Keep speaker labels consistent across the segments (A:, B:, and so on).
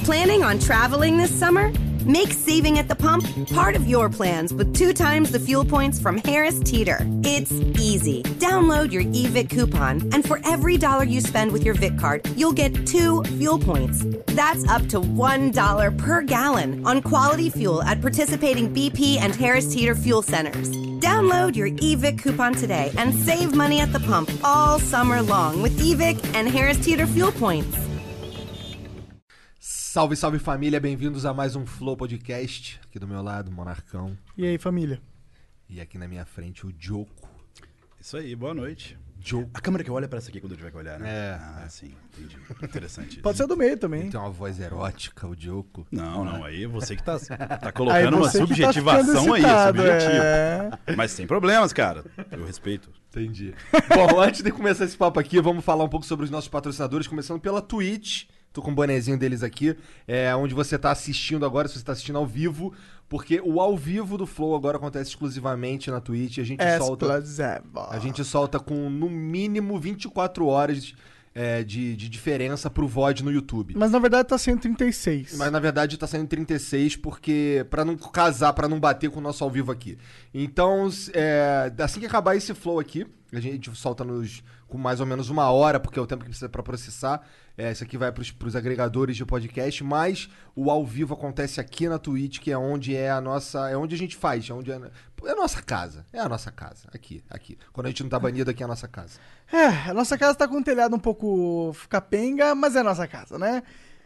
A: Planning on traveling this summer? Make saving at the pump part of your plans with 2 times the fuel points from Harris Teeter. It's easy. Download your eVic coupon, and for every $1 you spend with your Vic card, you'll get 2 fuel points. That's up to $1 per gallon on quality fuel at participating BP and Harris Teeter fuel centers. Download your eVic coupon today and save money at the pump all summer long with eVic and Harris Teeter fuel points.
B: Salve, salve família, bem-vindos a mais um Flow Podcast. Aqui do meu lado, Monarcão.
C: E aí, família?
B: E aqui na minha frente, o Dioco.
D: Isso aí, boa noite.
B: Dioco.
D: A câmera que olha pra essa aqui quando eu tiver que olhar, né?
B: É.
D: Sim, entendi. Interessante.
C: Pode ser do meio também.
B: Ele tem uma voz erótica, o Dioco.
D: Não, aí você que tá
C: Aí
D: colocando uma
C: você que tá
D: subjetivação
C: ficando
D: aí,
C: excitado,
D: subjetivo. Mas sem problemas, cara. Eu respeito.
B: Entendi. Bom, antes de começar esse papo aqui, vamos falar um pouco sobre os nossos patrocinadores, começando pela Twitch. Tô com o bonezinho deles aqui, onde você tá assistindo agora, se você tá assistindo ao vivo, porque o ao vivo do Flow agora acontece exclusivamente na Twitch. A gente solta com no mínimo 24 horas de diferença pro VOD no YouTube.
C: Mas na verdade tá sendo 36.
B: Mas na verdade tá saindo 36 porque pra não casar, pra não bater com o nosso ao vivo aqui. Então, assim que acabar esse Flow aqui, a gente solta com mais ou menos 1 hora, porque é o tempo que precisa pra processar. Isso aqui vai pros agregadores de podcast, mas o ao vivo acontece aqui na Twitch, que é onde é onde a gente faz, é a nossa casa. É a nossa casa, aqui. Quando a gente não tá banido, aqui é a nossa casa.
C: A nossa casa tá com o telhado um pouco capenga, mas é a nossa casa, né?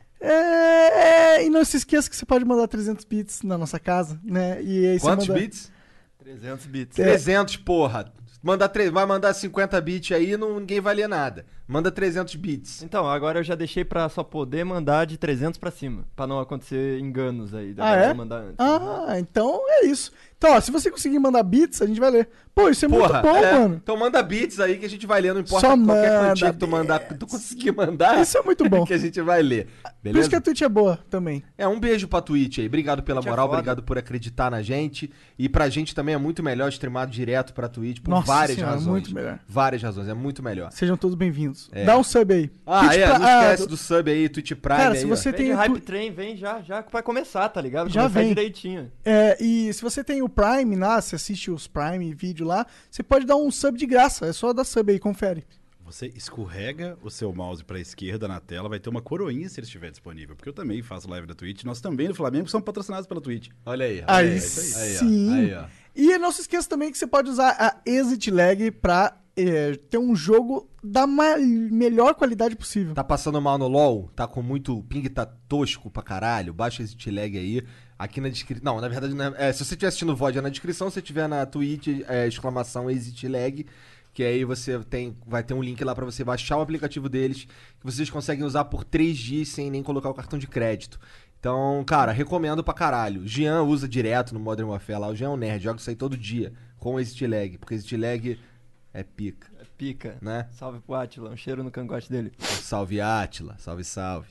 C: E não se esqueça que você pode mandar 300 bits na nossa casa, né? E aí
B: Quantos bits?
E: 300 bits.
B: 300, porra. Vai mandar 50 bits aí, ninguém vai ler nada. Manda 300 bits.
E: Então, agora eu já deixei pra só poder mandar de 300 pra cima, pra não acontecer enganos aí. Mandar antes.
C: Então é isso. Então, ó, se você conseguir mandar bits, a gente vai ler. Pô, isso é muito bom, mano.
B: Então manda bits aí que a gente vai ler, não importa
C: só
B: qualquer quantia que tu mandar, tu conseguir mandar.
C: Isso é muito bom.
B: Que a gente vai ler. Beleza?
C: Por isso que a Twitch é boa também.
B: Um beijo pra Twitch aí. Obrigado pela moral,
E: foda.
B: obrigado por acreditar na gente. E pra gente também é muito melhor streamar direto pra Twitch por
C: Nossa
B: várias
C: senhora,
B: razões.
C: muito melhor.
B: Várias razões, é muito melhor.
C: Sejam todos bem-vindos. Dá um sub aí.
B: Não esquece do sub aí, Twitch Prime
C: cara,
B: aí.
C: se você
E: Vem
C: tem
E: de Hype Train, vem já vai começar, tá ligado?
C: Já
E: Começar
C: vem.
E: direitinho.
C: E se você tem o Prime lá, você assiste os Prime vídeo lá, você pode dar um sub de graça. É só dar sub aí, confere.
D: Você escorrega o seu mouse pra esquerda na tela, vai ter uma coroinha se ele estiver disponível. Porque eu também faço live da Twitch. Nós também do Flamengo somos patrocinados pela Twitch.
B: Olha aí.
C: Aí sim.
B: Aí, ó.
C: E não se esqueça também que você pode usar a Exit Lag pra ter um jogo da melhor qualidade possível.
B: Tá passando mal no LoL? Tá com muito ping, tá tosco pra caralho? Baixa esse lag aí. Aqui na descrição... Não, na verdade, se você estiver assistindo o VOD é na descrição. Se você tiver na Twitch, exclamação Exit Lag. Que aí vai ter um link lá pra você baixar o aplicativo deles. Que vocês conseguem usar por 3 dias sem nem colocar o cartão de crédito. Então, cara, recomendo pra caralho. Jean usa direto no Modern Warfare lá. O Jean é um nerd, joga isso aí todo dia com o Exit Lag. Porque Exit Lag é pica.
E: É pica.
B: Né?
E: Salve pro Atila, um cheiro no cangote dele.
B: Salve, Átila. Salve, salve.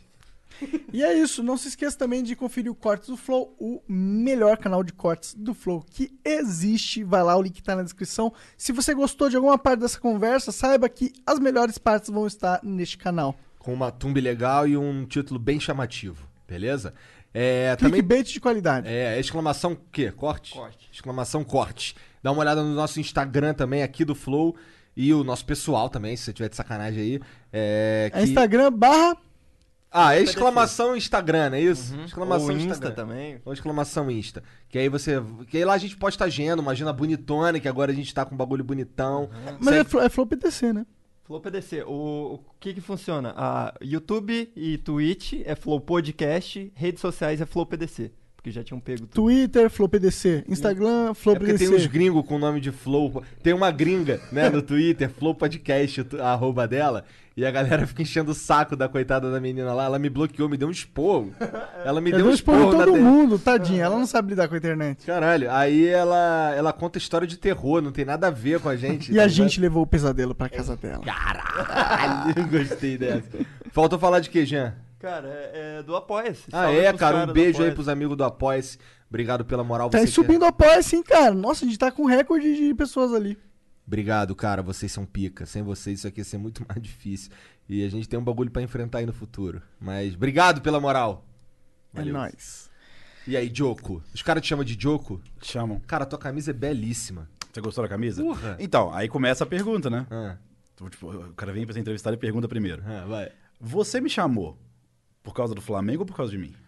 C: E é isso, não se esqueça também de conferir o Cortes do Flow, o melhor canal de cortes do Flow que existe. Vai lá, o link tá na descrição. Se você gostou de alguma parte dessa conversa, saiba que as melhores partes vão estar neste canal.
B: Com uma thumb legal e um título bem chamativo, beleza?
C: Clickbait de qualidade.
B: Exclamação quê? Corte?
E: Corte.
B: Exclamação corte. Dá uma olhada no nosso Instagram também, aqui do Flow. E o nosso pessoal também, se você tiver de sacanagem aí.
C: Instagram /
B: exclamação Instagram, é isso? Exclamação
E: Ou Insta
B: Instagram.
E: também.
B: Ou exclamação Insta. Que aí lá a gente posta agenda, imagina bonitona, que agora a gente tá com um bagulho bonitão.
C: Mas é Flow PDC, né?
E: Flow PDC. O que funciona? YouTube e Twitch é Flow Podcast, redes sociais é Flow PDC. Porque já tinham pego tudo.
C: Twitter, Flow PDC. Instagram, Flow
B: porque
C: PDC.
B: tem uns gringos com o nome de Flow. Tem uma gringa, né, no Twitter, Flow Podcast, a arroba dela. E a galera fica enchendo o saco da coitada da menina lá. Ela me bloqueou, me deu um esporro. Ela me deu um esporro
C: todo
B: na
C: mundo, tadinha. Ela não sabe lidar com a internet.
B: Caralho, aí ela conta história de terror, não tem nada a ver com a gente.
C: E a gente levou o pesadelo pra casa dela.
B: Caralho, gostei dessa. Faltou falar de quê, Jean?
E: Cara, é do Apoia-se.
B: Um beijo aí pros amigos do Apoia-se. Obrigado pela moral.
C: Tá subindo o Apoia-se, hein, cara. Nossa, a gente tá com recorde de pessoas ali.
B: Obrigado, cara. Vocês são pica. Sem vocês isso aqui ia ser muito mais difícil. E a gente tem um bagulho pra enfrentar aí no futuro. Mas obrigado pela moral.
C: É nóis.
B: E aí, Joko? Os caras te chamam de Joko?
D: Chamam.
B: Cara, tua camisa é belíssima.
D: Você gostou da camisa?
B: Porra.
D: Então, aí começa a pergunta, né?
B: Ah,
D: Tipo, o cara vem pra ser entrevistado e pergunta primeiro.
B: vai.
D: Você me chamou por causa do Flamengo ou por causa de mim?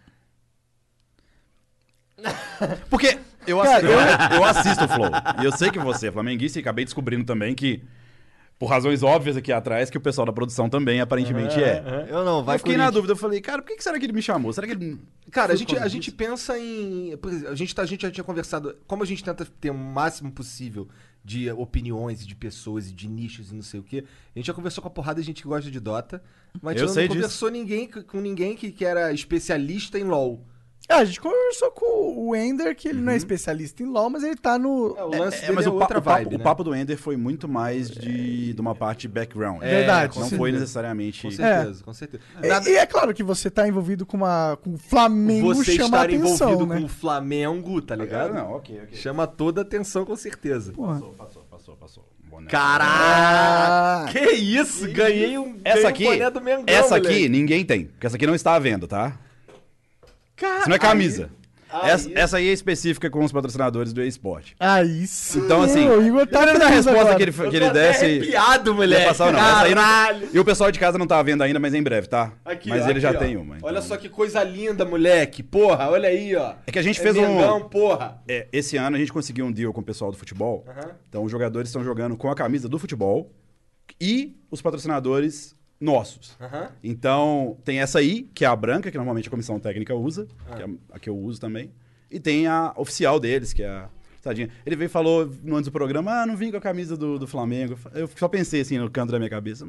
D: Porque eu assisto o Flow. E eu sei que você é flamenguista e acabei descobrindo também que, por razões óbvias aqui atrás, que o pessoal da produção também aparentemente é.
E: Eu não, vai
D: Eu fiquei na
E: Corinthians.
D: dúvida, eu falei, cara, por que será que ele me chamou? Será que ele...
B: Cara,
D: Foi por causa
B: a gente pensa em. Por exemplo, a gente já tinha conversado. Como a gente tenta ter o máximo possível de opiniões e de pessoas e de nichos e não sei o quê, a gente já conversou com a porrada de gente que gosta de Dota, mas a
D: Eu
B: gente
D: sei
B: não conversou com ninguém que era especialista em LoL.
C: A gente conversou com o Ender, que ele não é especialista em LoL, mas ele tá no...
B: O lance dele
D: mas
B: é
D: o,
B: outra vibe,
D: o
B: né?
D: papo do Ender foi muito mais de uma parte de background.
C: Verdade,
D: Não
C: sim.
D: foi necessariamente...
B: Com certeza, com certeza.
C: E é claro que você tá envolvido com o Flamengo,
B: Você
C: chama a
B: estar
C: atenção,
B: envolvido
C: né?
B: com o Flamengo, tá ligado?
D: Não, ok.
B: Chama toda a atenção, com certeza.
C: Porra.
D: Passou. Boné.
B: Caralho! Que isso? Ganhei um boné do Mengão,
D: Essa aqui
B: moleque.
D: ninguém tem, porque essa aqui não está à venda, tá?
B: Cara,
D: Isso não é camisa.
B: aí-
D: Essa aí é específica com os patrocinadores do eSport.
C: Aí sim.
D: Então, assim,
C: o Igor tá
D: dependendo da
C: feliz
D: resposta
C: agora.
D: que ele desse...
B: arrepiado,
D: Não
B: moleque.
D: ia passar, não. Essa aí
B: Caralho!
D: não... E o pessoal de casa não tá vendo ainda, mas em breve, tá?
B: Aqui,
D: mas
B: ó,
D: ele já
B: aqui, ó.
D: tem uma. então.
B: Olha só que coisa linda, moleque. Porra, olha aí, ó.
D: É que a gente fez um...
B: Mengão, porra.
D: Esse ano a gente conseguiu um deal com o pessoal do futebol. Então os jogadores estão jogando com a camisa do futebol e os patrocinadores nossos. Então tem essa aí, que é a branca, que normalmente a comissão técnica usa, que é a que eu uso também. E tem a oficial deles, que é a... Tadinha. Ele veio e falou no antes do programa, não vim com a camisa do Flamengo. Eu só pensei assim no canto da minha cabeça.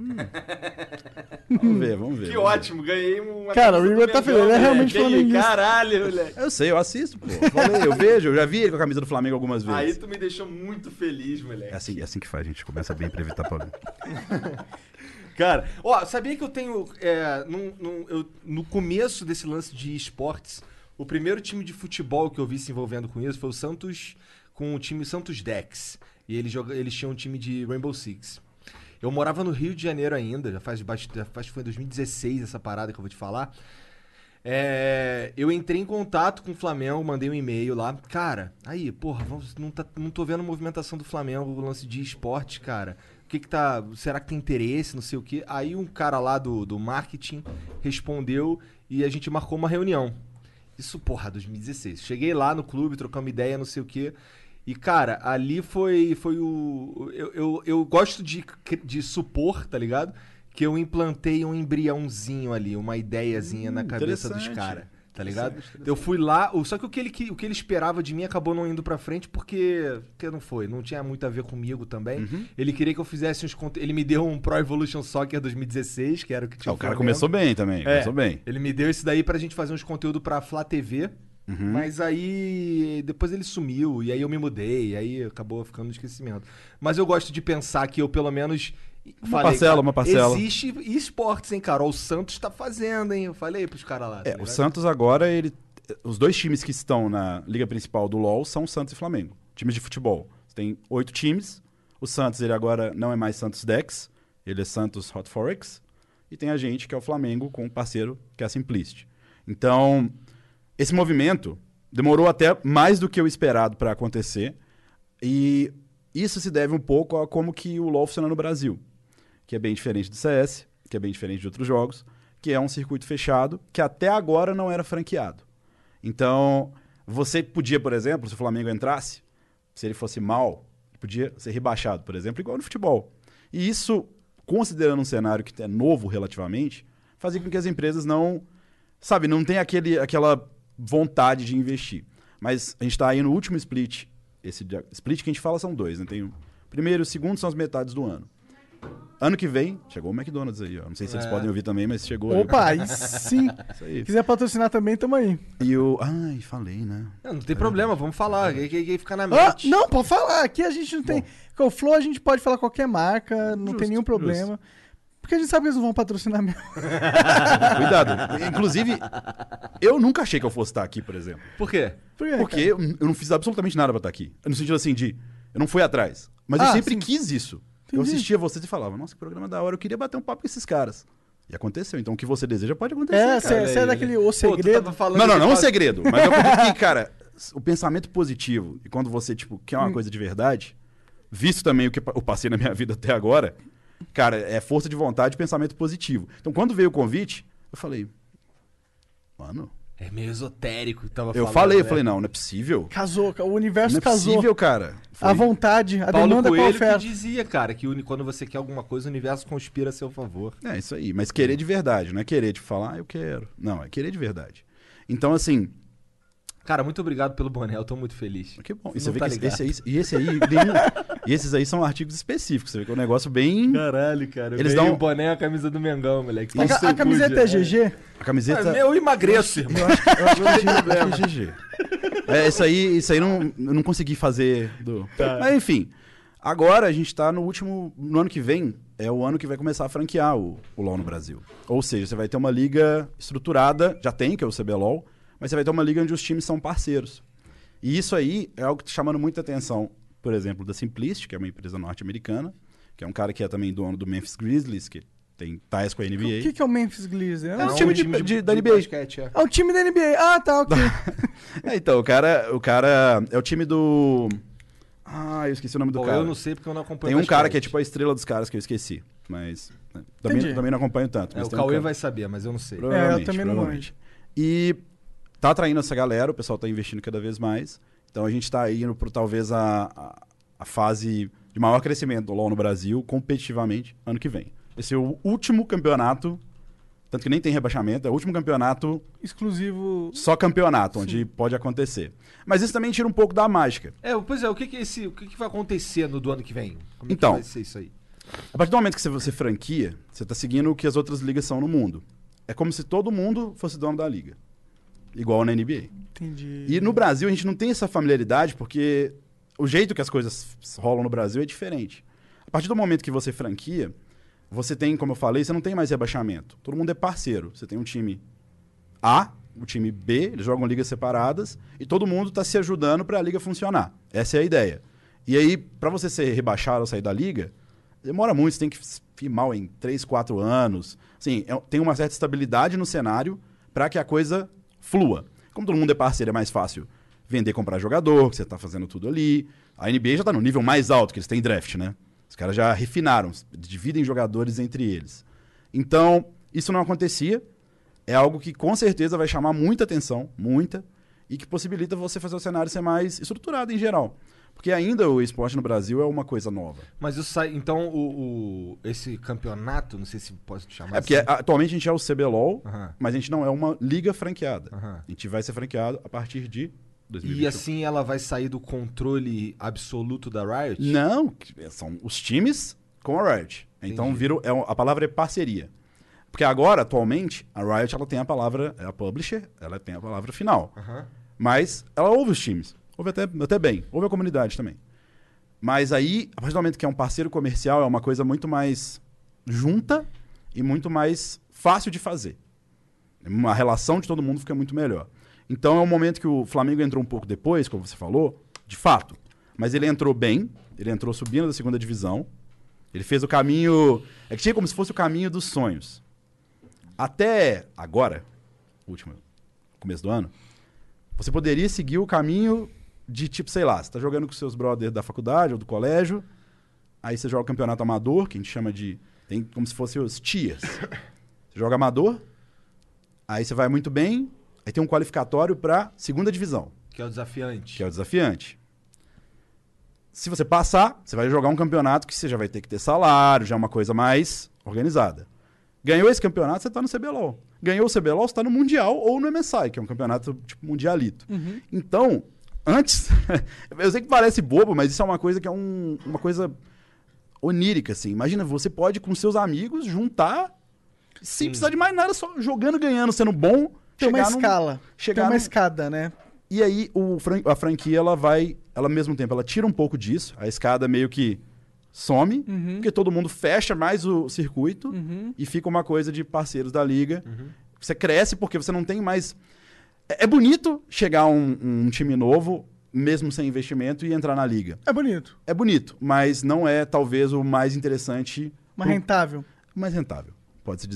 D: Vamos ver.
B: Que ótimo, ganhei uma.
C: Cara, o
B: camisa
C: Igor
B: do
C: tá
B: Mengão,
C: feliz, ele é
B: moleque.
C: realmente
B: Aí,
C: flamenguista.
B: Caralho, moleque.
D: Eu sei, eu assisto, pô. Eu vejo, eu já vi ele com a camisa do Flamengo algumas vezes.
B: Aí tu me deixou muito feliz, moleque.
D: É assim que faz, a gente começa bem pra evitar problema.
B: Cara, ó, sabia que eu tenho. No começo desse lance de esportes, o primeiro time de futebol que eu vi se envolvendo com isso foi o Santos, com o time Santos Dex. E eles tinham um time de Rainbow Six. Eu morava no Rio de Janeiro ainda, já faz que foi em 2016 essa parada que eu vou te falar. Eu entrei em contato com o Flamengo, mandei um e-mail lá. Cara, aí, porra, não tô vendo movimentação do Flamengo, o lance de esporte, cara. O que tá... Será que tem interesse, não sei o quê? Aí um cara lá do marketing respondeu e a gente marcou uma reunião. Isso, porra, 2016. Cheguei lá no clube, trocamos ideia, não sei o quê. E, cara, ali foi o... Eu gosto de supor, tá ligado? Que eu implantei um embriãozinho ali, uma ideiazinha na cabeça dos
D: interessante.
B: caras, tá ligado? Eu fui lá, só que o que ele esperava de mim acabou não indo pra frente porque não tinha muito a ver comigo também. Ele queria que eu fizesse uns conteúdos, ele me deu um Pro Evolution Soccer 2016, que era o que tinha
D: O cara começou bem também, começou bem.
B: Ele me deu isso daí pra gente fazer uns conteúdos pra Flá TV. Mas aí depois ele sumiu e aí eu me mudei, e aí acabou ficando no esquecimento. Mas eu gosto de pensar que eu pelo menos
D: Uma parcela.
B: Existe esportes, hein, cara? Ó, o Santos tá fazendo, hein? Eu falei pros caras lá. tá
D: O
B: ligado?
D: Santos agora, os dois times que estão na liga principal do LoL são Santos e Flamengo. Times de futebol. Você tem 8 times. O Santos, ele agora não é mais Santos Dex, ele é Santos Hot Forex. E tem a gente, que é o Flamengo, com um parceiro, que é a Simplicity. Então, esse movimento demorou até mais do que o esperado para acontecer. E isso se deve um pouco a como que o LoL funciona no Brasil, que é bem diferente do CS, que é bem diferente de outros jogos, que é um circuito fechado, que até agora não era franqueado. Então, você podia, por exemplo, se o Flamengo entrasse, se ele fosse mal, podia ser rebaixado, por exemplo, igual no futebol. E isso, considerando um cenário que é novo relativamente, fazia com que as empresas não tenham aquela vontade de investir. Mas a gente está aí no último split. Esse split que a gente fala são 2, né? Tem o primeiro e o segundo são as metades do ano. Ano que vem, chegou o McDonald's aí, ó. Não sei se eles podem ouvir também, mas chegou.
C: Opa, aí sim.
D: Isso aí.
C: Quiser patrocinar também, tamo aí.
D: E o... Ai, falei, né?
B: Não tem problema, vamos falar. Que fica na
C: Ah,
B: mente.
C: não, pode falar. Aqui a gente não tem... Com o Flow a gente pode falar qualquer marca, não tem nenhum problema. Porque a gente sabe que eles não vão patrocinar mesmo.
D: Cuidado. Inclusive, eu nunca achei que eu fosse estar aqui, por exemplo.
B: Por quê?
C: Por quê,
D: Porque
C: cara?
D: eu não fiz absolutamente nada pra estar aqui. No sentido assim de... Eu não fui atrás. Mas eu sempre quis isso. Eu
C: Entendi.
D: assistia vocês e falava, nossa, que programa da hora. Eu queria bater um papo com esses caras. E aconteceu. Então o que você deseja pode acontecer. Cara.
C: Você é daquele O Segredo.
D: Não um segredo. Mas eu acredito que, cara, o pensamento positivo, e quando você, tipo, quer uma coisa de verdade, visto também o que eu passei na minha vida até agora, cara, é força de vontade e pensamento positivo. Então quando veio o convite, eu falei, mano...
B: É meio esotérico que tava
D: Eu
B: falando.
D: falei, não é possível.
C: Casou, o universo
D: Não é
C: casou.
D: possível, cara.
C: A vontade, a
B: Paulo
C: demanda com a
B: Coelho
C: oferta.
B: que dizia, cara, que quando você quer alguma coisa, o universo conspira a seu favor.
D: É isso aí, mas querer de verdade, não é querer tipo falar, eu quero. Não, é querer de verdade. Então, assim,
B: Cara, muito obrigado pelo boné, eu tô muito feliz.
D: que bom. E
B: Não
D: você vê
B: tá
D: que
B: ligado.
D: esse aí, e esses aí são artigos específicos. Você vê que é um negócio bem.
B: Caralho, cara.
D: Eles dão-
B: o boné e a camisa do Mengão, moleque.
C: A camiseta é GG?
D: A camiseta.
B: Eu emagreço, irmão.
D: Eu acho que é GG. Isso aí eu não consegui fazer. Mas enfim. Agora a gente tá no ano que vem, é o ano que vai começar a franquear o LoL no Brasil. Ou seja, você vai ter uma liga estruturada, já tem, que é o CBLOL, mas você vai ter uma liga onde os times são parceiros. E isso aí é algo que tá chamando muita atenção, por exemplo, da Simplicity, que é uma empresa norte-americana, que é um cara que é também dono do Memphis Grizzlies, que tem ties com a NBA.
C: O que é o Memphis Grizzlies?
D: É um time da NBA.
B: basquete, é.
C: É um time da NBA. Ah, tá, ok.
D: Então, o cara é o time do... Ah, eu esqueci o nome do
B: Pô,
D: cara.
B: eu não sei porque eu não acompanho
D: Tem um cara
B: basquete.
D: que é tipo a estrela dos caras que eu esqueci, mas né,
C: Entendi.
D: também não acompanho tanto. Mas
B: o
D: tem um
B: Cauê
D: cara-
B: vai saber, mas eu não sei.
D: Provavelmente,
C: eu também não
D: provavelmente. E tá atraindo essa galera, o pessoal tá investindo cada vez mais. Então a gente tá indo pro talvez a fase de maior crescimento do LoL no Brasil, competitivamente, ano que vem. Esse é o último campeonato, tanto que nem tem rebaixamento, é o último campeonato,
C: Exclusivo.
D: só campeonato, onde pode acontecer. Mas isso também tira um pouco da mágica.
B: Pois é, o que vai acontecer no do ano que vem? Como
D: Então.
B: é que vai ser isso aí?
D: A partir do momento que você franquia, você tá seguindo o que as outras ligas são no mundo. É como se todo mundo fosse dono da liga. Igual na NBA.
C: Entendi.
D: E no Brasil a gente não tem essa familiaridade porque o jeito que as coisas rolam no Brasil é diferente. A partir do momento que você franquia, você tem, como eu falei, você não tem mais rebaixamento. Todo mundo é parceiro. Você tem um time A, o time B, eles jogam ligas separadas e todo mundo está se ajudando para a liga funcionar. Essa é a ideia. E aí, para você ser rebaixado ou sair da liga, demora muito, você tem que firmar em 3, 4 anos. Assim, tem uma certa estabilidade no cenário para que a coisa flua. Como todo mundo é parceiro, é mais fácil vender, comprar jogador, que você está fazendo tudo ali. A NBA já está no nível mais alto, que eles têm draft, né? Os caras já refinaram, dividem jogadores entre eles. Então, isso não acontecia. É algo que com certeza vai chamar muita atenção, muita, e que possibilita você fazer o cenário ser mais estruturado em geral. Porque ainda o esporte no Brasil é uma coisa nova.
B: Mas então esse campeonato, não sei se posso te chamar
D: É porque
B: assim.
D: atualmente a gente é o CBLOL,
B: Aham.
D: mas a gente não é uma liga franqueada.
B: Aham.
D: A gente vai ser franqueado a partir de 2021.
B: E assim ela vai sair do controle absoluto da Riot?
D: Não, são os times com a Riot. Então
B: Entendi.
D: a palavra é parceria. Porque agora, atualmente, a Riot ela tem a palavra, é a publisher, ela tem a palavra final.
B: Aham.
D: Mas ela ouve os times. Ouve até bem. Ouve a comunidade também. Mas aí, a partir do momento que é um parceiro comercial, é uma coisa muito mais junta e muito mais fácil de fazer. A relação de todo mundo fica muito melhor. Então é um momento que o Flamengo entrou um pouco depois, como você falou, de fato. Mas ele entrou bem, ele entrou subindo da segunda divisão. Ele fez o caminho... É que tinha como se fosse o caminho dos sonhos. Até agora, começo do ano, você poderia seguir o caminho de tipo, sei lá, você tá jogando com seus brothers da faculdade ou do colégio, aí você joga o campeonato amador, que a gente chama de... Tem como se fosse os tiers. Você joga amador, aí você vai muito bem, aí tem um qualificatório pra segunda divisão,
B: Que é o desafiante.
D: que é o desafiante. Se você passar, você vai jogar um campeonato que você já vai ter que ter salário, já é uma coisa mais organizada. Ganhou esse campeonato, você tá no CBLOL. Ganhou o CBLOL, você tá no Mundial ou no MSI, que é um campeonato tipo mundialito. Então, antes... eu sei que parece bobo, mas isso é uma coisa que é uma coisa onírica, assim. Imagina, você pode com seus amigos juntar, sem precisar de mais nada, só jogando, ganhando, sendo bom.
C: Tem uma
D: chegar num-
C: escala.
D: chegar
C: Tem uma
D: num-
C: escada, né?
D: E aí a franquia, ela ao mesmo tempo, ela tira um pouco disso, a escada meio que some, porque todo mundo fecha mais o circuito e fica uma coisa de parceiros da liga. Você cresce porque você não tem mais... É bonito chegar um time novo, mesmo sem investimento, e entrar na liga.
C: É bonito.
D: É bonito, mas não é talvez o mais interessante,
C: Mas rentável.
D: o mais rentável, pode-se dizer.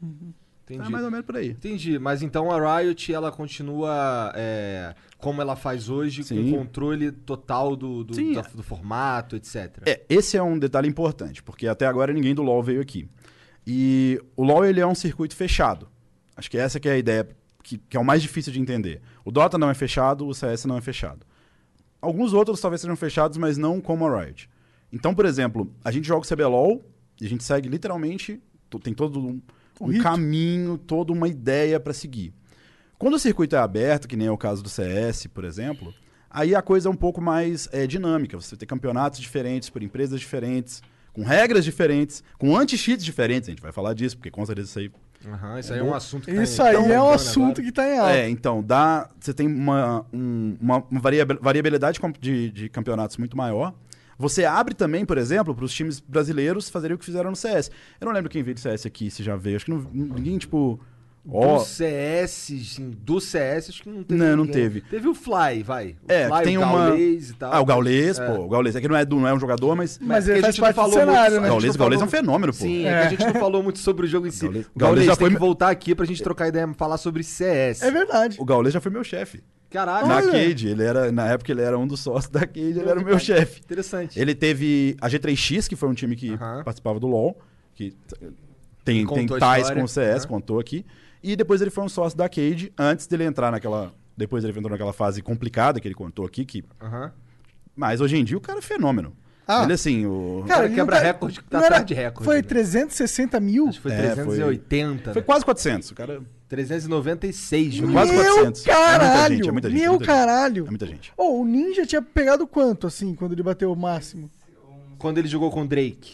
B: Entendi.
D: É mais ou menos por aí.
B: Entendi, mas então a Riot, ela continua como ela faz hoje,
D: Sim.
B: com controle total do
D: Sim.
B: do formato, etc.
D: Esse é um detalhe importante, porque até agora ninguém do LoL veio aqui. E o LoL, ele é um circuito fechado. Acho que essa que é a ideia que é o mais difícil de entender. O Dota não é fechado, o CS não é fechado. Alguns outros talvez sejam fechados, mas não como a Riot. Então, por exemplo, a gente joga o CBLOL e a gente segue literalmente, tem todo um
C: rito.
D: caminho, toda uma ideia para seguir. Quando o circuito é aberto, que nem é o caso do CS, por exemplo, aí a coisa é um pouco mais dinâmica. Você tem campeonatos diferentes, por empresas diferentes, com regras diferentes, com anti-cheats diferentes. A gente vai falar disso, porque com certeza isso aí...
B: Aham, isso aí é um assunto que
C: Isso
B: tá
C: aí
B: bombando
C: é um
B: agora.
C: assunto que tá em alta.
D: Então, você tem uma variabilidade de campeonatos muito maior. Você abre também, por exemplo, para os times brasileiros fazerem o que fizeram no CS. Eu não lembro quem veio do CS aqui, se já veio. Acho que ninguém, tipo...
B: Do CS, acho que não teve.
D: Não, não
B: ninguém.
D: teve.
B: Teve o Fly, vai. O
D: É,
B: Fly,
D: que tem
B: o
D: uma...
B: Gaules e tal.
D: o Gaules,
B: É.
D: pô. O Gaules é que não é um jogador, mas...
C: Mas
B: porque
C: ele
B: a
C: faz
B: gente não
C: parte do
B: falou
C: cenário,
B: muito,
C: né?
B: a gente não
D: Gaules é um
B: falou-
D: fenômeno, pô.
B: Sim, é que a gente não falou muito sobre o jogo em si.
D: Gaules
B: Gaules
D: já
B: tem
D: foi-
B: que voltar aqui pra gente trocar ideia e falar sobre CS.
C: É verdade.
D: O Gaules já foi meu chefe.
B: Caralho.
D: Na
C: Olha.
D: Cade, na época ele era um dos sócios da Cade, ele era o meu chefe.
B: Interessante.
D: Ele teve a G3X, que foi um time que
B: Aham.
D: participava do LoL, que tem
B: Contou a
D: ties
B: história.
D: com o CS,
B: Aham.
D: contou aqui. E depois ele foi um sócio da Cade, antes dele entrar naquela... Depois ele entrou naquela fase complicada que ele contou aqui,
B: Aham.
D: mas hoje em dia o cara é fenômeno.
C: Ah.
D: Ele assim, o...
B: Cara,
C: ele
B: quebra
C: não tá-
B: recorde, tá
C: não era-
B: atrás de recorde,
C: Foi
B: né?
C: 360 mil?
B: Acho que foi
D: É,
B: 380.
D: Foi
B: né?
D: quase 400. O cara...
B: 396
D: Foi
B: mil.
D: quase
C: Meu
D: 400.
C: caralho!
D: É muita gente,
C: Meu
D: muita gente.
C: caralho!
D: É muita gente.
C: O Ninja tinha pegado quanto, assim, quando ele bateu o máximo?
B: Quando ele jogou com o Drake.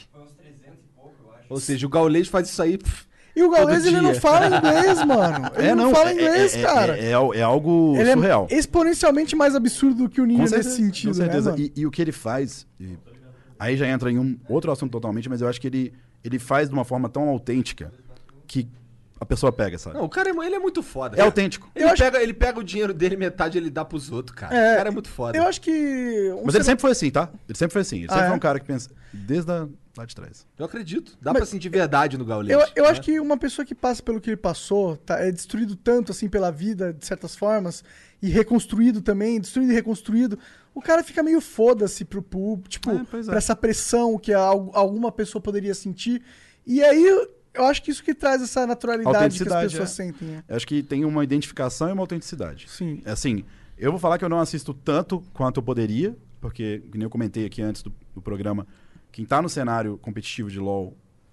B: Ou seja, o Gaules faz isso aí.
C: E o Gaules,
B: Todo
C: ele não
B: dia.
C: fala inglês, mano. Ele não fala inglês, cara.
D: É algo
C: Ele
D: surreal.
C: é exponencialmente mais absurdo do que o Ninja
D: Com certeza,
C: nesse sentido,
D: com certeza.
C: né, mano?
D: E o que ele faz, aí já entra em um outro assunto totalmente, mas eu acho que ele faz de uma forma tão autêntica que a pessoa pega, sabe?
B: Não, o cara ele é muito foda.
D: É
B: cara.
D: autêntico.
B: Ele pega o dinheiro dele, metade ele dá pros outros, cara.
C: É,
B: O cara é muito foda.
C: Eu acho que...
D: Mas ele sempre foi assim, tá? Ele sempre foi assim. Ele sempre
C: é?
D: foi um cara que pensa desde lá de trás.
B: Eu acredito. Dá
C: Mas-
B: pra sentir verdade no Gaules.
C: Eu
B: né?
C: acho que uma pessoa que passa pelo que ele passou, é destruído tanto assim pela vida, de certas formas, e reconstruído também, destruído e reconstruído, o cara fica meio foda-se pro público, tipo,
D: pois é.
C: pra essa pressão que alguma pessoa poderia sentir. E aí, eu acho que isso que traz essa naturalidade que as
D: Autenticidade,
C: pessoas sentem.
D: Eu acho que tem uma identificação e uma autenticidade.
C: Sim.
D: É assim, eu vou falar que eu não assisto tanto quanto eu poderia, porque, como eu comentei aqui antes do programa, quem tá no cenário competitivo de LoL,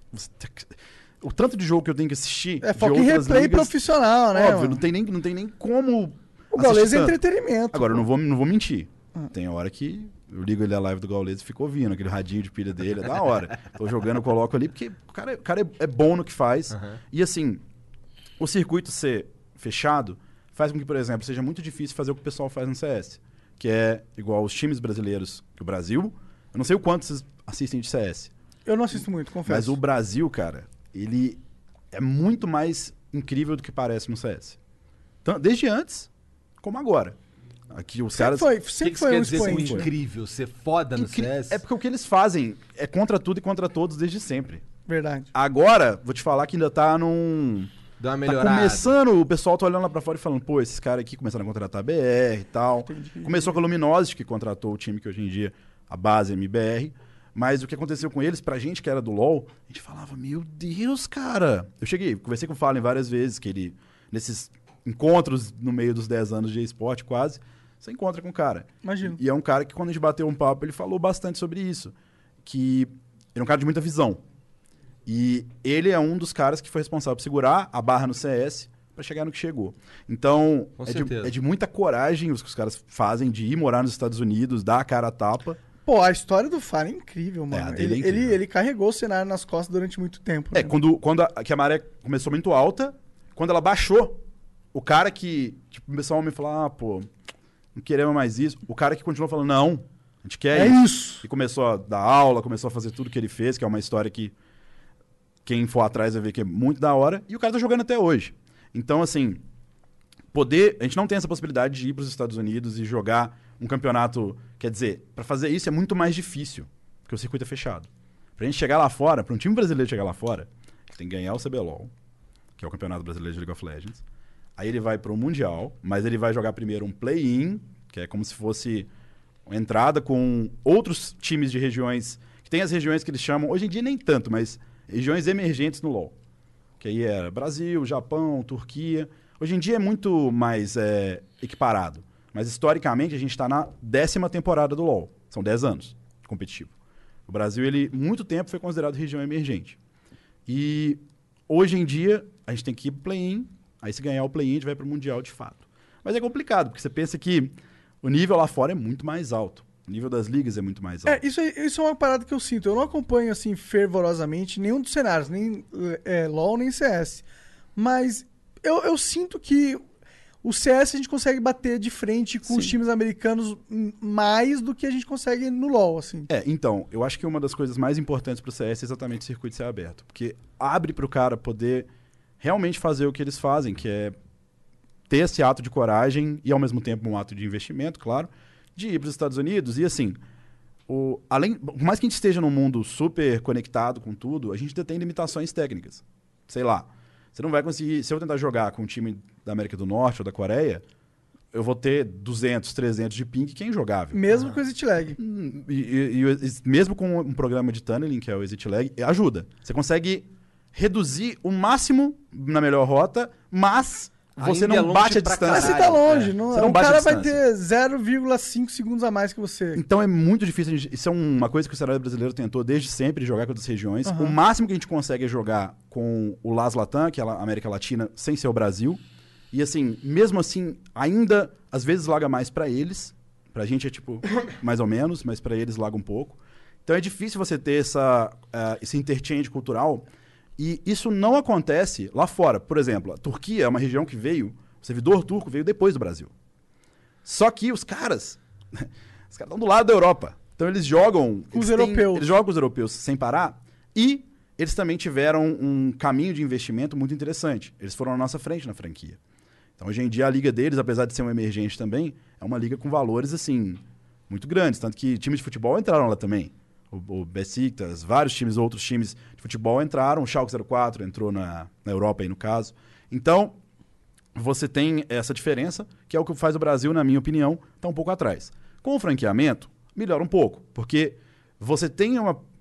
D: o tanto de jogo que eu tenho que assistir.
C: É
D: de
C: foco em
D: outras
C: replay
D: ligas,
C: profissional, né?
D: Óbvio,
C: mano?
D: não tem nem como.
C: O Gaules
D: assistir
C: é
D: tanto.
C: entretenimento.
D: Agora, eu não vou mentir. Tem hora que eu ligo ele a live do Gaules e fico ouvindo aquele radinho de pilha dele, é da hora. Tô jogando, eu coloco ali, porque o cara é bom no que faz.
B: Aham.
D: E assim, o circuito ser fechado faz com que, por exemplo, seja muito difícil fazer o que o pessoal faz no CS. Que é igual os times brasileiros que o Brasil. Eu não sei o quanto vocês assistem de CS.
C: Eu não assisto muito, confesso.
D: Mas o Brasil, cara, ele é muito mais incrível do que parece no CS. Desde antes, como agora. Aqui os caras...
C: Sempre
B: O que
C: foi
B: você
C: um
B: quer dizer com
C: expoente.
B: incrível? Ser foda no CS?
D: É porque o que eles fazem é contra tudo e contra todos desde sempre.
C: Verdade.
D: Agora, vou te falar que ainda tá num...
B: Deu uma
D: Tá
B: melhorada.
D: começando, o pessoal tá olhando lá pra fora e falando, pô, esses caras aqui começaram a contratar a BR e tal.
C: Entendi.
D: Começou com a Luminosity, que contratou o time que hoje em dia, a base é MBR. Mas o que aconteceu com eles, pra gente que era do LoL, a gente falava, meu Deus, cara. Eu conversei com o Fallen várias vezes, que ele, nesses encontros no meio dos 10 anos de esporte quase, você encontra com o cara.
C: Imagino.
D: E é um cara que quando a gente bateu um papo, ele falou bastante sobre isso. Que ele é um cara de muita visão. E ele é um dos caras que foi responsável por segurar a barra no CS pra chegar no que chegou. Então,
B: Com
D: é
B: certeza.
D: de muita coragem os que os caras fazem de ir morar nos Estados Unidos, dar a cara a tapa.
C: Pô, a história do Fallen é incrível, mano.
D: a dele é incrível.
C: Ele carregou o cenário nas costas durante muito tempo.
D: É,
C: né?
D: que a maré começou muito alta, quando ela baixou, o cara que, tipo, o pessoal me falou, pô, não queremos mais isso. O cara que continuou falando, não, a gente quer
C: É
D: isso.
C: isso.
D: E começou a dar aula, começou a fazer tudo que ele fez, que é uma história que quem for atrás vai ver que é muito da hora. E o cara tá jogando até hoje. Então, assim, a gente não tem essa possibilidade de ir pros Estados Unidos e jogar um campeonato. Quer dizer, pra fazer isso é muito mais difícil, porque o circuito é fechado. Pra gente chegar lá fora, pra um time brasileiro chegar lá fora, ele tem que ganhar o CBLOL. que é o Campeonato Brasileiro de League of Legends. Aí ele vai pro Mundial, mas ele vai jogar primeiro um play-in, que é como se fosse uma entrada com outros times de regiões, que tem as regiões que eles chamam, hoje em dia nem tanto, mas regiões emergentes no LoL. Que aí é Brasil, Japão, Turquia. Hoje em dia é muito mais equiparado. Mas historicamente a gente está na 10ª temporada do LoL. São 10 anos competitivo. O Brasil, ele muito tempo foi considerado região emergente. E hoje em dia a gente tem que ir pro play-in, aí se ganhar o play-in a gente vai pro Mundial de fato. Mas é complicado, porque você pensa que o nível lá fora é muito mais alto. O nível das ligas é muito mais alto.
C: Isso é uma parada que eu sinto. Eu não acompanho, assim, fervorosamente nenhum dos cenários, nem LoL, nem CS. Mas eu sinto que o CS a gente consegue bater de frente com os times americanos mais do que a gente consegue no LoL, assim.
D: Então, eu acho que uma das coisas mais importantes pro CS é exatamente o circuito ser aberto. Porque abre pro cara poder realmente fazer o que eles fazem, que é ter esse ato de coragem e, ao mesmo tempo, um ato de investimento, claro, de ir para os Estados Unidos. E, assim, por mais que a gente esteja num mundo super conectado com tudo, a gente ainda tem limitações técnicas. Sei lá, você não vai conseguir... Se eu tentar jogar com um time da América do Norte ou da Coreia, eu vou ter 200, 300 de ping, que é injogável.
C: Mesmo com o Exit Lag.
D: Mesmo com um programa de tunneling, que é o Exit Lag, ajuda. Você consegue reduzir o máximo na melhor rota, mas... Você
B: Ainda
D: não bate a
B: pra
D: distância.
C: Mas você tá longe. Não,
D: Você não
C: o
D: bate
C: cara
D: a
C: vai
D: distância.
C: ter 0,5 segundos a mais que você.
D: Então é muito difícil. Isso é uma coisa que o cenário brasileiro tentou desde sempre, jogar com outras regiões. O máximo que a gente consegue é jogar com o LAS Latam, que é a América Latina, sem ser o Brasil. E assim, mesmo assim, ainda às vezes laga mais pra eles. Pra gente é tipo, mais ou menos, mas pra eles laga um pouco. Então é difícil você ter esse interchange cultural. E isso não acontece lá fora. Por exemplo, a Turquia é uma região que veio... O servidor turco veio depois do Brasil. Só que os caras estão do lado da Europa. Então eles jogam... Eles jogam com os europeus sem parar. E eles também tiveram um caminho de investimento muito interessante. Eles foram à nossa frente na franquia. Então hoje em dia a liga deles, apesar de ser um emergente também, é uma liga com valores assim muito grandes. Tanto que times de futebol entraram lá também. O Besiktas, vários times, outros times de futebol entraram. O Schalke 04 entrou na Europa aí no caso. Então, você tem essa diferença, que é o que faz o Brasil, na minha opinião, tá um pouco atrás. Com o franqueamento, melhora um pouco, porque você tem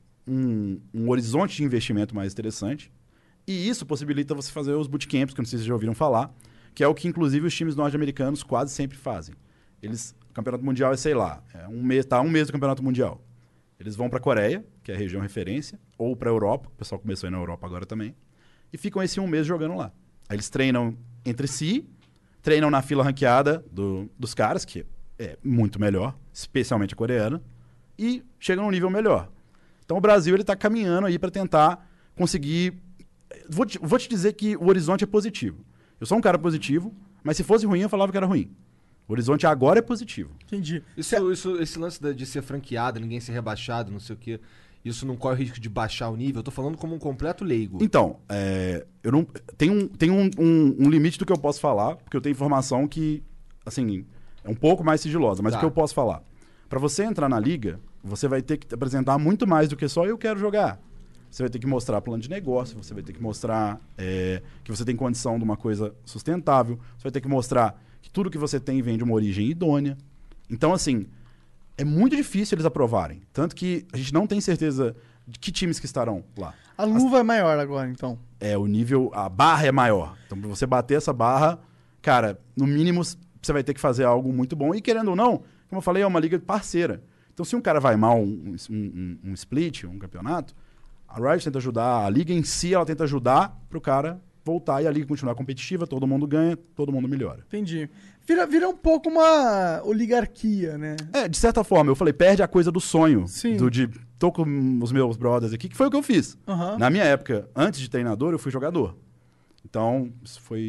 D: um horizonte de investimento mais interessante e isso possibilita você fazer os bootcamps, que eu não sei se vocês já ouviram falar, que é o que, inclusive, os times norte-americanos quase sempre fazem. O Campeonato Mundial é, sei lá, um mês do Campeonato Mundial. Eles vão para a Coreia, que é a região referência, ou para a Europa, o pessoal começou aí na Europa agora também, e ficam esse um mês jogando lá. Aí eles treinam entre si, treinam na fila ranqueada dos caras, que é muito melhor, especialmente a coreana, e chegam num nível melhor. Então o Brasil está caminhando aí para tentar conseguir... Vou te dizer que o horizonte é positivo. Eu sou um cara positivo, mas se fosse ruim eu falava que era ruim. O horizonte agora é positivo.
C: Entendi.
B: Esse lance de ser franqueado, ninguém ser rebaixado, não sei o quê, isso não corre o risco de baixar o nível? Eu tô falando como um completo leigo.
D: Então, eu não tem um limite do que eu posso falar, porque eu tenho informação que, assim, é um pouco mais sigilosa, mas o que eu posso falar? Para você entrar na liga, você vai ter que apresentar muito mais do que só eu quero jogar. Você vai ter que mostrar plano de negócio, você vai ter que mostrar que você tem condição de uma coisa sustentável, você vai ter que mostrar que tudo que você tem vem de uma origem idônea. Então, assim, é muito difícil eles aprovarem. Tanto que a gente não tem certeza de que times que estarão lá.
C: A luva é maior agora, então.
D: O nível, a barra é maior. Então, pra você bater essa barra, cara, no mínimo você vai ter que fazer algo muito bom. E querendo ou não, como eu falei, é uma liga parceira. Então, se um cara vai mal, um split, um campeonato, a Riot tenta ajudar, a liga em si, ela tenta ajudar pro cara voltar e a liga continuar competitiva, todo mundo ganha, todo mundo melhora.
C: Entendi. Vira um pouco uma oligarquia, né?
D: De certa forma, eu falei, perde a coisa do sonho.
C: Sim.
D: Tô com os meus brothers aqui, que foi o que eu fiz.
C: Uhum.
D: Na minha época, antes de treinador, eu fui jogador. Então, isso foi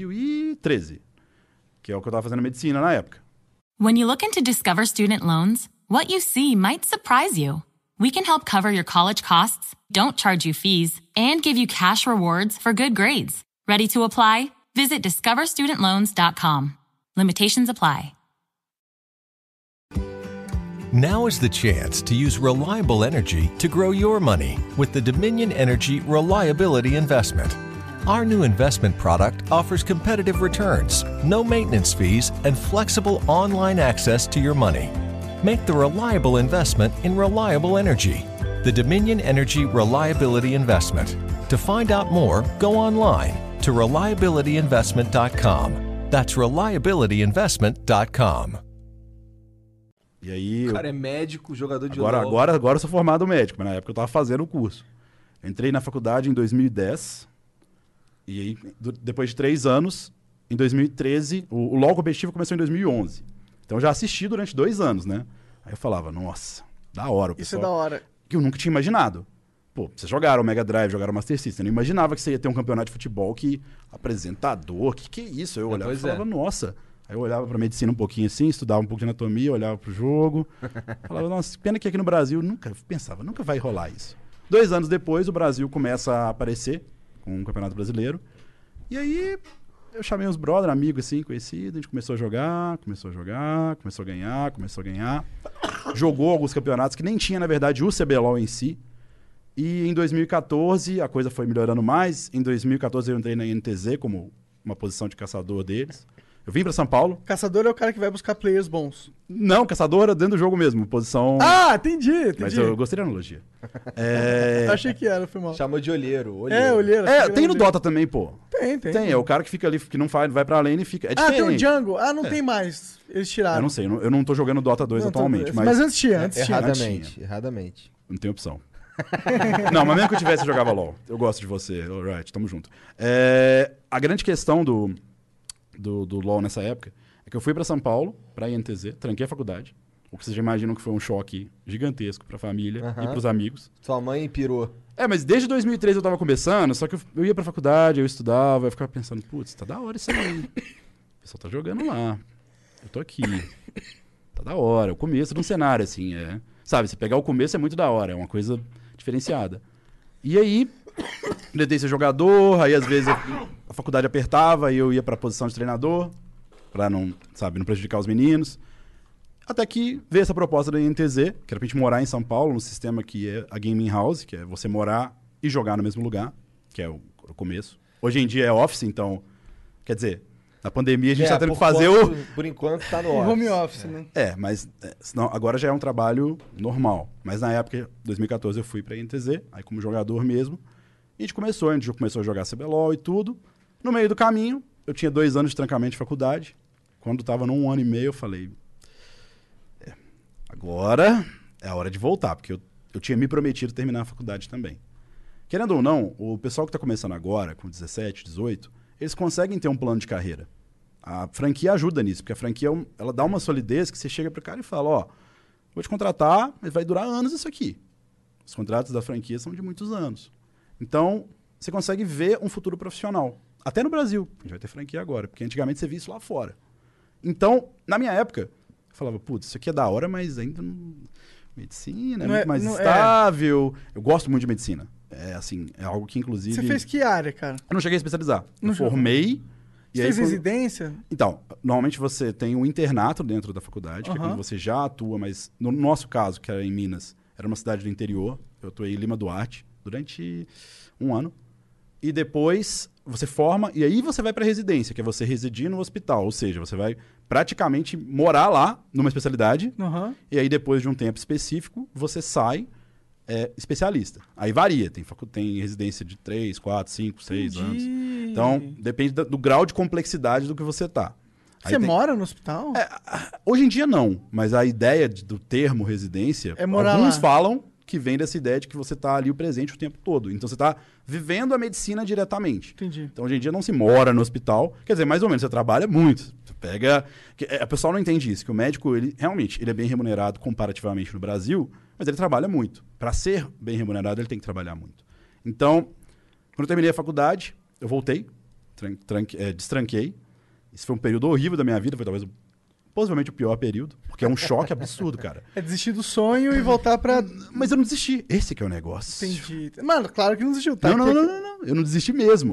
D: 2013, que é o que eu tava fazendo medicina na época.
F: When you look into Discover Student Loans, what you see might surprise you. We can help cover your college costs, don't charge you fees, and give you cash rewards for good grades. Ready to apply? Visit discoverstudentloans.com. Limitations apply.
G: Now is the chance to use reliable energy to grow your money with the Dominion Energy Reliability Investment. Our new investment product offers competitive returns, no maintenance fees, and flexible online access to your money. Make the reliable investment in reliable energy. The Dominion Energy Reliability Investment. To find out more, go online to reliabilityinvestment.com. That's reliabilityinvestment.com.
D: E aí,
B: O cara é médico, jogador de
D: agora,
B: LOL.
D: agora eu sou formado médico, mas na época eu tava fazendo o curso. Entrei na faculdade em 2010. E aí, depois de 3 anos, em 2013, o LoL competitivo começou em 2011. Então eu já assisti durante 2 anos, né? Aí eu falava, nossa, da hora. O
C: Isso é
D: pessoal,
C: da hora.
D: que eu nunca tinha imaginado. Pô, vocês jogaram o Mega Drive, jogaram o Master System. Eu não imaginava que você ia ter um campeonato de futebol que apresentador, que é isso? Eu olhava e falava, nossa. Aí eu olhava pra medicina um pouquinho assim, estudava um pouco de anatomia, olhava pro jogo. Falava, nossa, pena que aqui no Brasil nunca vai rolar isso. 2 anos depois, o Brasil começa a aparecer com o Campeonato Brasileiro. E aí, eu chamei uns brother, amigos assim, conhecidos, a gente começou a ganhar, começou a ganhar. Jogou alguns campeonatos que nem tinha, na verdade, o CBLOL em si. E em 2014, a coisa foi melhorando mais. Em 2014, eu entrei na INTZ como uma posição de caçador deles. Eu vim pra São Paulo.
C: Caçador é o cara que vai buscar players bons.
D: Não, caçador dentro do jogo mesmo, posição...
C: Ah, entendi.
D: Mas eu gostei da analogia.
C: Achei que era, foi mal.
B: Chamou de olheiro.
C: Olheiro.
D: Tem no Dota também, pô.
C: Tem.
D: Tem, é o cara que fica ali, que não vai pra lane e fica... É
C: Ah, tem o
D: diferente.
C: Jungle. Ah, não tem mais. Eles tiraram.
D: Eu não sei, eu não tô jogando Dota 2
C: Não,
D: atualmente,
C: mas antes tinha.
B: Erradamente.
D: Não tem opção. Não, mas mesmo que eu tivesse, eu jogava LoL. Eu gosto de você, alright, tamo junto. A grande questão do LoL nessa época é que eu fui pra São Paulo, pra INTZ, tranquei a faculdade. O que vocês já imaginam que foi um choque gigantesco pra família e pros amigos.
B: Sua mãe pirou.
D: Mas desde 2013 eu tava começando, só que eu ia pra faculdade, eu estudava, eu ficava pensando, putz, tá da hora isso aí. O pessoal tá jogando lá. Eu tô aqui. Tá da hora. O começo de um cenário, assim, Sabe, você pegar o começo é muito da hora, é uma coisa diferenciada. E aí, tentei ser jogador, aí às vezes a faculdade apertava e eu ia pra posição de treinador, pra não prejudicar os meninos. Até que veio essa proposta da INTZ, que era pra gente morar em São Paulo, no sistema que é a Gaming House, que é você morar e jogar no mesmo lugar, que é o começo. Hoje em dia é office, então, quer dizer, na pandemia a gente tá tendo que fazer
B: Por enquanto tá no
C: home office, né?
D: mas senão, agora já é um trabalho normal. Mas na época, 2014, eu fui pra INTZ, aí como jogador mesmo. E a gente começou a jogar CBLOL e tudo. No meio do caminho, eu tinha 2 anos de trancamento de faculdade. Quando tava num 1 ano e meio, eu falei... agora é a hora de voltar, porque eu tinha me prometido terminar a faculdade também. Querendo ou não, o pessoal que tá começando agora, com 17, 18, eles conseguem ter um plano de carreira. A franquia ajuda nisso, porque a franquia ela dá uma solidez que você chega pro cara e fala, vou te contratar, mas vai durar anos isso aqui. Os contratos da franquia são de muitos anos. Então, você consegue ver um futuro profissional. Até no Brasil, a gente vai ter franquia agora, porque antigamente você via isso lá fora. Então, na minha época, eu falava, putz, isso aqui é da hora, mas ainda não... Medicina é muito mais estável. Eu gosto muito de medicina. É algo que, inclusive...
C: Você fez que área, cara?
D: Eu não cheguei a especializar.
C: Não
D: formei...
C: Você fez residência?
D: Então, normalmente você tem um internato dentro da faculdade, que é quando você já atua, mas no nosso caso, que era em Minas, era uma cidade do interior, eu atuei em Lima Duarte durante 1 ano, e depois você forma, e aí você vai para residência, que é você residir no hospital, ou seja, você vai praticamente morar lá, numa especialidade, e aí depois de um tempo específico, você sai especialista. Aí varia, tem residência de 3, 4, 5, 6 anos. Então, depende do grau de complexidade do que você tá.
C: Você mora no hospital?
D: Hoje em dia não, mas a ideia do termo residência, alguns falam que vem dessa ideia de que você tá ali o presente o tempo todo. Então você tá vivendo a medicina diretamente.
C: Entendi.
D: Então hoje em dia não se mora no hospital, quer dizer, mais ou menos, você trabalha muito. Você pega... A pessoa não entende isso, que o médico, ele é bem remunerado comparativamente no Brasil, mas ele trabalha muito. Para ser bem remunerado, ele tem que trabalhar muito. Então, quando eu terminei a faculdade, eu voltei, destranquei. Isso foi um período horrível da minha vida, foi talvez possivelmente o pior período, porque é um choque absurdo, cara.
C: É desistir do sonho e voltar pra...
D: Mas eu não desisti. Esse que é o negócio.
C: Entendi. Mano, claro que não desistiu, tá?
D: Não. Eu não desisti mesmo.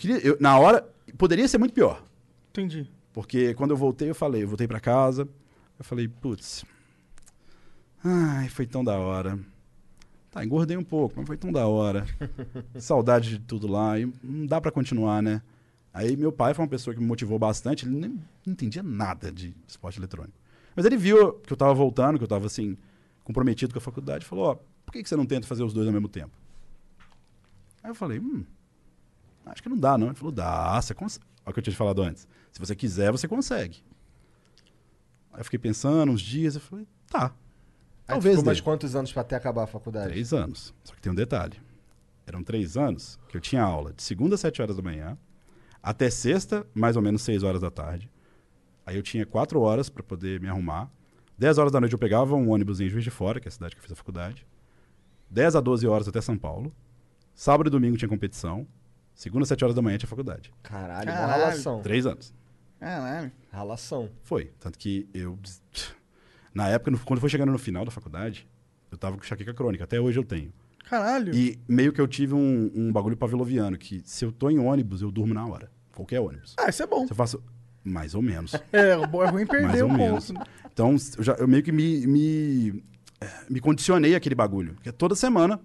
D: Na hora, poderia ser muito pior.
C: Entendi.
D: Porque quando eu voltei pra casa, eu falei, putz, foi tão da hora. Tá, engordei um pouco, mas foi tão da hora. Saudade de tudo lá. E não dá pra continuar, né? Aí meu pai foi uma pessoa que me motivou bastante. Ele nem não entendia nada de esporte eletrônico. Mas ele viu que eu tava voltando, que eu tava, assim, comprometido com a faculdade. Falou, ó, por que você não tenta fazer os dois ao mesmo tempo? Aí eu falei, acho que não dá, não. Ele falou, dá, você consegue. Olha o que eu tinha te falado antes. Se você quiser, você consegue. Aí eu fiquei pensando uns dias, eu falei, tá. Talvez
B: ficou mais
D: dê.
B: quantos anos pra até acabar a faculdade?
D: 3 anos. Só que tem um detalhe. Eram 3 anos que eu tinha aula de segunda às 7 horas da manhã, até sexta, mais ou menos 6 horas da tarde. Aí eu tinha 4 horas para poder me arrumar. 10 horas da noite eu pegava um ônibus em Juiz de Fora, que é a cidade que eu fiz a faculdade. 10 a 12 horas até São Paulo. Sábado e domingo tinha competição. Segunda às 7 horas da manhã tinha faculdade.
B: Caralho, uma
C: Caralho.
B: ralação.
D: 3 anos.
C: Caralho.
B: Ralação.
D: Foi. Tanto que eu... Na época, quando foi chegando no final da faculdade, eu tava com enxaqueca crônica. Até hoje eu tenho.
C: Caralho.
D: E meio que eu tive um bagulho pavloviano, que se eu tô em ônibus, eu durmo na hora. Qualquer ônibus.
C: Ah, isso é bom.
D: Se eu faço... Mais ou menos.
C: É ruim perder
D: Mais ou
C: o
D: menos.
C: ponto. Né?
D: Então, eu meio que me condicionei àquele bagulho. Porque toda semana...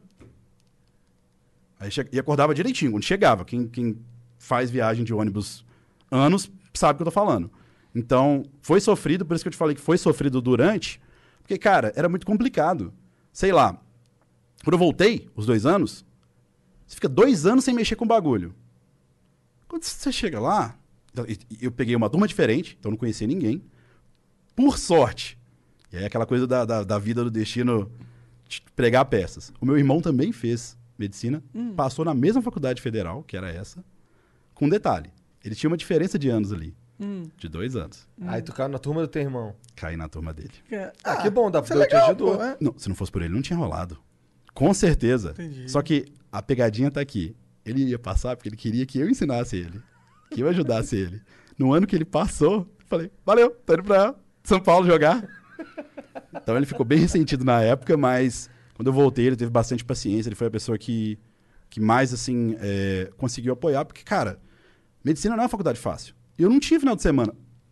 D: Aí e acordava direitinho. Quando chegava, quem faz viagem de ônibus anos sabe o que eu tô falando. Então, foi sofrido, por isso que eu te falei que foi sofrido durante... Porque, cara, era muito complicado. Sei lá, quando eu voltei, os 2 anos, você fica 2 anos sem mexer com o bagulho. Quando você chega lá, eu peguei uma turma diferente, então não conhecia ninguém. Por sorte, e aí aquela coisa da vida, do destino, de pregar peças. O meu irmão também fez medicina, passou na mesma faculdade federal, que era essa, com um detalhe. Ele tinha uma diferença de anos ali, de 2 anos.
B: Aí tu caiu na turma do teu irmão.
D: Caí na turma dele.
B: Ah, que bom,
C: isso é
B: Deus te
C: legal,
B: ajudou.
C: pô, é.
D: Não, se não fosse por ele, não tinha rolado. Com certeza.
C: Entendi.
D: Só que a pegadinha tá aqui. Ele ia passar porque ele queria que eu ensinasse ele. Que eu ajudasse ele. No ano que ele passou, eu falei, valeu, tô indo pra São Paulo jogar. Então ele ficou bem ressentido na época, mas quando eu voltei, ele teve bastante paciência. Ele foi a pessoa que mais, assim, conseguiu apoiar. Porque, cara, medicina não é uma faculdade fácil. E eu não tinha final de semana.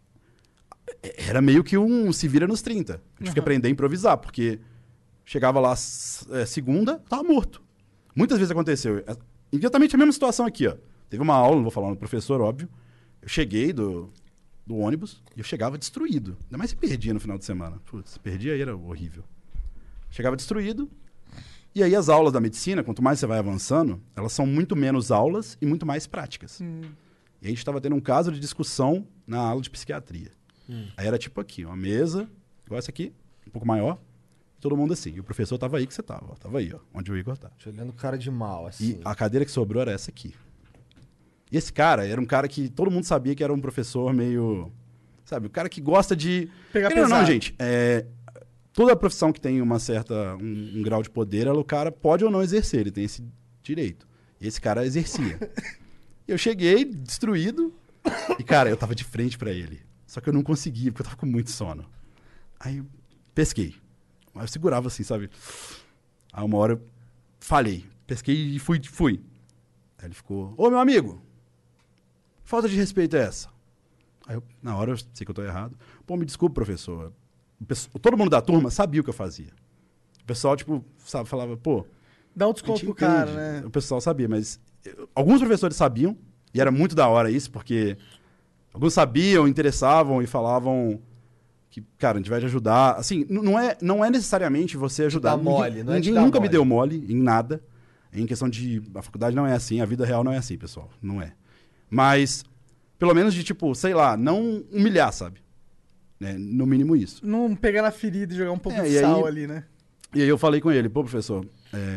D: Era meio que um se vira nos 30. Eu tive que aprender a improvisar, porque chegava lá segunda, tava morto. Muitas vezes aconteceu. Exatamente a mesma situação aqui, ó. Teve uma aula, não vou falar no professor, óbvio. Eu cheguei do ônibus e eu chegava destruído. Ainda mais se perdia no final de semana. Putz, se perdia aí era horrível. Chegava destruído. E aí as aulas da medicina, quanto mais você vai avançando, elas são muito menos aulas e muito mais práticas. E a gente estava tendo um caso de discussão na aula de psiquiatria. Aí era tipo aqui, uma mesa, igual essa aqui, um pouco maior, todo mundo assim. E o professor tava aí que você tava, ó. Tava aí, ó, onde o Igor tá.
B: Te olhando cara de mal, assim.
D: E a cadeira que sobrou era essa aqui. E esse cara era um cara que todo mundo sabia que era um professor meio... Sabe, o cara que gosta de...
C: Pegar
D: Querendo ou não,
C: pesado.
D: gente, toda profissão que tem uma certa... Um grau de poder, o cara pode ou não exercer, ele tem esse direito. E esse cara exercia. Eu cheguei, destruído, e, cara, eu tava de frente pra ele. Só que eu não conseguia, porque eu tava com muito sono. Aí eu pesquei. Aí eu segurava assim, sabe? Aí uma hora eu falhei. Pesquei e fui. Aí ele ficou, ô meu amigo, falta de respeito é essa? Aí eu, na hora eu sei que eu tô errado. Pô, me desculpe, professor. Todo mundo da turma sabia o que eu fazia. O pessoal, tipo, sabe, falava, pô...
C: Dá um
D: a gente
C: desconto pro cara,
D: entende.
C: né?
D: O pessoal sabia, mas... Alguns professores sabiam, e era muito da hora isso, porque... Alguns sabiam, interessavam e falavam que, cara, a gente vai te ajudar. Assim, não é necessariamente você ajudar.
B: dar mole, não é te
D: Ninguém
B: dar
D: nunca me
B: mole.
D: deu mole em nada. Em questão de... A faculdade não é assim, a vida real não é assim, pessoal. Não é. Mas, pelo menos de, tipo, sei lá, não humilhar, sabe? Né? No mínimo isso.
C: Não pegar na ferida e jogar um pouco de
D: e
C: sal
D: aí-
C: ali, né?
D: E aí eu falei com ele, pô, professor,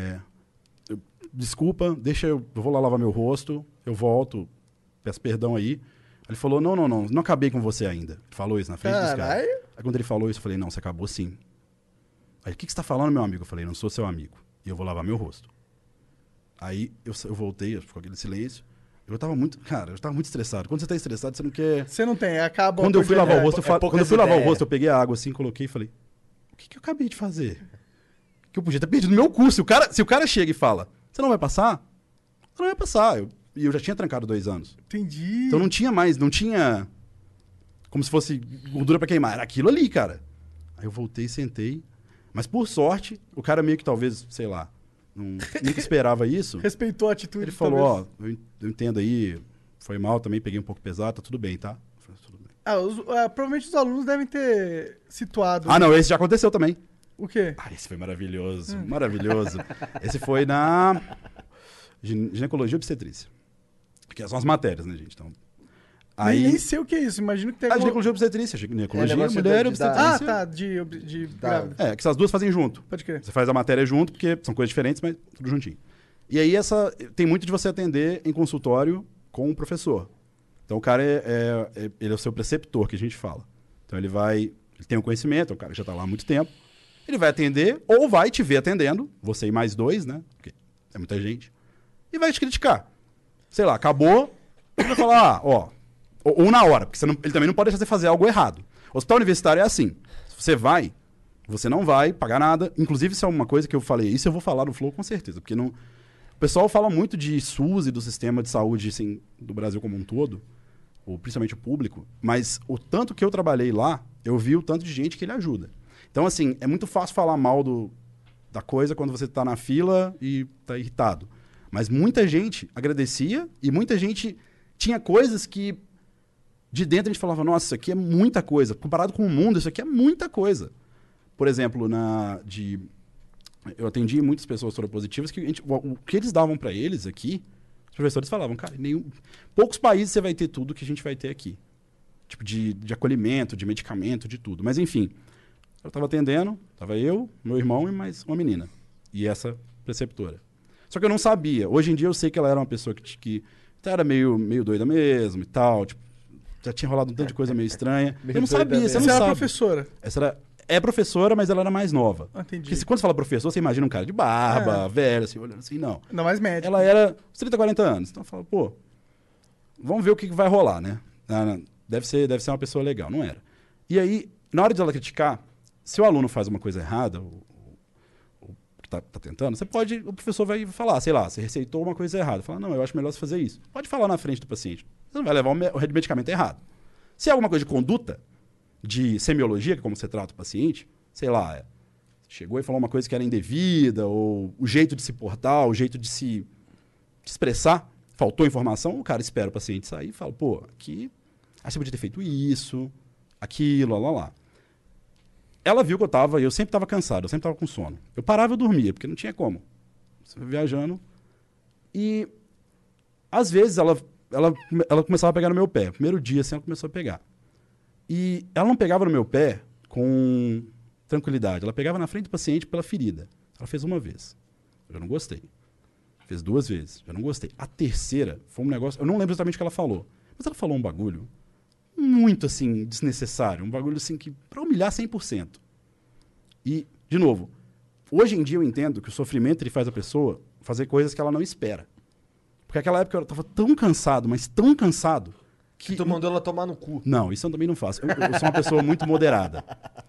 D: desculpa, deixa eu vou lá lavar meu rosto, eu volto, peço perdão aí. Ele falou, não acabei com você ainda. Ele falou isso na frente dos caras.
C: Caralho.
D: Aí quando ele falou isso, eu falei, não, você acabou sim. Aí, o que você tá falando, meu amigo? Eu falei, não sou seu amigo, e eu vou lavar meu rosto. Aí eu voltei, ficou aquele silêncio. Eu tava muito estressado. Quando você tá estressado, você não quer...
C: Você não tem, acaba...
D: Quando eu fui lavar o rosto,
B: poucas
D: quando eu fui lavar o
B: ideias.
D: rosto, eu peguei a água assim, coloquei e falei, o que eu acabei de fazer? Que eu podia ter perdido no meu curso. Se o cara chega e fala, você não vai passar? Você não vai passar. E eu já tinha trancado 2 anos.
C: Entendi.
D: Então não tinha como se fosse gordura pra queimar. Era aquilo ali, cara. Aí eu voltei, sentei. Mas por sorte, o cara meio que talvez, sei lá, nunca esperava isso.
C: Respeitou a atitude.
D: Ele falou,
C: talvez.
D: ó, eu entendo aí, foi mal também, peguei um pouco pesado, tá tudo bem, tá? Eu falei, tudo bem.
C: Provavelmente os alunos devem ter situado.
D: Ah, não, esse já aconteceu também.
C: O quê?
D: Ah, esse foi maravilhoso, maravilhoso. Esse foi na ginecologia e obstetrícia. Que são as matérias, né, gente? Então,
C: Nem sei o que é isso, imagino que tem
D: a ginecologia e obstetrícia, ginecologia,
B: negócio
D: mulher e
B: da-
D: obstetrícia.
C: Ah, tá, de grávida.
D: É, que essas duas fazem junto.
C: Pode crer.
D: Você faz a matéria junto, porque são coisas diferentes, mas tudo juntinho. E aí tem muito de você atender em consultório com o professor. Então o cara ele é o seu preceptor, que a gente fala. Então ele tem um conhecimento, é um cara que já está lá há muito tempo. Ele vai atender, ou vai te ver atendendo, você e mais 2, né? Porque é muita gente. E vai te criticar. Sei lá, acabou, ele vai falar, ou na hora, porque ele também não pode deixar você fazer algo errado. Hospital universitário é assim. Se você não vai pagar nada. Inclusive, isso é uma coisa que eu falei, isso eu vou falar no Flow com certeza, porque não... O pessoal fala muito de SUS e do sistema de saúde assim, do Brasil como um todo, ou principalmente o público, mas o tanto que eu trabalhei lá, eu vi o tanto de gente que ele ajuda. Então, assim, é muito fácil falar mal da coisa quando você está na fila e está irritado. Mas muita gente agradecia e muita gente tinha coisas que de dentro a gente falava, nossa, isso aqui é muita coisa. Comparado com o mundo, isso aqui é muita coisa. Por exemplo, eu atendi muitas pessoas soropositivas que o que eles davam para eles aqui, os professores falavam, cara, poucos países você vai ter tudo que a gente vai ter aqui. Tipo, de acolhimento, de medicamento, de tudo. Mas, enfim, eu estava atendendo, estava eu, meu irmão e mais uma menina. E essa preceptora. Só que eu não sabia. Hoje em dia eu sei que ela era uma pessoa que era meio doida mesmo e tal. Tipo, já tinha rolado um tanto de coisa meio estranha. Eu não sabia, você não
C: Você era
D: sabe.
C: professora.
D: É professora, mas ela era mais nova.
C: Entendi.
D: Porque quando você fala professor, você imagina um cara de barba, velho, assim, olhando assim, não.
C: Não mais médico.
D: Ela era uns 30, 40 anos. Então eu falo, pô, vamos ver o que vai rolar, né? Deve ser uma pessoa legal. Não era. E aí, na hora de ela criticar, se o aluno faz uma coisa errada, o que tá tentando, o professor vai falar, sei lá, você receitou uma coisa errada. Fala, não, eu acho melhor você fazer isso. Pode falar na frente do paciente. Você não vai levar o medicamento errado. Se é alguma coisa de conduta, de semiologia, que é como você trata o paciente, sei lá, chegou e falou uma coisa que era indevida, ou o jeito de se portar, o jeito de se expressar, faltou informação, o cara espera o paciente sair e fala, pô, aqui, você podia ter feito isso, aquilo, lá. Ela viu que eu sempre estava cansado, eu sempre estava com sono. Eu parava e dormia, porque não tinha como. Você viajando. E, às vezes, ela começava a pegar no meu pé. Primeiro dia, assim, ela começou a pegar. E ela não pegava no meu pé com tranquilidade. Ela pegava na frente do paciente pela ferida. Ela fez uma vez. Eu já não gostei. Fez 2 vezes. Já não gostei. A terceira foi um negócio... Eu não lembro exatamente o que ela falou. Mas ela falou um bagulho muito, assim, desnecessário. Um bagulho, assim, que pra humilhar 100%. E, de novo, hoje em dia eu entendo que o sofrimento ele faz a pessoa fazer coisas que ela não espera. Porque naquela época eu estava tão cansado, mas tão cansado, que
B: tu mandou ela tomar no cu.
D: Não, isso eu também não faço. Eu sou uma pessoa muito moderada.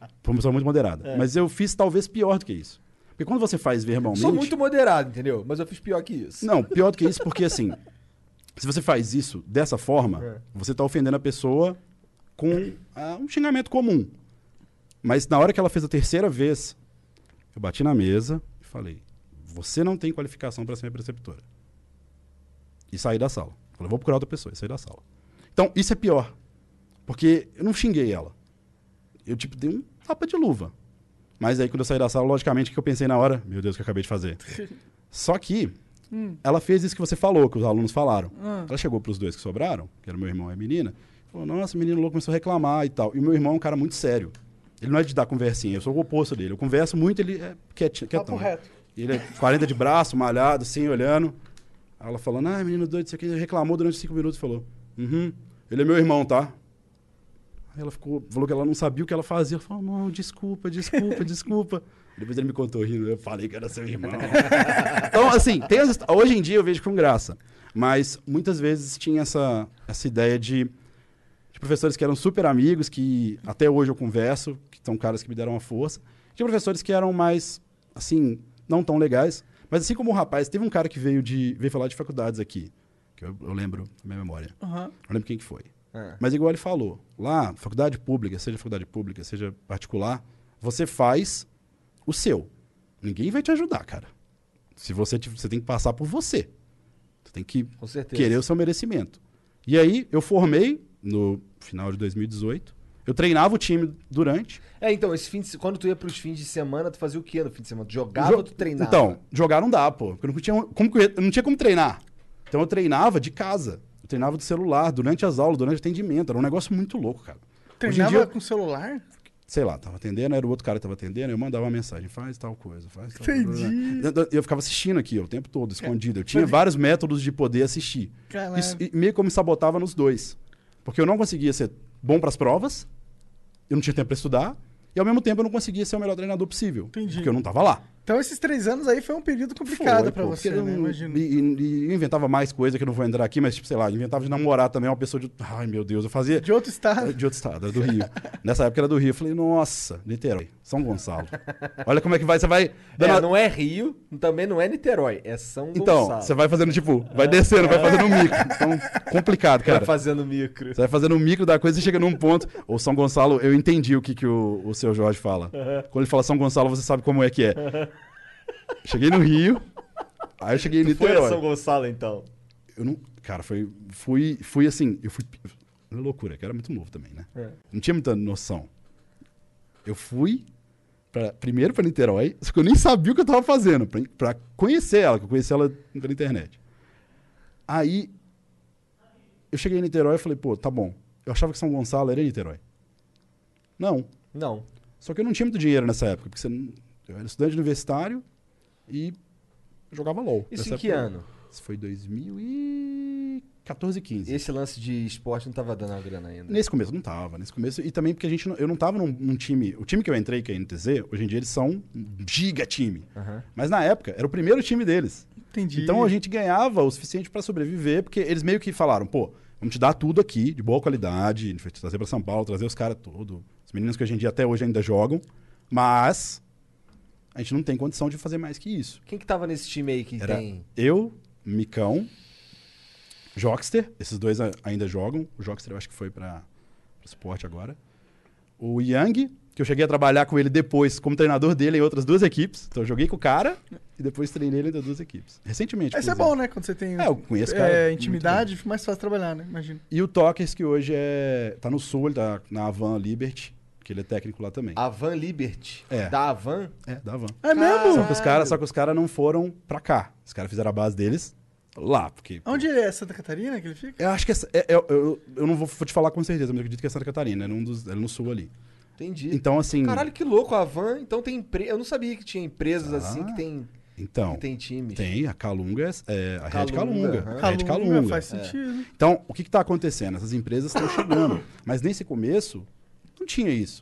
D: Mas eu fiz talvez pior do que isso. Porque quando você faz verbalmente...
B: Sou muito moderado, entendeu? Mas eu fiz pior que isso.
D: Não, pior do que isso porque, assim, se você faz isso dessa forma, você está ofendendo a pessoa com um xingamento comum. Mas na hora que ela fez a terceira vez, eu bati na mesa e falei, você não tem qualificação para ser minha preceptora. E saí da sala. Falei, vou procurar outra pessoa. E saí da sala. Então, isso é pior. Porque eu não xinguei ela. Eu, tipo, dei um tapa de luva. Mas aí, quando eu saí da sala, logicamente, o que eu pensei na hora? Meu Deus, o que eu acabei de fazer? Só que ela fez isso que você falou, que os alunos falaram. Ela chegou para os 2 que sobraram, que era meu irmão e a menina, falou, nossa, o menino louco começou a reclamar e tal. E o meu irmão é um cara muito sério. Ele não é de dar conversinha, eu sou o oposto dele. Eu converso muito, ele é quietão.
C: reto.
D: Ele é 40 de braço, malhado, assim, olhando. Aí ela falando, menino doido, isso aqui, reclamou durante 5 minutos e falou, ele é meu irmão, tá? Aí ela falou que ela não sabia o que ela fazia. Ela falou, não, desculpa. Depois ele me contou rindo, eu falei que era seu irmão. Então, assim, hoje em dia eu vejo com graça. Mas muitas vezes tinha essa ideia de professores que eram super amigos, que até hoje eu converso, que são caras que me deram uma força. Tinha professores que eram mais, assim, não tão legais. Mas assim como o rapaz, teve um cara que veio falar de faculdades aqui, que eu lembro na minha memória. Eu lembro quem que foi. Mas igual ele falou, lá, faculdade pública, seja particular, você faz o seu. Ninguém vai te ajudar, cara. Você tem que passar por você. Você tem que
B: Com certeza.
D: querer o seu merecimento. E aí, eu formei no final de 2018. Eu treinava o time durante.
B: Então, quando tu ia pros fins de semana, tu fazia o quê no fim de semana? Tu jogava ou tu treinava?
D: Então, jogar não dá, pô. Porque eu não tinha como treinar. Então, eu treinava de casa. Eu treinava do celular, durante as aulas, durante o atendimento. Era um negócio muito louco, cara. Hoje em
C: Treinava
D: dia,
C: com celular?
D: sei lá, tava atendendo, era o outro cara que tava atendendo, eu mandava uma mensagem, faz tal coisa, faz tal
C: Entendi.
D: coisa. Eu ficava assistindo aqui, ó, o tempo todo, escondido. Eu tinha vários métodos de poder assistir.
C: Caralho.
D: Isso, e meio que eu me sabotava nos dois. Porque eu não conseguia ser bom pras provas, eu não tinha tempo pra estudar, e ao mesmo tempo eu não conseguia ser o melhor treinador possível.
C: Entendi.
D: Porque eu não tava lá.
C: Então esses 3 anos aí foi um período complicado
D: Foi,
C: pra
D: pô,
C: você,
D: porque
C: né?
D: eu-
C: Imagino.
D: E eu inventava mais coisa que eu não vou entrar aqui, mas, tipo, sei lá, inventava de namorar também uma pessoa de. Ai, meu Deus, eu fazia.
C: De outro estado.
D: De outro estado, era do Rio. Nessa época era do Rio. Eu falei, nossa, Niterói, São Gonçalo. Olha como é que vai, você vai. dando a-
B: não é Rio, também não é Niterói, é São
D: Então,
B: Gonçalo.
D: você vai fazendo, tipo, vai descendo, vai fazendo um micro. Então, complicado, cara.
B: Vai fazendo micro.
D: Você vai fazendo um micro da coisa e chega num ponto. O São Gonçalo, eu entendi o que o seu Jorge fala. Quando ele fala São Gonçalo, você sabe como é que é. Cheguei no Rio, aí eu cheguei em
B: Foi a
D: Niterói.
B: São Gonçalo, então.
D: Eu não. Cara, fui assim. Eu fui. Loucura, que eu era muito novo também, né? Não tinha muita noção. Eu fui primeiro pra Niterói, só que eu nem sabia o que eu tava fazendo, pra conhecer ela, que eu conheci ela pela internet. Aí, eu cheguei em Niterói e falei, pô, tá bom. Eu achava que São Gonçalo era Niterói. Não.
B: Não.
D: Só que eu não tinha muito dinheiro nessa época, porque eu era estudante universitário e jogava LOL.
B: Isso
D: Nessa
B: em que
D: época-
B: ano?
D: Isso foi 2014, 15.
B: Esse lance de esporte não tava dando a grana ainda.
D: Nesse começo não tava. Nesse começo, e também porque eu não tava num time. O time que eu entrei, que é a NTZ, hoje em dia eles são um giga time.
B: Aham.
D: Mas na época, era o primeiro time deles.
C: Entendi.
D: Então a gente ganhava o suficiente pra sobreviver, porque eles meio que falaram, pô, vamos te dar tudo aqui, de boa qualidade, a gente vai te trazer pra São Paulo, trazer os caras todos. Os meninos que hoje em dia até hoje ainda jogam, mas a gente não tem condição de fazer mais que isso.
B: Quem que tava nesse time aí que
D: Era
B: tem...
D: eu, Micão, Jockster, esses dois ainda jogam. O Jockster eu acho que foi para o esporte agora. O Yang, que eu cheguei a trabalhar com ele depois como treinador dele em outras 2 equipes. Então eu joguei com o cara e depois treinei ele em 2 equipes. Recentemente,
C: Esse é
D: inclusive.
C: bom, né? Quando você tem
D: É, eu conheço o cara muito
C: intimidade, fica mais fácil trabalhar, né? Imagino.
D: E o Tokers, que hoje tá no Sul, ele tá na Avan Liberty, que ele é técnico lá também.
B: Avan Liberty.
D: É.
B: Da Avan?
D: É, da Avan.
C: É mesmo?
D: Só que os caras não foram pra cá. Os caras fizeram a base deles lá, porque...
C: Onde ele é? Santa Catarina que ele fica?
D: Eu acho que eu não vou te falar com certeza, mas eu acredito que é Santa Catarina, é no sul ali.
B: Entendi.
D: Então, assim...
B: Caralho, que louco, a Avan. Então tem empresa... Eu não sabia que tinha empresas assim que tem times.
D: Tem a Calunga, a Red
B: Calunga,
D: Calunga.
B: aham.
D: A Red Calunga.
C: Faz sentido.
D: Então, o que tá acontecendo? Essas empresas estão chegando. Mas nesse começo, não tinha isso.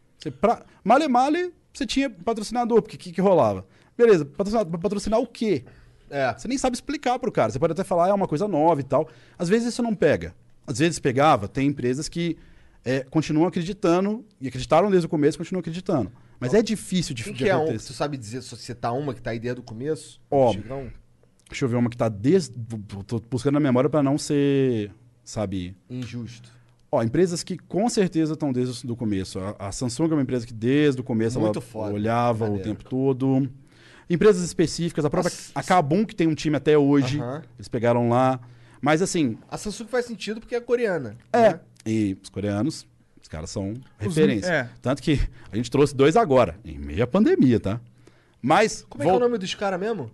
D: Male, você tinha patrocinador, porque o que rolava? Beleza, patrocinar o quê?
B: É.
D: Você nem sabe explicar pro cara. Você pode até falar, é uma coisa nova e tal. Às vezes isso não pega. Às vezes pegava, tem empresas que continuam acreditando, e acreditaram desde o começo e continuam acreditando. Mas é difícil de
B: Quem que é um?
D: acontecer.
B: Tu sabe dizer, citar uma que tá aí desde o começo?
D: Ó,
B: Chegão?
D: Deixa eu ver uma que tá desde... Tô buscando na memória pra não ser, sabe...
B: Injusto.
D: Ó, empresas que com certeza estão desde o começo. A Samsung é uma empresa que desde o começo
B: Muito
D: ela
B: foda.
D: olhava
B: Maneiro.
D: o tempo todo. Empresas específicas, a própria a Kabum, que tem um time até hoje,
B: Aham.
D: eles pegaram lá. Mas assim,
B: A Samsung faz sentido porque é coreana.
D: é.
B: né?
D: E os coreanos, os caras são referência.
C: é.
D: Tanto que a gente trouxe 2 agora, em meio à pandemia, tá? Mas.
B: Como é que é o nome dos caras mesmo?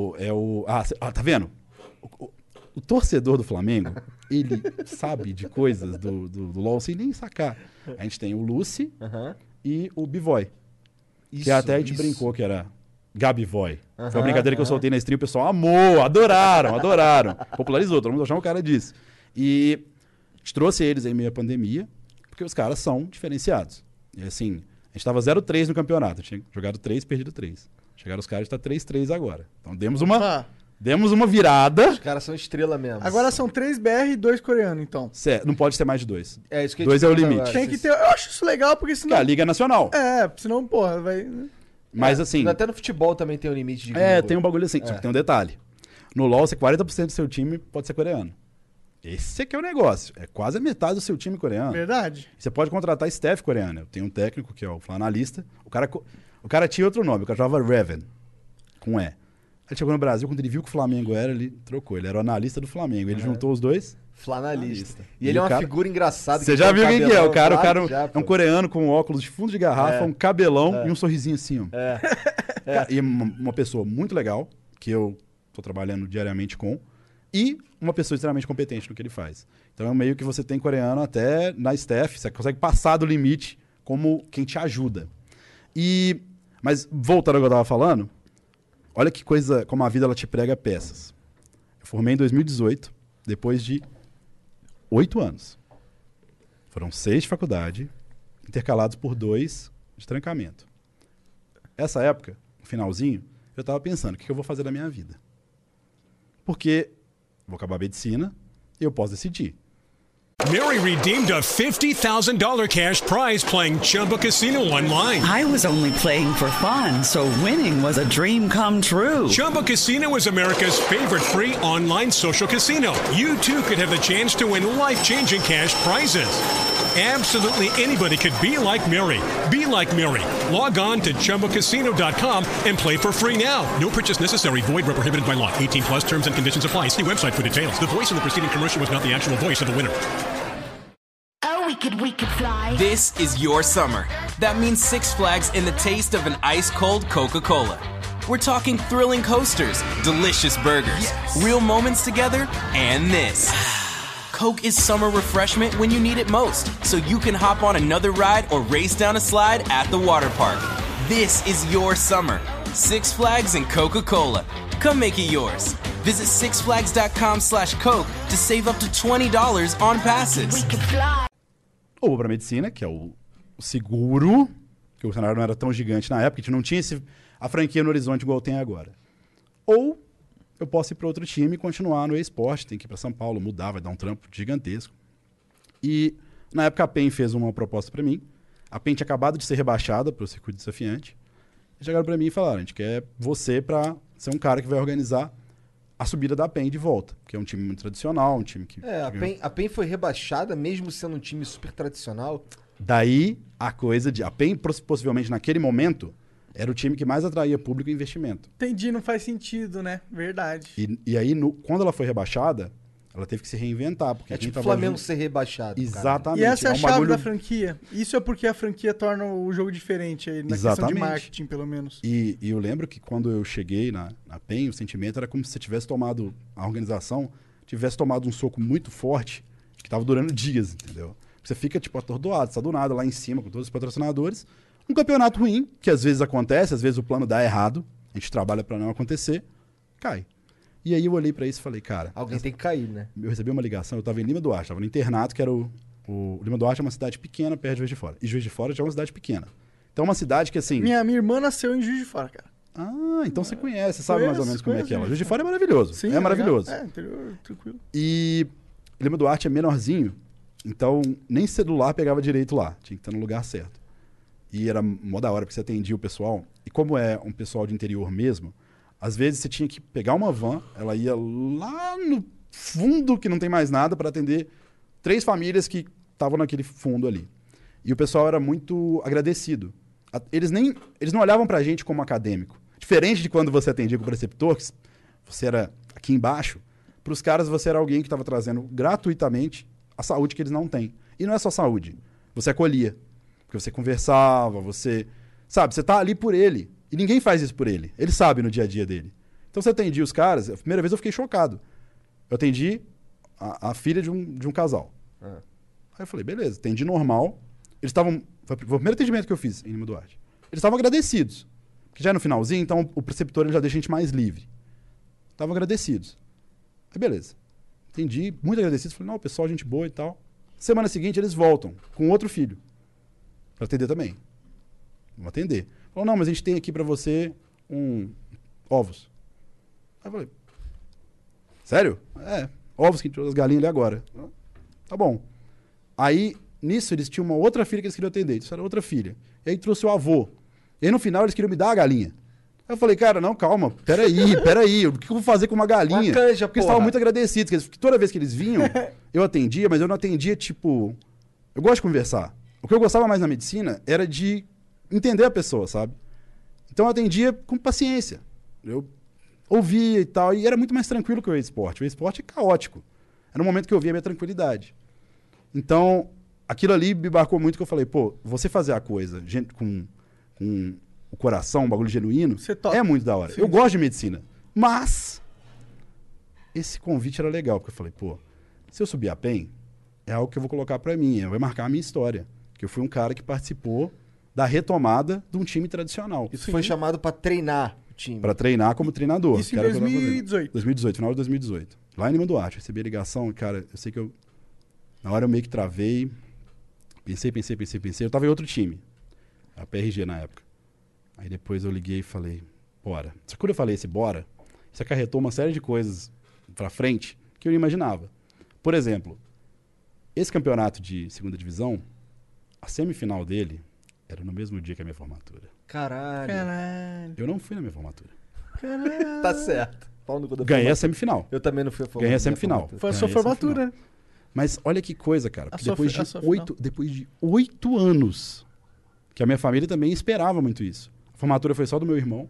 D: Tá vendo? O torcedor do Flamengo, ele sabe de coisas do LoL sem nem sacar. A gente tem o Lucy
B: Aham.
D: e o Bivoy.
B: Isso,
D: Que até a gente
B: isso.
D: brincou que era Gabivoy. Foi
B: Aham,
D: uma brincadeira que eu
B: aham.
D: soltei na stream, o pessoal amou, adoraram. Popularizou, todo mundo achava o cara disso. E a gente trouxe eles em meio à pandemia, porque os caras são diferenciados. E assim, a gente tava 0-3 no campeonato, tinha jogado 3, perdido 3. Chegaram os caras, a gente tá 3-3 agora. Então demos uma virada.
B: Os caras são estrela mesmo.
C: Agora são 3 BR e 2 coreanos, então.
D: Não pode ter mais de 2.
B: É isso que eu
D: 2
B: te
D: é o
B: pergunto
D: limite.
B: agora.
C: Tem que ter. Eu acho isso legal, porque
D: Que
C: senão.
D: é a Liga Nacional.
C: Senão, porra, vai.
D: Mas assim,
B: Até no futebol também tem um limite de...
D: tem um bagulho assim. Só que tem um detalhe. No LoL, 40% do seu time pode ser coreano. Esse aqui é o negócio. É quase a metade do seu time coreano.
C: Verdade.
D: Você pode contratar staff coreano. Eu tenho um técnico que é o analista. O cara tinha outro nome. O cara chamava Raven. Com E. Ele chegou no Brasil, quando ele viu que o Flamengo era, ele trocou. Ele era o analista do Flamengo. Ele juntou os dois.
B: Flanalista. E ele é uma figura engraçada.
D: Você já viu quem que é? O cara
B: já,
D: é um coreano com óculos de fundo de garrafa, um cabelão e um sorrisinho assim, ó. E uma pessoa muito legal, que eu tô trabalhando diariamente com, e uma pessoa extremamente competente no que ele faz. Então é meio que você tem coreano até na staff, você consegue passar do limite como quem te ajuda. Mas voltando ao que eu tava falando, olha que coisa, como a vida ela te prega peças. Eu formei em 2018, depois de 8 anos. Foram 6 de faculdade, intercalados por 2 de trancamento. Essa época, no finalzinho, eu estava pensando, o que eu vou fazer da minha vida? Porque vou acabar a medicina e eu posso decidir.
H: Mary redeemed a $50,000 cash prize playing Chumba Casino online.
I: I was only playing for fun, so winning was a dream come true.
H: Chumba Casino is America's favorite free online social casino. You too could have the chance to win life-changing cash prizes. Absolutely anybody could be like Mary. Be like Mary. Log on to ChumbaCasino.com and play for free now. No purchase necessary. Void where prohibited by law. 18 plus terms and conditions apply. See website for details. The voice in the preceding commercial was not the actual voice of the winner.
J: Oh, we could fly. This is your summer. That means Six Flags and the taste of an ice-cold Coca-Cola. We're talking thrilling coasters, delicious burgers, real moments together, and this. Coke is summer refreshment when you need it most, so you can hop on another ride or race down a slide at the water park. This is your summer. Six Flags and Coca-Cola. Come make it yours. Visit sixflags.com/Coke to save up to $20 on passes.
D: Ou vou pra medicina, que é o seguro, que o cenário não era tão gigante na época, a gente não tinha a franquia no horizonte igual tem agora. Ou eu posso ir para outro time e continuar no esporte, tem que ir para São Paulo, mudar, vai dar um trampo gigantesco. E na época a PEN fez uma proposta para mim. A PEN tinha acabado de ser rebaixada para o circuito desafiante. E chegaram para mim e falaram, a gente quer você para ser um cara que vai organizar a subida da PEN de volta, que é um time muito tradicional, um time que...
B: a PEN foi rebaixada mesmo sendo um time super tradicional.
D: Daí a coisa de... A PEN, possivelmente naquele momento, era o time que mais atraía público e investimento.
C: Entendi, não faz sentido, né? Verdade.
D: E aí, quando ela foi rebaixada, ela teve que se reinventar. Porque
B: tipo o Flamengo ser rebaixado.
D: Exatamente.
C: E essa é a chave da franquia. Isso é porque a franquia torna o jogo diferente aí, na questão de marketing, pelo menos.
D: E eu lembro que quando eu cheguei na PEN, o sentimento era como se você tivesse tomado... A organização tivesse tomado um soco muito forte, que estava durando dias, entendeu? Você fica, tipo, atordoado, você tá do nada lá em cima com todos os patrocinadores. Um campeonato ruim, que às vezes acontece, às vezes o plano dá errado, a gente trabalha para não acontecer, cai. E aí eu olhei para isso e falei, cara...
B: Alguém tem que cair, né?
D: Eu recebi uma ligação, eu tava em Lima Duarte, tava no internato, que era o Lima Duarte é uma cidade pequena perto de Juiz de Fora. E Juiz de Fora já é uma cidade pequena. Então é uma cidade que assim...
C: Minha irmã nasceu em Juiz de Fora, cara.
D: Ah, então você conhece, sabe mais ou menos como é que é lá. Juiz de Fora é maravilhoso,
C: Sim,
D: é maravilhoso.
C: Interior, tranquilo.
D: E Lima Duarte é menorzinho, então nem celular pegava direito lá, tinha que estar no lugar certo. E era mó da hora, porque você atendia o pessoal. E como é um pessoal de interior mesmo, às vezes você tinha que pegar uma van, ela ia lá no fundo, que não tem mais nada, para atender 3 famílias que estavam naquele fundo ali. E o pessoal era muito agradecido. Eles não olhavam pra gente como acadêmico. Diferente de quando você atendia com o preceptor, que você era aqui embaixo, pros caras você era alguém que estava trazendo gratuitamente a saúde que eles não têm. E não é só saúde. Você acolhia. Porque você conversava, você... Sabe, você tá ali por ele. E ninguém faz isso por ele. Ele sabe no dia a dia dele. Então você atendia os caras... A primeira vez eu fiquei chocado. Eu atendi a filha de um casal. Aí eu falei, beleza, atendi normal. Eles estavam... Foi o primeiro atendimento que eu fiz em Lima Duarte. Eles estavam agradecidos. Porque já é no finalzinho, então o preceptor ele já deixa a gente mais livre. Estavam agradecidos. Aí beleza. Atendi, muito agradecidos. Falei, não, pessoal, gente boa e tal. Semana seguinte eles voltam com outro filho. Pra atender também. Vamos atender. Falou, não, mas a gente tem aqui pra você ovos. Aí eu falei, sério? Ovos que a gente trouxe as galinhas ali agora. Tá bom. Aí, nisso, eles tinham uma outra filha que eles queriam atender. Isso era outra filha. E aí trouxe o avô. E aí, no final, eles queriam me dar a galinha. Aí eu falei, cara, não, calma, peraí. O que eu vou fazer com uma galinha?
B: Uma canja,
D: porque eles estavam muito agradecidos. Porque toda vez que eles vinham, eu atendia, mas eu não atendia, tipo... Eu gosto de conversar. O que eu gostava mais na medicina era de entender a pessoa, sabe? Então eu atendia com paciência. Eu ouvia e tal, e era muito mais tranquilo que o esporte. O esporte é caótico. Era um momento que eu via a minha tranquilidade. Então, aquilo ali me marcou muito, que eu falei, pô, você fazer a coisa com o coração, um bagulho genuíno, é muito da hora. Sim. Eu gosto de medicina, mas esse convite era legal, porque eu falei, pô, se eu subir a PEN, é algo que eu vou colocar pra mim, vai marcar a minha história. Que eu fui um cara que participou da retomada de um time tradicional.
B: Isso foi chamado pra treinar o time.
D: Pra treinar como treinador.
C: Isso em 2018.
D: 2018, final de 2018. Lá em Lima Duarte, recebi a ligação, cara, eu sei que na hora eu meio que travei, pensei. Eu tava em outro time, a PRG na época. Aí depois eu liguei e falei, bora. Só que quando eu falei esse bora, isso acarretou uma série de coisas pra frente que eu não imaginava. Por exemplo, esse campeonato de segunda divisão, a semifinal dele era no mesmo dia que a minha formatura.
B: Caralho.
D: Eu não fui na minha formatura.
C: Caralho.
B: Tá certo.
D: Ganhei a semifinal.
B: Eu também não fui a formatura.
D: Ganhei a semifinal.
C: Foi a sua formatura, né?
D: Mas olha que coisa, cara. Depois de 8 anos, que a minha família também esperava muito isso. A formatura foi só do meu irmão,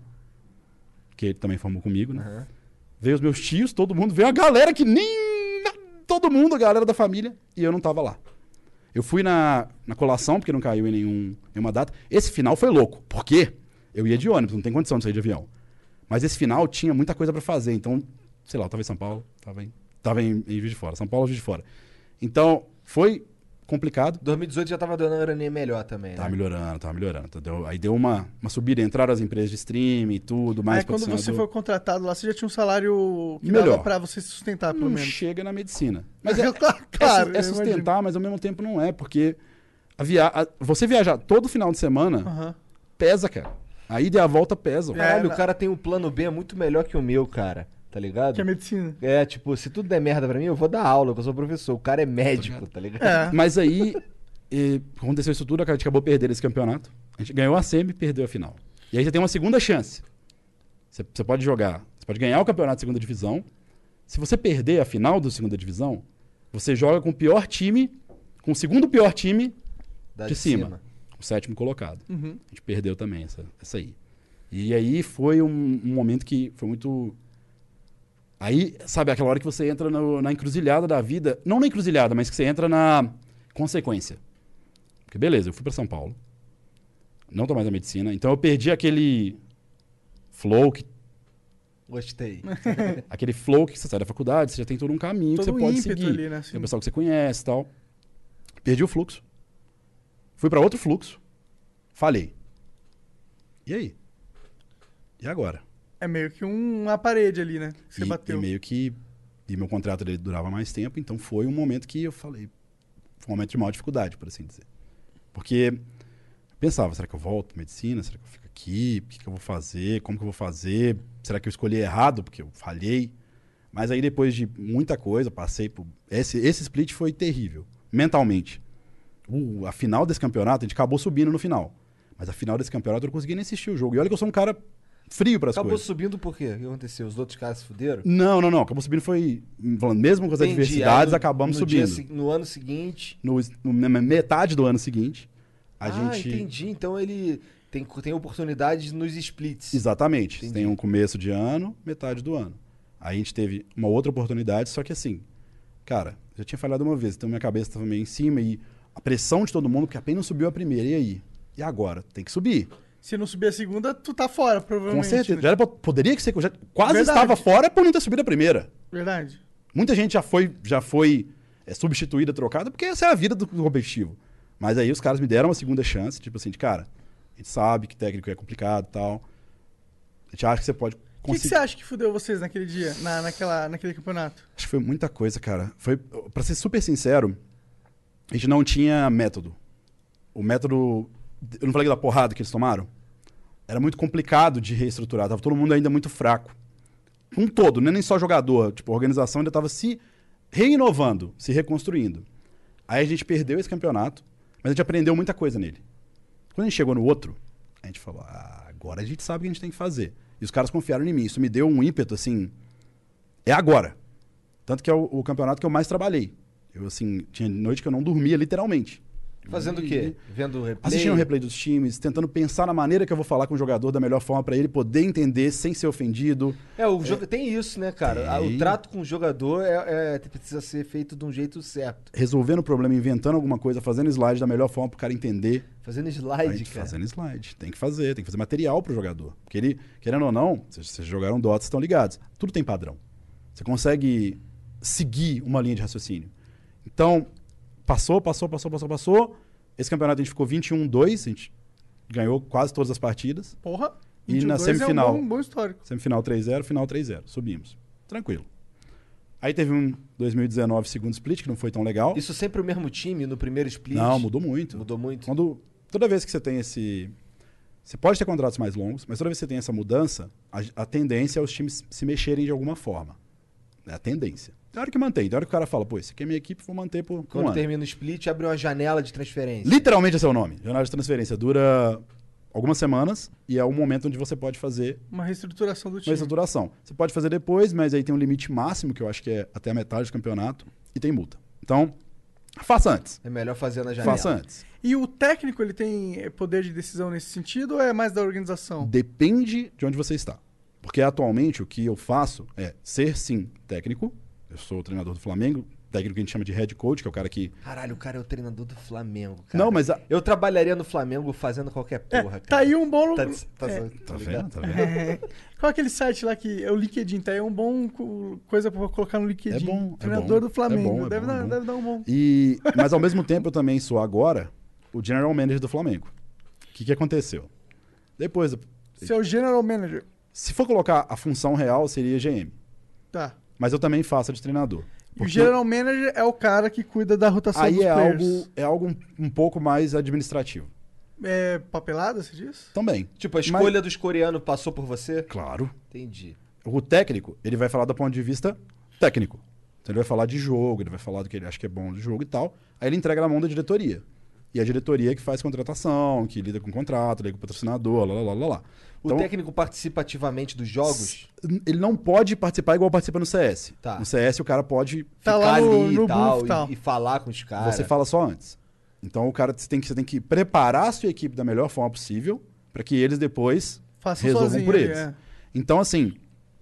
D: que ele também formou comigo, né? Uhum. Veio os meus tios, todo mundo. Veio a galera que nem... Todo mundo, a galera da família. E eu não tava lá. Eu fui na colação, porque não caiu em nenhuma data. Esse final foi louco. Por quê? Eu ia de ônibus, não tem condição de sair de avião. Mas esse final tinha muita coisa pra fazer. Então, sei lá, eu tava em São Paulo, tava em Juiz de Fora. São Paulo, Juiz de Fora. Então, foi complicado.
B: 2018 já tava dando uma graninha melhor também, né?
D: Tava melhorando. Aí deu uma subida, entraram as empresas de streaming e tudo, mais
C: quando você foi contratado lá, você já tinha um salário que dava pra você se sustentar, pelo menos.
D: Não chega na medicina. Mas
C: claro,
D: é sustentar, mas ao mesmo tempo não é, porque você viajar todo final de semana pesa, cara. A ida e a volta pesam.
B: Caralho, o cara tem um plano B muito melhor que o meu, cara. Tá ligado?
C: Que é medicina.
B: É, tipo, se tudo der merda pra mim, eu vou dar aula, porque eu sou professor. O cara é médico, tá ligado?
D: É. Mas aí, aconteceu isso tudo, a gente acabou perdendo esse campeonato. A gente ganhou a semi e perdeu a final. E aí você tem uma segunda chance. Você pode jogar, você pode ganhar o campeonato de segunda divisão. Se você perder a final da segunda divisão, você joga com o pior time, com o segundo pior time de cima. O 7º colocado. Uhum. A gente perdeu também essa aí. E aí foi um momento que foi muito... Aí, sabe, aquela hora que você entra na encruzilhada da vida. Não na encruzilhada, mas que você entra na consequência. Porque beleza, eu fui pra São Paulo. Não tô mais na medicina. Então eu perdi aquele flow que...
B: Gostei.
D: Aquele flow que você sai da faculdade, você já tem todo um caminho que você pode seguir.
C: Ali, né?
D: Tem o pessoal que você conhece e tal. Perdi o fluxo. Fui pra outro fluxo. Falhei. E aí? E agora?
C: É meio que uma parede ali, né? Que você bateu.
D: E meio que... E meu contrato dele durava mais tempo, então foi um momento que eu falei... Foi um momento de maior dificuldade, por assim dizer. Porque eu pensava, será que eu volto pra medicina? Será que eu fico aqui? O que eu vou fazer? Como que eu vou fazer? Será que eu escolhi errado? Porque eu falhei. Mas aí depois de muita coisa, passei por... Esse split foi terrível, mentalmente. A final desse campeonato, a gente acabou subindo no final. Mas a final desse campeonato eu não consegui nem assistir o jogo. E olha que eu sou um cara... frio para as coisas.
B: Acabou subindo por quê? O que aconteceu? Os outros caras se fuderam?
D: Não. Acabou subindo foi... Falando, mesmo com as adversidades, acabamos subindo.
B: No ano seguinte...
D: Na metade do ano seguinte, a gente...
B: entendi. Então ele tem oportunidades nos splits.
D: Exatamente.
B: Entendi.
D: Tem um começo de ano, metade do ano. Aí a gente teve uma outra oportunidade, só que assim... Cara, já tinha falhado uma vez, então minha cabeça estava meio em cima e a pressão de todo mundo, porque apenas subiu a primeira. E aí? E agora? Tem que subir.
C: Se não subir a segunda, tu tá fora, provavelmente.
D: Com certeza.
C: Né?
D: Poderia que ser... Quase estava fora por não ter subido a primeira.
C: Verdade.
D: Muita gente já foi substituída, trocada, porque essa é a vida do competitivo. Mas aí os caras me deram uma segunda chance, tipo assim, cara, a gente sabe que técnico é complicado e tal. A gente acha que você pode conseguir...
C: O que você acha que fudeu vocês naquele dia, naquele campeonato?
D: Acho que foi muita coisa, cara. Pra ser super sincero, a gente não tinha método. O método... Eu não falei da porrada que eles tomaram? Era muito complicado de reestruturar. Tava todo mundo ainda muito fraco. Um todo, não é nem só jogador. Tipo, a organização ainda tava se reinovando, se reconstruindo. Aí a gente perdeu esse campeonato, mas a gente aprendeu muita coisa nele. Quando a gente chegou no outro, a gente falou, agora a gente sabe o que a gente tem que fazer. E os caras confiaram em mim. Isso me deu um ímpeto, assim, é agora. Tanto que é o campeonato que eu mais trabalhei. Eu, assim, tinha noite que eu não dormia, literalmente.
B: Fazendo o quê? Vendo o replay?
D: Assistindo o replay dos times, tentando pensar na maneira que eu vou falar com o jogador da melhor forma pra ele poder entender sem ser ofendido.
B: Tem isso, né, cara? O trato com o jogador precisa ser feito de um jeito certo.
D: Resolvendo o problema, inventando alguma coisa, fazendo slide da melhor forma pro cara entender.
B: Fazendo slide, cara.
D: Fazendo slide. Tem que fazer material pro jogador. Porque ele, querendo ou não, vocês jogaram Dota, vocês estão ligados. Tudo tem padrão. Você consegue seguir uma linha de raciocínio. Então, passou. Esse campeonato a gente ficou 21-2, a gente ganhou quase todas as partidas.
C: Porra!
D: E na semifinal,
C: é um bom histórico.
D: Semifinal 3-0, final 3-0. Subimos. Tranquilo. Aí teve um 2019 segundo split, que não foi tão legal.
B: Isso sempre o mesmo time no primeiro split?
D: Não, mudou muito.
B: Mudou muito?
D: Toda vez que você tem esse... Você pode ter contratos mais longos, mas toda vez que você tem essa mudança, a tendência é os times se mexerem de alguma forma. É a tendência. Tem hora que mantém. Tem hora que o cara fala, pô, esse aqui é minha equipe, vou manter por
B: Quando termina o split, abre uma janela de transferência.
D: Literalmente esse é o nome. Janela de transferência. Dura algumas semanas e é o momento onde você pode fazer...
C: Uma reestruturação do time.
D: Uma reestruturação. Você pode fazer depois, mas aí tem um limite máximo, que eu acho que é até a metade do campeonato, e tem multa. Então, faça antes.
B: É melhor fazer na janela.
D: Faça antes.
C: E o técnico, ele tem poder de decisão nesse sentido ou é mais da organização?
D: Depende de onde você está. Porque atualmente o que eu faço é ser, sim, técnico. Eu sou o treinador do Flamengo, técnico que a gente chama de head coach, que é o cara que...
B: Caralho, o cara é o treinador do Flamengo, cara.
D: Não, mas...
B: Eu trabalharia no Flamengo fazendo qualquer porra, cara.
C: Tá aí um bom...
D: Tá vendo?
C: Qual é aquele site lá que é o LinkedIn? Tá aí um bom coisa pra colocar no LinkedIn.
D: É bom.
C: Treinador do Flamengo. Deve dar um bom.
D: Mas ao mesmo tempo eu também sou agora o general manager do Flamengo. O que aconteceu? Depois...
C: Você é o general manager.
D: Se for colocar a função real, seria GM.
C: Tá.
D: Mas eu também faço a de treinador.
C: O general manager é o cara que cuida da rotação dos players.
D: É algo um pouco mais administrativo.
C: É papelada, você diz?
D: Também.
B: Tipo, a escolha dos coreanos passou por você?
D: Claro.
B: Entendi.
D: O técnico, ele vai falar do ponto de vista técnico. Então ele vai falar de jogo, ele vai falar do que ele acha que é bom de jogo e tal. Aí ele entrega na mão da diretoria. E a diretoria que faz contratação, que lida com contrato, lida com patrocinador, lá. Então,
B: o técnico participa ativamente dos jogos?
D: Ele não pode participar igual participa no CS.
B: Tá.
D: No CS o cara pode
B: ficar
C: lá
B: ali
C: no
B: e tal, e falar com os caras.
D: Você fala só antes. Então o cara você tem que preparar a sua equipe da melhor forma possível para que eles depois resolvam por eles. Então, assim,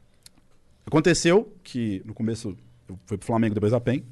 D: aconteceu que no começo eu fui pro Flamengo, depois a PEN,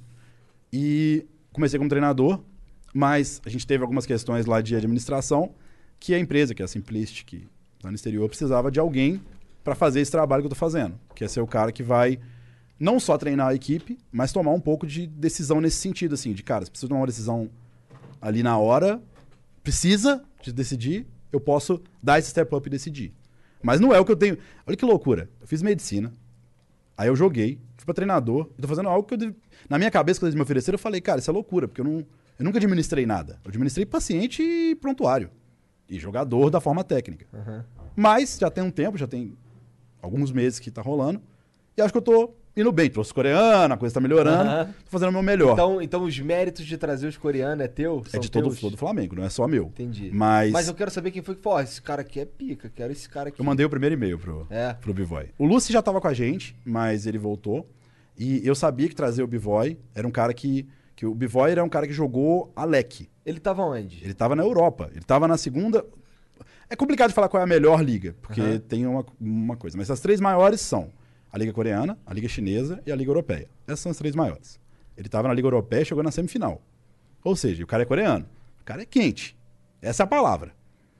D: e comecei como treinador, mas a gente teve algumas questões lá de administração que a empresa, que é a Simplist, que lá no exterior, precisava de alguém para fazer esse trabalho que eu tô fazendo, que é ser o cara que vai não só treinar a equipe, mas tomar um pouco de decisão nesse sentido, assim, de cara, se precisa tomar uma decisão ali na hora, precisa de decidir, eu posso dar esse step up e decidir. Mas não é o que eu tenho... Olha que loucura. Eu fiz medicina, aí eu joguei, fui pra treinador, eu tô fazendo algo que na minha cabeça, quando eles me ofereceram, eu falei, cara, isso é loucura, porque eu nunca administrei nada. Eu administrei paciente e prontuário. E jogador da forma técnica.
B: Uhum.
D: Mas já tem um tempo, já tem alguns meses que tá rolando, e acho que eu tô indo bem. Trouxe coreano, a coisa tá melhorando, tô fazendo o meu melhor.
B: Então os méritos de trazer os coreanos é teu?
D: É de todo o Flamengo, não é só meu.
B: Entendi.
D: Mas
B: eu quero saber quem foi que falou, esse cara aqui é pica, quero esse cara aqui.
D: Eu mandei o primeiro e-mail pro B-Boy. O Lucy já tava com a gente, mas ele voltou. E eu sabia que trazer o B-Boy era um cara que o B-Boy era um cara que jogou a LEC. Ele
B: tava onde?
D: Ele tava na Europa. Ele tava na segunda... É complicado de falar qual é a melhor liga, porque tem uma coisa. Mas as três maiores são a Liga Coreana, a Liga Chinesa e a Liga Europeia. Essas são as três maiores. Ele tava na Liga Europeia e chegou na semifinal. Ou seja, o cara é coreano. O cara é quente. Essa é a palavra.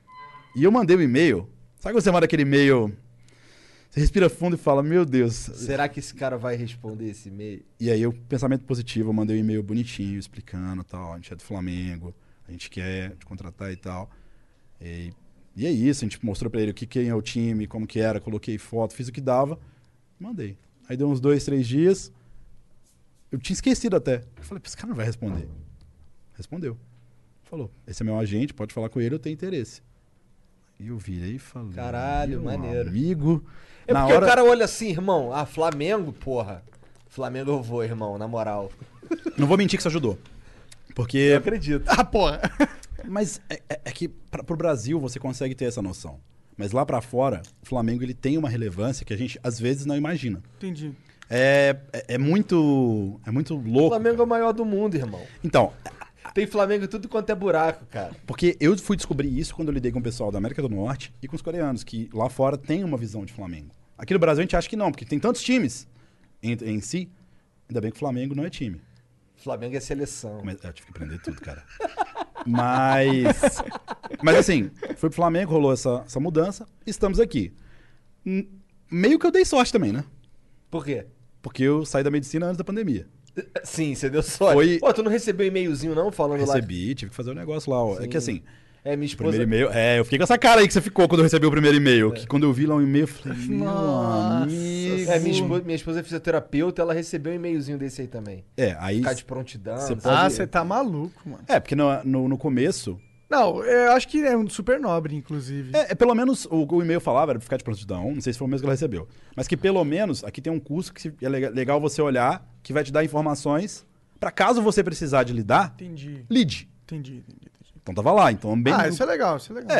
D: E eu mandei um e-mail. Sabe quando você manda aquele e-mail... Você respira fundo e fala, meu Deus...
B: Será que esse cara vai responder esse e-mail?
D: E aí, pensamento positivo, eu mandei um e-mail bonitinho, explicando tal. A gente é do Flamengo, a gente quer te contratar e tal. E é isso, a gente mostrou pra ele quem é o time, como que era, coloquei foto, fiz o que dava, mandei. Aí deu uns 2, 3 dias, eu tinha esquecido até. Eu falei, esse cara não vai responder. Respondeu. Falou, esse é meu agente, pode falar com ele, eu tenho interesse. E eu virei e falei...
B: Caralho, maneiro.
D: Amigo...
B: É porque o cara olha assim, irmão, Flamengo, porra. Flamengo eu vou, irmão, na moral.
D: Não vou mentir que isso ajudou. Porque...
B: Eu acredito.
C: Porra.
D: Mas é que pro Brasil você consegue ter essa noção. Mas lá pra fora, o Flamengo ele tem uma relevância que a gente às vezes não imagina.
C: Entendi.
D: É muito louco.
B: O Flamengo é o maior do mundo, irmão.
D: Então,
B: Tem Flamengo tudo quanto é buraco, cara.
D: Porque eu fui descobrir isso quando eu lidei com o pessoal da América do Norte e com os coreanos, que lá fora tem uma visão de Flamengo. Aqui no Brasil a gente acha que não, porque tem tantos times em si. Ainda bem que o Flamengo não é time.
B: Flamengo é seleção.
D: Eu tive que aprender tudo, cara. Mas assim, foi pro Flamengo, rolou essa mudança, estamos aqui. Meio que eu dei sorte também, né?
B: Por quê?
D: Porque eu saí da medicina antes da pandemia.
B: Sim, você deu sorte. Pô, tu não recebeu e-mailzinho não falando lá?
D: Recebi, tive que fazer um negócio lá. Ó. É que assim...
B: minha esposa...
D: Primeiro e-mail... eu fiquei com essa cara aí que você ficou quando eu recebi o primeiro e-mail. Que quando eu vi lá um e-mail, eu falei, meu amigo...
B: minha esposa é fisioterapeuta, ela recebeu um e-mailzinho desse aí também.
D: Aí...
B: Ficar de prontidão.
C: Você tá maluco, mano.
D: Porque no começo...
C: Não, eu acho que é um super nobre, inclusive.
D: Pelo menos o e-mail falava, era pra ficar de prontidão, não sei se foi o mesmo que ela recebeu. Mas que pelo menos, aqui tem um curso que é legal você olhar, que vai te dar informações, pra caso você precisar de lidar, lide.
C: Entendi.
D: Então tava lá, então bem...
C: isso é legal,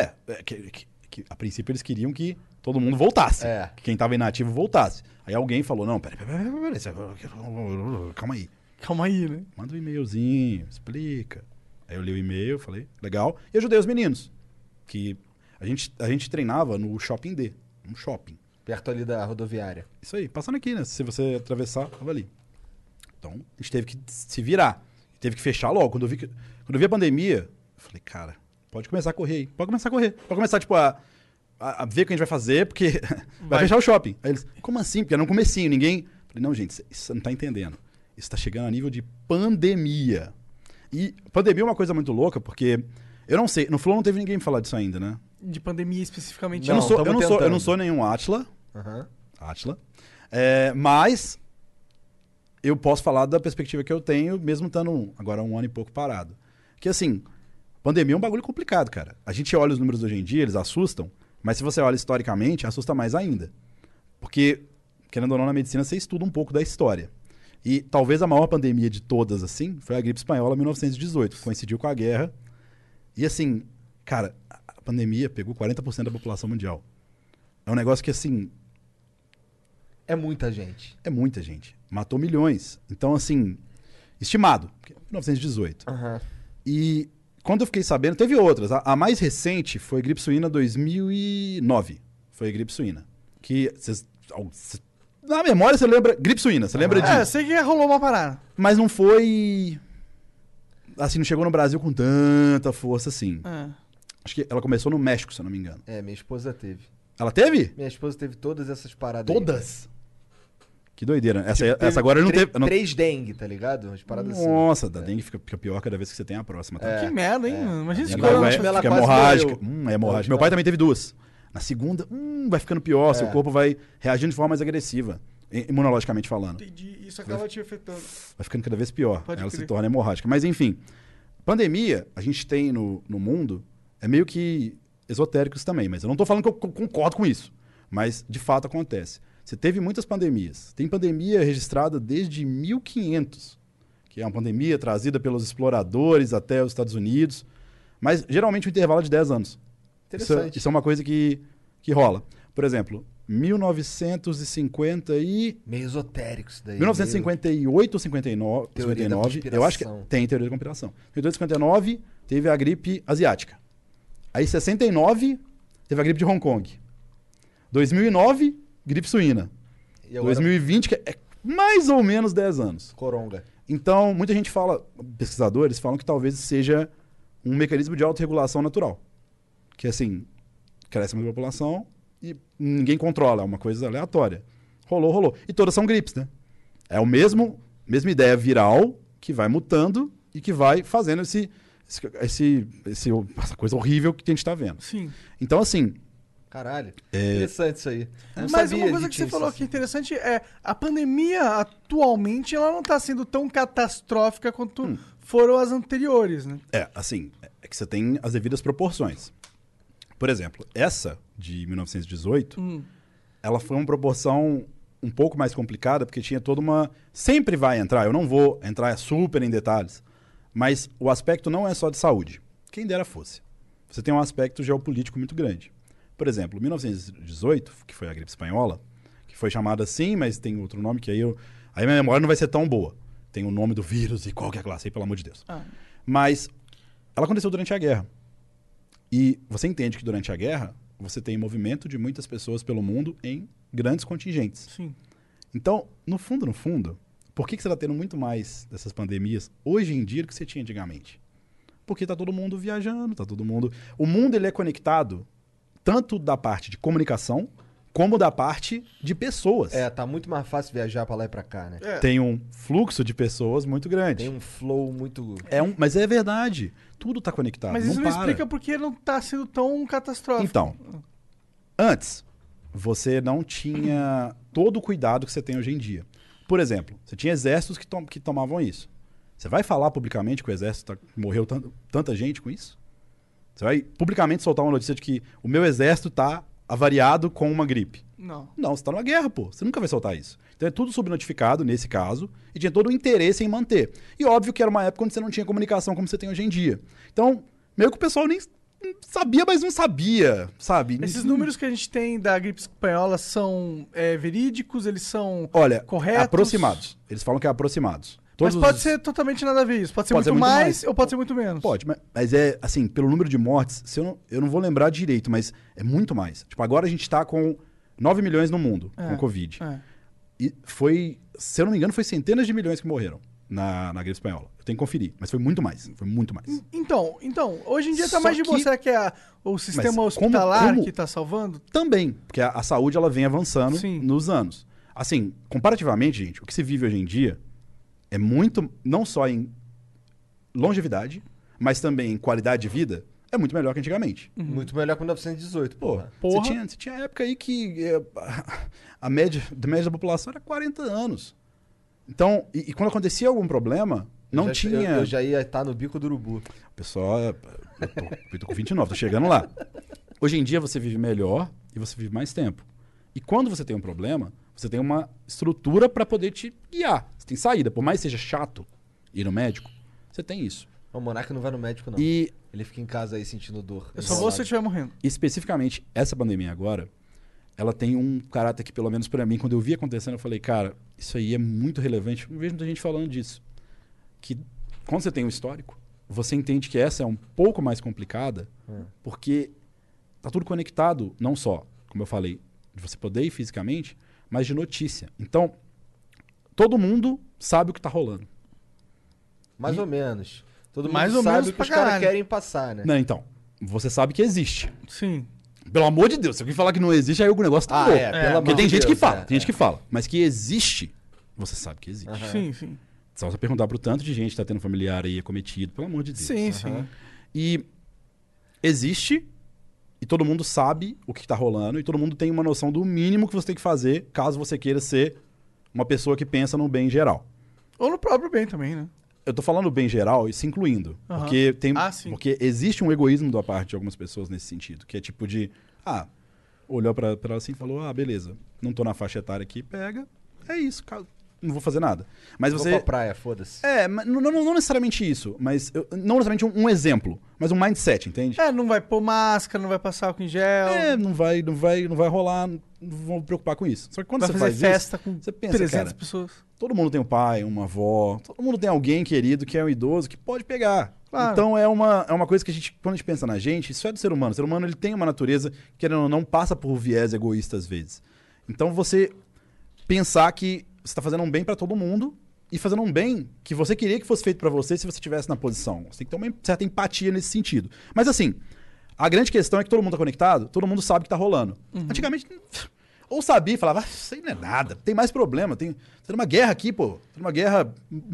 D: Que a princípio eles queriam que todo mundo voltasse. Que quem tava inativo voltasse. Aí alguém falou, não, peraí, calma aí.
C: Calma aí, né?
D: Manda um e-mailzinho, explica. Aí eu li o e-mail, falei, legal. E ajudei os meninos. Que a gente treinava no Shopping D, um shopping.
B: Perto ali da rodoviária.
D: Isso aí, passando aqui, né? Se você atravessar, tava ali. Então, a gente teve que se virar. Teve que fechar logo. Quando eu vi a pandemia, eu falei, cara, pode começar a correr aí. Pode começar a correr. Pode começar, tipo, a ver o que a gente vai fazer, porque vai fechar o shopping. Aí eles, como assim? Porque era no comecinho, ninguém... Eu falei, não, gente, isso você não tá entendendo. Isso tá chegando a nível de pandemia. E pandemia é uma coisa muito louca, porque eu não sei, no Flow não teve ninguém me falar disso ainda, né?
C: De pandemia especificamente.
D: Eu não sou nenhum Átila. Átila. Mas eu posso falar da perspectiva que eu tenho, mesmo estando agora um ano e pouco parado. Que assim, pandemia é um bagulho complicado, cara. A gente olha os números hoje em dia, eles assustam, mas se você olha historicamente, assusta mais ainda. Porque, querendo ou não, na medicina você estuda um pouco da história. E talvez a maior pandemia de todas, assim, foi a gripe espanhola, 1918, que coincidiu com a guerra. E assim, cara, a pandemia pegou 40% da população mundial. É um negócio que, assim...
B: É muita gente.
D: É muita gente. Matou milhões. Então, assim, estimado, 1918. E quando eu fiquei sabendo, teve outras. A mais recente foi gripe suína 2009. Foi a gripe suína. Que na memória você lembra... Gripe suína, você lembra disso?
C: Sei que rolou uma parada.
D: Mas não foi... Assim, não chegou no Brasil com tanta força assim. Acho que ela começou no México, se eu não me engano.
B: Minha esposa teve.
D: Ela teve?
B: Minha esposa teve todas essas paradas.
D: Todas? Aí, que doideira. Essa agora não teve...
B: 3 dengue, tá ligado? Umas paradas
D: Nossa,
B: assim.
D: da dengue fica pior cada vez que você tem a próxima.
C: Tá? Que merda, hein, mano? Imagina se
D: fica hemorrágica. É hemorrágica. Meu pai também teve 2. Na segunda, vai ficando pior, seu corpo vai reagindo de forma mais agressiva, imunologicamente falando.
C: Entendi, isso acaba te afetando.
D: Vai ficando cada vez pior, ela se torna hemorrágica. Mas enfim, pandemia, a gente tem no mundo, é meio que esotérico isso também, mas eu não tô falando que eu concordo com isso, mas de fato acontece. Você teve muitas pandemias, tem pandemia registrada desde 1500, que é uma pandemia trazida pelos exploradores até os Estados Unidos, mas geralmente um intervalo de 10 anos.
B: Interessante.
D: Isso é uma coisa que rola. Por exemplo, 1950 e...
B: Meio esotérico isso daí.
D: 1958 ou 59, eu acho que tem teoria da conspiração. Em 1959 teve a gripe asiática. Aí em 69 teve a gripe de Hong Kong. 2009, gripe suína. E agora... 2020, que é mais ou menos 10 anos.
B: Coronga.
D: Então, muita gente fala, pesquisadores falam que talvez seja um mecanismo de autorregulação natural. Que assim, cresce a população e ninguém controla, é uma coisa aleatória. Rolou. E todas são gripes, né? É a mesma ideia viral que vai mutando e que vai fazendo essa coisa horrível que a gente tá vendo.
C: Sim.
D: Então, assim...
B: Caralho, interessante isso aí.
C: Mas uma coisa que você falou que é interessante é a pandemia atualmente ela não tá sendo tão catastrófica quanto foram as anteriores, né?
D: Assim, é que você tem as devidas proporções. Por exemplo, essa de 1918, ela foi uma proporção um pouco mais complicada, porque tinha toda uma... Sempre vai entrar, eu não vou entrar super em detalhes, mas o aspecto não é só de saúde. Quem dera fosse. Você tem um aspecto geopolítico muito grande. Por exemplo, 1918, que foi a gripe espanhola, que foi chamada assim, mas tem outro nome que aí minha memória não vai ser tão boa. Tem o nome do vírus e qual que é a classe aí, pelo amor de Deus. Mas ela aconteceu durante a guerra. E você entende que durante a guerra, você tem movimento de muitas pessoas pelo mundo em grandes contingentes.
C: Sim.
D: Então, no fundo, por que você está tendo muito mais dessas pandemias hoje em dia do que você tinha antigamente? Porque tá todo mundo viajando, tá todo mundo... O mundo, ele é conectado tanto da parte de comunicação, como da parte de pessoas.
B: Tá muito mais fácil viajar pra lá e pra cá, né?
D: Tem um fluxo de pessoas muito grande.
B: Tem um flow muito...
D: Mas é verdade. Tudo tá conectado.
C: Mas isso não explica porque não tá sendo tão catastrófico.
D: Então, antes, você não tinha todo o cuidado que você tem hoje em dia. Por exemplo, você tinha exércitos que tomavam isso. Você vai falar publicamente que o exército morreu tanta gente com isso? Você vai publicamente soltar uma notícia de que o meu exército tá avariado com uma gripe?
C: Não.
D: Não, você tá numa guerra, pô. Você nunca vai soltar isso. Então é tudo subnotificado nesse caso e tinha todo o interesse em manter. E óbvio que era uma época onde você não tinha comunicação como você tem hoje em dia. Então, meio que o pessoal nem sabia, mas não sabia, sabe?
C: Esses números que a gente tem da gripe espanhola são verídicos? Eles são corretos?
D: Aproximados. Eles falam que é aproximados.
C: Mas pode ser totalmente nada a ver isso. Pode ser muito mais ou pode ser muito menos.
D: Pode, mas é assim, pelo número de mortes, eu não vou lembrar direito, mas é muito mais. Tipo, agora a gente tá com 9 milhões no mundo com Covid. E foi, se eu não me engano, foi centenas de milhões que morreram na gripe espanhola. Eu tenho que conferir, mas foi muito mais. Foi muito mais.
C: Então hoje em dia tá mais de boa. Será que é o sistema hospitalar que tá salvando?
D: Também, porque a saúde ela vem avançando nos anos. Assim, comparativamente, gente, o que se vive hoje em dia é muito, não só em longevidade, mas também em qualidade de vida, é muito melhor que antigamente.
B: Muito melhor que 1918, porra.
D: Você tinha época aí que a média da população era 40 anos. Então, e quando acontecia algum problema, não tinha...
B: Eu já ia estar no bico do urubu.
D: O pessoal, eu tô com 29, tô chegando lá. Hoje em dia você vive melhor e você vive mais tempo. E quando você tem um problema, você tem uma estrutura para poder te guiar. Você tem saída. Por mais que seja chato ir no médico, você tem isso.
B: O Monarca não vai no médico, não.
D: E
B: ele fica em casa aí sentindo dor.
C: Eu só vou se eu estiver morrendo.
D: Especificamente, essa pandemia agora, ela tem um caráter que, pelo menos para mim, quando eu vi acontecendo, eu falei, cara, isso aí é muito relevante. Eu vejo muita gente falando disso. Que quando você tem um histórico, você entende que essa é um pouco mais complicada, porque tá tudo conectado, não só, como eu falei, de você poder ir fisicamente, mas de notícia. Então, todo mundo sabe o que tá rolando.
B: Mais ou menos. Todo mundo sabe o que os caras querem passar, né?
D: Não, então, você sabe que existe.
C: Sim.
D: Pelo amor de Deus, se alguém falar que não existe, aí o negócio tá louco. Porque tem gente que fala, tem gente que fala. Mas que existe, você sabe que existe.
C: Sim.
D: Só você perguntar pro tanto de gente que tá tendo familiar aí acometido, pelo amor de Deus.
C: Sim.
D: E existe... E todo mundo sabe o que tá rolando e todo mundo tem uma noção do mínimo que você tem que fazer caso você queira ser uma pessoa que pensa no bem geral.
C: Ou no próprio bem também, né?
D: Eu tô falando bem geral e se incluindo. Porque porque existe um egoísmo da parte de algumas pessoas nesse sentido. Que é tipo de... olhou pra ela assim e falou, beleza, não tô na faixa etária aqui, pega, é isso, não vou fazer nada. Mas
B: vou
D: você...
B: pra praia, foda-se.
D: Não necessariamente isso, mas... não necessariamente um exemplo, mas um mindset, entende?
C: Não vai pôr máscara, não vai passar álcool em gel.
D: Não vai rolar, não vou me preocupar com isso. Só que quando
C: vai
D: você
C: fazer
D: faz
C: festa
D: isso,
C: com
D: você pensa,
C: 300 pessoas.
D: Todo mundo tem um pai, uma avó, todo mundo tem alguém querido que é um idoso que pode pegar.
C: Claro.
D: Então é uma coisa que quando a gente pensa na gente, isso é do ser humano. O ser humano ele tem uma natureza que não passa por viés egoísta às vezes. Então você pensar que você está fazendo um bem para todo mundo e fazendo um bem que você queria que fosse feito para você se você estivesse na posição. Você tem que ter uma certa empatia nesse sentido. Mas assim, a grande questão é que todo mundo está conectado, todo mundo sabe o que está rolando. Antigamente, ou sabia e falava, isso aí não é nada, tem mais problema, tem uma guerra aqui, pô. Tem uma guerra,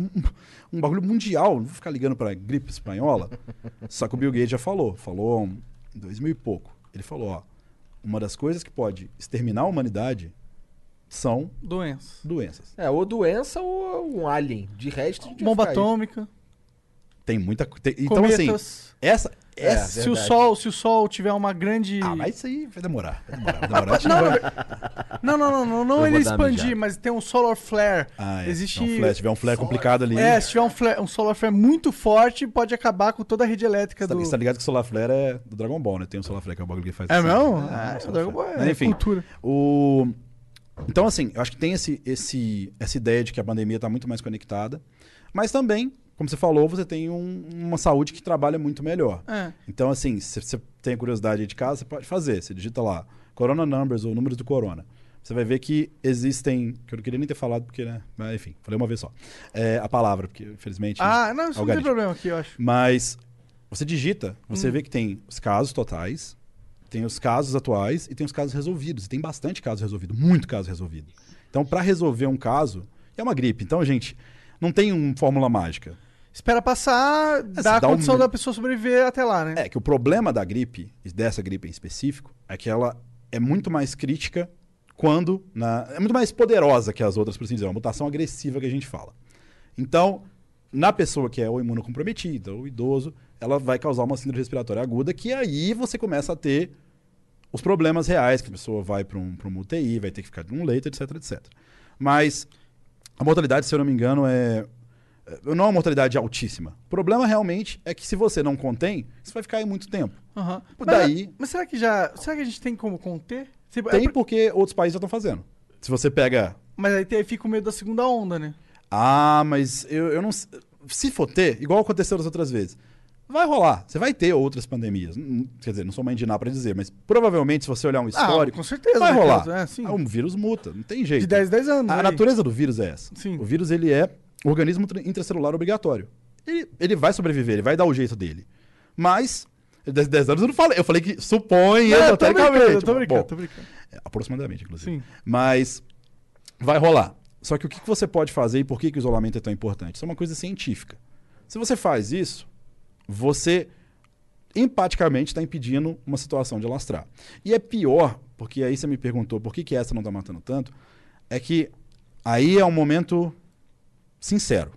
D: um bagulho mundial, não vou ficar ligando para gripe espanhola. Só que o Bill Gates já falou em 2000 e pouco. Ele falou, uma das coisas que pode exterminar a humanidade são doenças.
B: Ou doença ou um alien. De resto,
C: bomba atômica.
D: Tem muita... Então, assim, essa
C: se o Sol tiver uma grande...
D: mas isso aí vai demorar.
C: Não ele expandir, mas tem um solar flare. Existe...
D: Se tiver um flare complicado ali...
C: se tiver um solar flare muito forte, pode acabar com toda a rede elétrica do...
D: Você tá ligado que o solar flare é do Dragon Ball, né? Tem um solar flare que é o bagulho que faz...
C: É mesmo? O Dragon Ball é cultura.
D: Então, assim, eu acho que tem essa ideia de que a pandemia tá muito mais conectada, mas também como você falou, você tem uma saúde que trabalha muito melhor.
C: É.
D: Então, assim, se você tem curiosidade aí de casa, você pode fazer. Você digita lá, Corona Numbers ou números do Corona. Você vai ver que existem, que eu não queria nem ter falado, porque, né? Mas, enfim, falei uma vez só. A palavra, porque, infelizmente...
C: não, isso não tem problema aqui, eu acho.
D: Mas você digita, você vê que tem os casos totais, tem os casos atuais e tem os casos resolvidos. E tem bastante caso resolvido, muito caso resolvido. Então, para resolver um caso, é uma gripe. Então, gente, não tem uma fórmula mágica.
C: Espera passar, dá a condição da pessoa sobreviver até lá, né?
D: É que o problema da gripe, dessa gripe em específico, é que ela é muito mais crítica é muito mais poderosa que as outras, por assim dizer, uma mutação agressiva que a gente fala. Então, na pessoa que é ou imunocomprometida ou idoso, ela vai causar uma síndrome respiratória aguda, que aí você começa a ter os problemas reais, que a pessoa vai para uma UTI, vai ter que ficar num leito, etc, etc. Mas a mortalidade, se eu não me engano, não é uma mortalidade altíssima. O problema realmente é que se você não contém, você vai ficar aí muito tempo.
C: Uhum.
D: Mas
C: será que a gente tem como conter?
D: Tem porque outros países já estão fazendo. Se você pega...
C: Mas aí fica o medo da segunda onda, né?
D: Mas eu não... Se for ter, igual aconteceu das outras vezes, vai rolar. Você vai ter outras pandemias. Quer dizer, não sou mãe de nada pra dizer, mas provavelmente se você olhar um histórico...
C: com certeza.
D: Vai rolar.
C: Caso,
D: Um vírus muta, não tem jeito.
C: De 10 anos.
D: A natureza do vírus é essa.
C: Sim.
D: O vírus, ele é organismo intracelular obrigatório. Ele vai sobreviver, ele vai dar o jeito dele. Mas... 10 anos eu não falei. Eu falei que supõe esotericamente.
C: Eu tô brincando.
D: Aproximadamente, inclusive.
C: Sim.
D: Mas vai rolar. Só que o que você pode fazer e por que o isolamento é tão importante? Isso é uma coisa científica. Se você faz isso, você empaticamente está impedindo uma situação de alastrar. E é pior, porque aí você me perguntou por que essa não está matando tanto, é que aí é um momento sincero.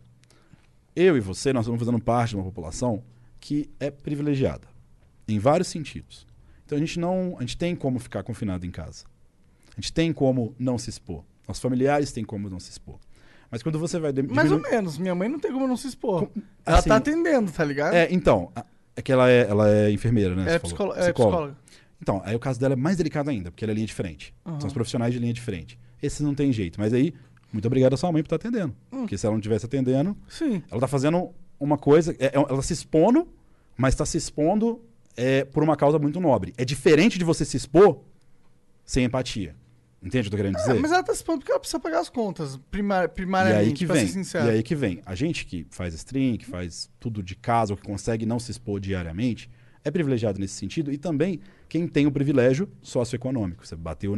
D: Eu e você, nós estamos fazendo parte de uma população que é privilegiada. Em vários sentidos. Então a gente tem como ficar confinado em casa. A gente tem como não se expor. Nossos familiares têm como não se expor. Mas quando você vai...
C: Mais ou menos. Minha mãe não tem como não se expor. Ela tá atendendo, tá ligado?
D: Então. É que ela é enfermeira, né?
C: É psicóloga.
D: Então, aí o caso dela é mais delicado ainda, porque ela é linha de frente. São os profissionais de linha de frente. Esses não tem jeito. Mas aí, muito obrigado à sua mãe por estar atendendo. Porque se ela não estivesse atendendo...
C: Sim.
D: Ela tá fazendo uma coisa... Ela se expondo, mas está se expondo... por uma causa muito nobre. É diferente de você se expor sem empatia. Entende o que eu tô querendo dizer?
C: Mas ela tá se expondo porque ela precisa pagar as contas, primariamente, pra ser sincero.
D: E aí que vem. A gente que faz stream, que faz tudo de casa, ou que consegue não se expor diariamente, é privilegiado nesse sentido. E também quem tem o privilégio socioeconômico. Você bateu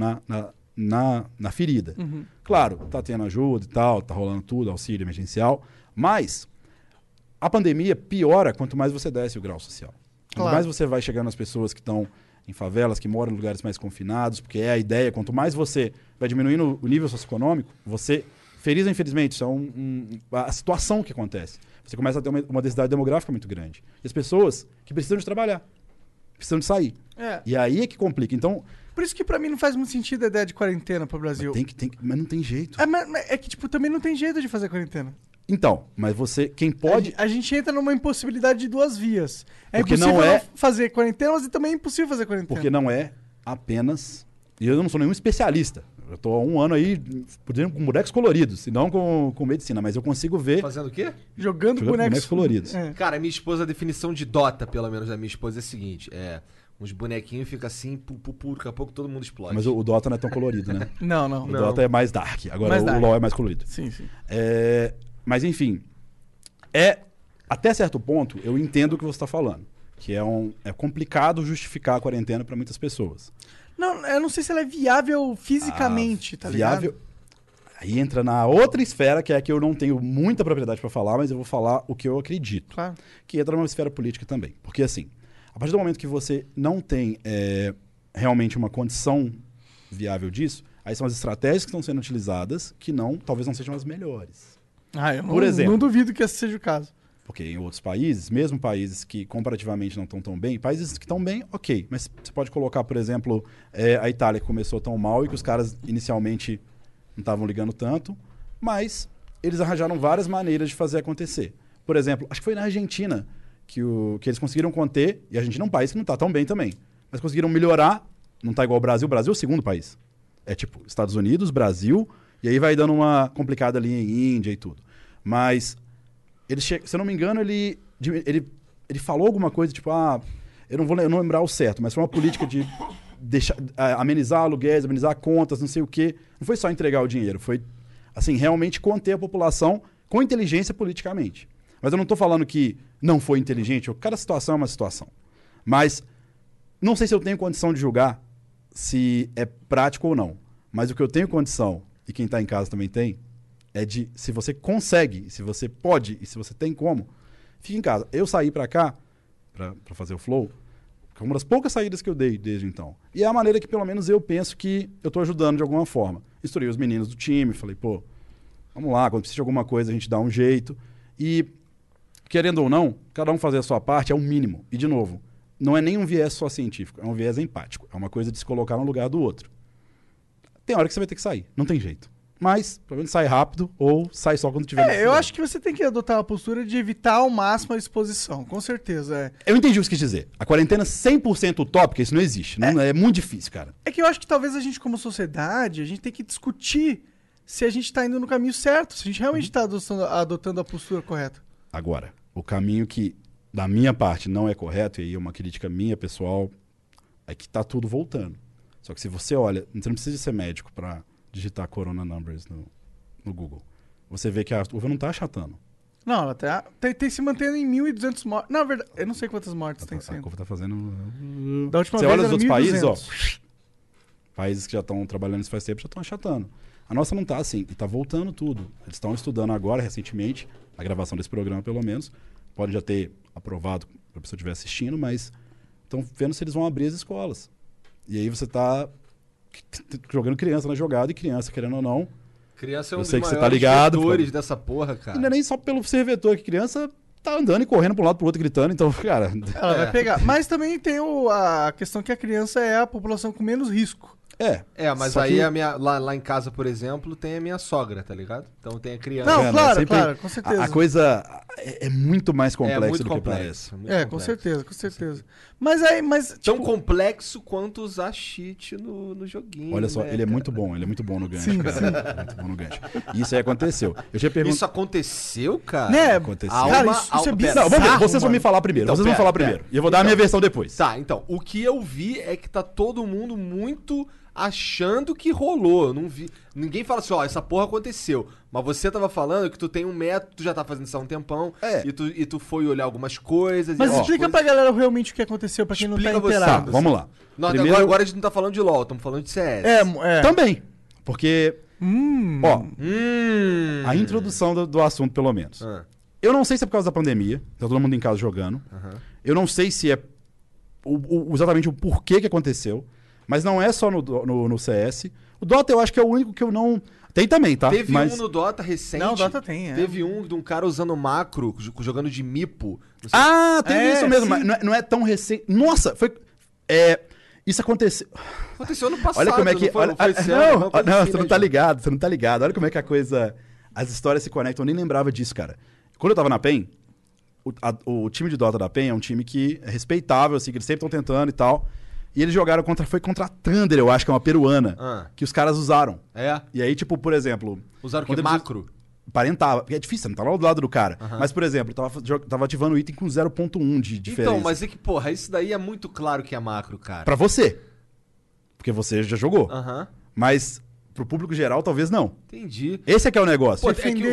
D: na ferida.
C: Uhum.
D: Claro, tá tendo ajuda e tal, tá rolando tudo, auxílio emergencial, mas a pandemia piora quanto mais você desce o grau social. Quanto mais você vai chegando nas pessoas que estão em favelas, que moram em lugares mais confinados, porque é a ideia, quanto mais você vai diminuindo o nível socioeconômico, você, feliz ou infelizmente, isso é a situação que acontece. Você começa a ter uma densidade demográfica muito grande. E as pessoas que precisam de trabalhar, precisam de sair. E aí é que complica. Então,
C: por isso que pra mim não faz muito sentido a ideia de quarentena pro Brasil.
D: Mas não tem jeito.
C: É que, tipo, também não tem jeito de fazer quarentena.
D: Então, mas quem pode...
C: A gente entra numa impossibilidade de duas vias.
D: Porque
C: impossível não fazer quarentena, mas também é impossível fazer quarentena.
D: Porque não é apenas... E eu não sou nenhum especialista. Eu tô há um ano aí, por exemplo, com bonecos coloridos, e não com medicina, mas eu consigo ver...
B: Fazendo o quê?
C: Jogando bonecos
D: coloridos.
B: Cara, minha esposa, a definição de Dota, pelo menos da minha esposa, é a seguinte, uns bonequinhos ficam assim, daqui a pouco todo mundo explode.
D: Mas o Dota não é tão colorido, né?
C: Não.
D: O Dota é mais dark. Agora o LoL é mais colorido.
C: Sim.
D: Mas enfim, até certo ponto eu entendo o que você está falando, que é complicado justificar a quarentena para muitas pessoas.
C: Não, eu não sei se ela é viável fisicamente, tá
D: viável,
C: ligado?
D: Aí entra na outra esfera, que é a que eu não tenho muita propriedade para falar, mas eu vou falar o que eu acredito.
C: Claro.
D: Que entra numa esfera política também. Porque assim, a partir do momento que você não tem realmente uma condição viável disso, aí são as estratégias que estão sendo utilizadas que talvez não sejam as melhores.
C: Por exemplo, não duvido que esse seja o caso.
D: Porque em outros países, mesmo países que comparativamente não estão tão bem, países que estão bem, ok. Mas você pode colocar, por exemplo, a Itália, que começou tão mal e que os caras inicialmente não estavam ligando tanto, mas eles arranjaram várias maneiras de fazer acontecer. Por exemplo, acho que foi na Argentina que eles conseguiram conter, e a Argentina é um país que não está tão bem também, mas conseguiram melhorar, não está igual ao Brasil é o segundo país. É tipo Estados Unidos, Brasil, e aí vai dando uma complicada ali em Índia e tudo. Mas se eu não me engano, ele falou alguma coisa, tipo, eu não vou lembrar o certo, mas foi uma política de amenizar aluguéis, amenizar contas, não sei o quê. Não foi só entregar o dinheiro, foi, assim, realmente conter a população com inteligência politicamente. Mas eu não tô falando que não foi inteligente, cada situação é uma situação. Mas não sei se eu tenho condição de julgar se é prático ou não. Mas o que eu tenho condição, e quem tá em casa também tem, é de, se você consegue, se você pode e se você tem como, fique em casa. Eu saí pra cá, pra fazer o Flow, que é uma das poucas saídas que eu dei desde então. E é a maneira que, pelo menos, eu penso que eu tô ajudando de alguma forma. Instruí os meninos do time, falei, pô, vamos lá, quando precisa de alguma coisa a gente dá um jeito. E, querendo ou não, cada um fazer a sua parte é o mínimo. E, de novo, não é nem um viés só científico, é um viés empático. É uma coisa de se colocar no lugar do outro. Tem hora que você vai ter que sair, não tem jeito. Mas, pelo menos, sai rápido ou sai só quando tiver...
C: eu acho que você tem que adotar uma postura de evitar ao máximo a exposição, com certeza.
D: Eu entendi o que você quis dizer. A quarentena 100% utópica, isso não existe. Não, é muito difícil, cara.
C: É que eu acho que talvez a gente, como sociedade, a gente tem que discutir se a gente tá indo no caminho certo, se a gente realmente tá adotando a postura correta.
D: Agora, o caminho que, da minha parte, não é correto, e aí é uma crítica minha, pessoal, é que tá tudo voltando. Só que se você olha, você não precisa ser médico pra digitar Corona Numbers no Google. Você vê que a curva não tá achatando.
C: Não, ela tem se mantendo em 1.200 mortes. Na verdade, eu não sei quantas mortes tem sendo.
D: A curva tá fazendo...
C: Da última
D: você
C: vez
D: olha os outros
C: 1.200.
D: países, ó. Países que já estão trabalhando isso faz tempo já estão achatando. A nossa não tá assim, e tá voltando tudo. Eles estão estudando agora, recentemente, a gravação desse programa, pelo menos. Pode já ter aprovado para a pessoa estiver assistindo, mas estão vendo se eles vão abrir as escolas. E aí você tá jogando criança na jogada, e criança, querendo ou não...
B: Criança é um
D: eu sei
B: dos
D: que você tá
B: maiores
D: ligado,
B: vetores dessa porra, cara.
D: Não é nem só pelo ser vetor, que criança tá andando e correndo para um lado pro outro, gritando, então, cara...
C: Ela vai pegar. Mas também tem a questão que a criança é a população com menos risco.
B: Mas aí lá em casa, por exemplo, tem a minha sogra, tá ligado? Então tem a criança.
C: Não, claro, com certeza.
D: A coisa é muito mais complexa do que parece.
C: Com certeza.
B: Tão complexo quanto usar cheat no joguinho.
D: Olha só, ele é muito bom no gancho.
C: Sim,
D: cara.
C: sim.
D: Muito bom no gancho. E isso aí aconteceu. Eu já pergunto...
B: Isso aconteceu, cara?
C: Né?
D: Aconteceu.
C: Cara, isso é bizarro.
D: Não, vamos ver. Vocês vão me falar primeiro.
B: Então,
D: Vocês vão falar primeiro. E eu vou dar a minha versão depois.
B: Tá, então, o que eu vi é que tá todo mundo muito achando que rolou. Eu não vi. Ninguém fala assim, essa porra aconteceu. Mas você tava falando que tu tem um método, tu já tá fazendo isso há um tempão. E tu foi olhar algumas coisas.
C: Mas explica pra galera realmente o que aconteceu, pra quem não tá inteirado.
D: Tá, vamos lá.
B: Não, agora a gente não tá falando de LoL, estamos falando de CS.
D: Também. Porque, a introdução do assunto, pelo menos. Eu não sei se é por causa da pandemia, tá todo mundo em casa jogando. Eu não sei se é exatamente o porquê que aconteceu. Mas não é só no CS. O Dota eu acho que é o único que eu não... Tem também, tá?
B: Teve um no Dota recente.
C: Não, o Dota tem,
B: Teve um de um cara usando macro, jogando de mipo.
D: Teve isso mesmo, mas não é tão recente. Nossa, foi... Isso aconteceu...
B: Aconteceu ano passado,
D: olha como é que...
B: foi esse ano,
D: você não tá ligado. Olha como é que a coisa... As histórias se conectam, eu nem lembrava disso, cara. Quando eu tava na PEN, o time de Dota da PEN é um time que é respeitável, assim, que eles sempre estão tentando e tal... E eles jogaram contra a Thunder, eu acho que é uma peruana, que os caras usaram. E aí, tipo, por exemplo...
B: Usaram o que? Macro?
D: Parentava. Porque é difícil, você não tá lá do lado do cara. Mas, por exemplo, tava ativando o item com 0.1 de diferença.
B: Então, mas é que, porra, isso daí é muito claro que é macro, cara.
D: Pra você. Porque você já jogou. Mas... Pro público geral, talvez não.
B: Entendi.
D: Esse é que é o negócio.
B: Pô, é que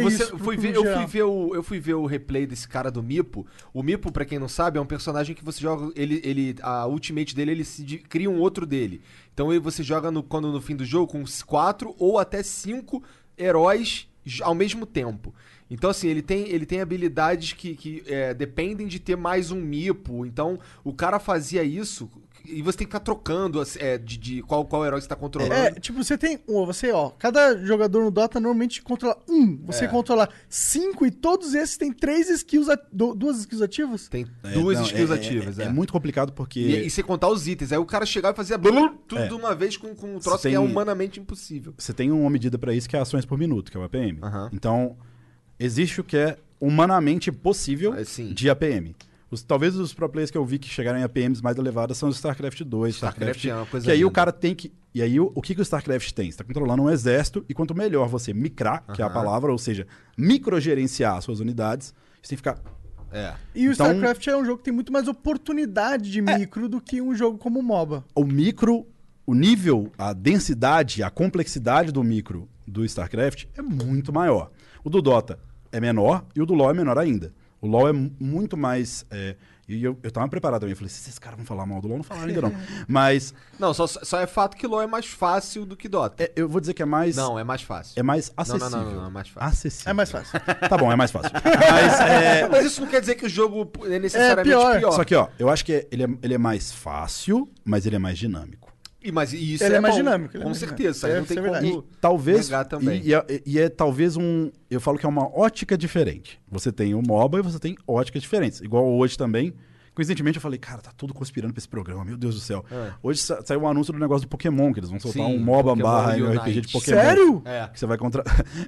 B: eu fui ver o replay desse cara do Mipo. O Mipo, pra quem não sabe, é um personagem que você joga... a ultimate dele, ele cria um outro dele. Então você joga no fim do jogo com 4 ou até 5 heróis ao mesmo tempo. Então, assim, ele tem habilidades que dependem de ter mais um Mipo. Então, o cara fazia isso... E você tem que ficar trocando de qual herói você tá controlando.
C: Tipo, cada jogador no Dota normalmente controla você controla 5 e todos esses têm 3 skills, 2 skills ativas?
B: Tem 2 skills ativas,
D: É muito complicado porque...
B: E você contar os itens. Aí o cara chegava e fazia tudo de uma vez com um troço que é humanamente impossível.
D: Você tem uma medida pra isso que é ações por minuto, que é o APM. Então, existe o que é humanamente possível de APM. Talvez os pro players que eu vi que chegaram em APMs mais elevadas são os StarCraft 2,
B: StarCraft é uma coisa
D: que aí
B: linda.
D: O cara tem que... E aí o que o StarCraft tem? Você tá controlando um exército e quanto melhor você micrar, que é a palavra, ou seja, microgerenciar as suas unidades, Você tem que ficar...
C: E o
D: Então-
C: StarCraft é um jogo que tem muito mais oportunidade de micro do que um jogo como o MOBA.
D: O micro, o nível, a densidade, a complexidade do micro do StarCraft é muito maior. O do Dota é menor e o do LoL é menor ainda. O LoL é muito mais... e eu tava preparado também. Eu falei, se esses caras vão falar mal do LoL, não falaram ainda não. Mas...
B: Não, só é fato que LoL é mais fácil do que Dota.
D: eu vou dizer que é mais...
B: Não, é mais fácil.
D: É mais acessível.
B: Não, é mais fácil.
D: Acessível.
C: É mais fácil.
D: Tá bom, é mais fácil. Mas
B: Mas isso não quer dizer que o jogo é necessariamente
C: pior.
B: pior.
D: Só que, ó, eu acho que ele é mais fácil, mas ele é mais dinâmico.
B: E isso
C: Ele é mais
B: bom,
C: dinâmico, ele é
B: com
C: mais
B: certeza.
C: dinâmico.
B: Aí não tem
C: Isso é verdade.
B: como
D: Talvez...
B: negar também.
D: E é talvez eu falo que é uma ótica diferente. Você tem o MOBA e você tem óticas diferentes. Igual hoje também. Coincidentemente eu falei, cara, tá tudo conspirando pra esse programa, meu Deus do céu. Hoje saiu um anúncio do negócio do Pokémon, que eles vão soltar um MOBA barra RPG de Pokémon.
C: Sério?
D: Que você vai contra...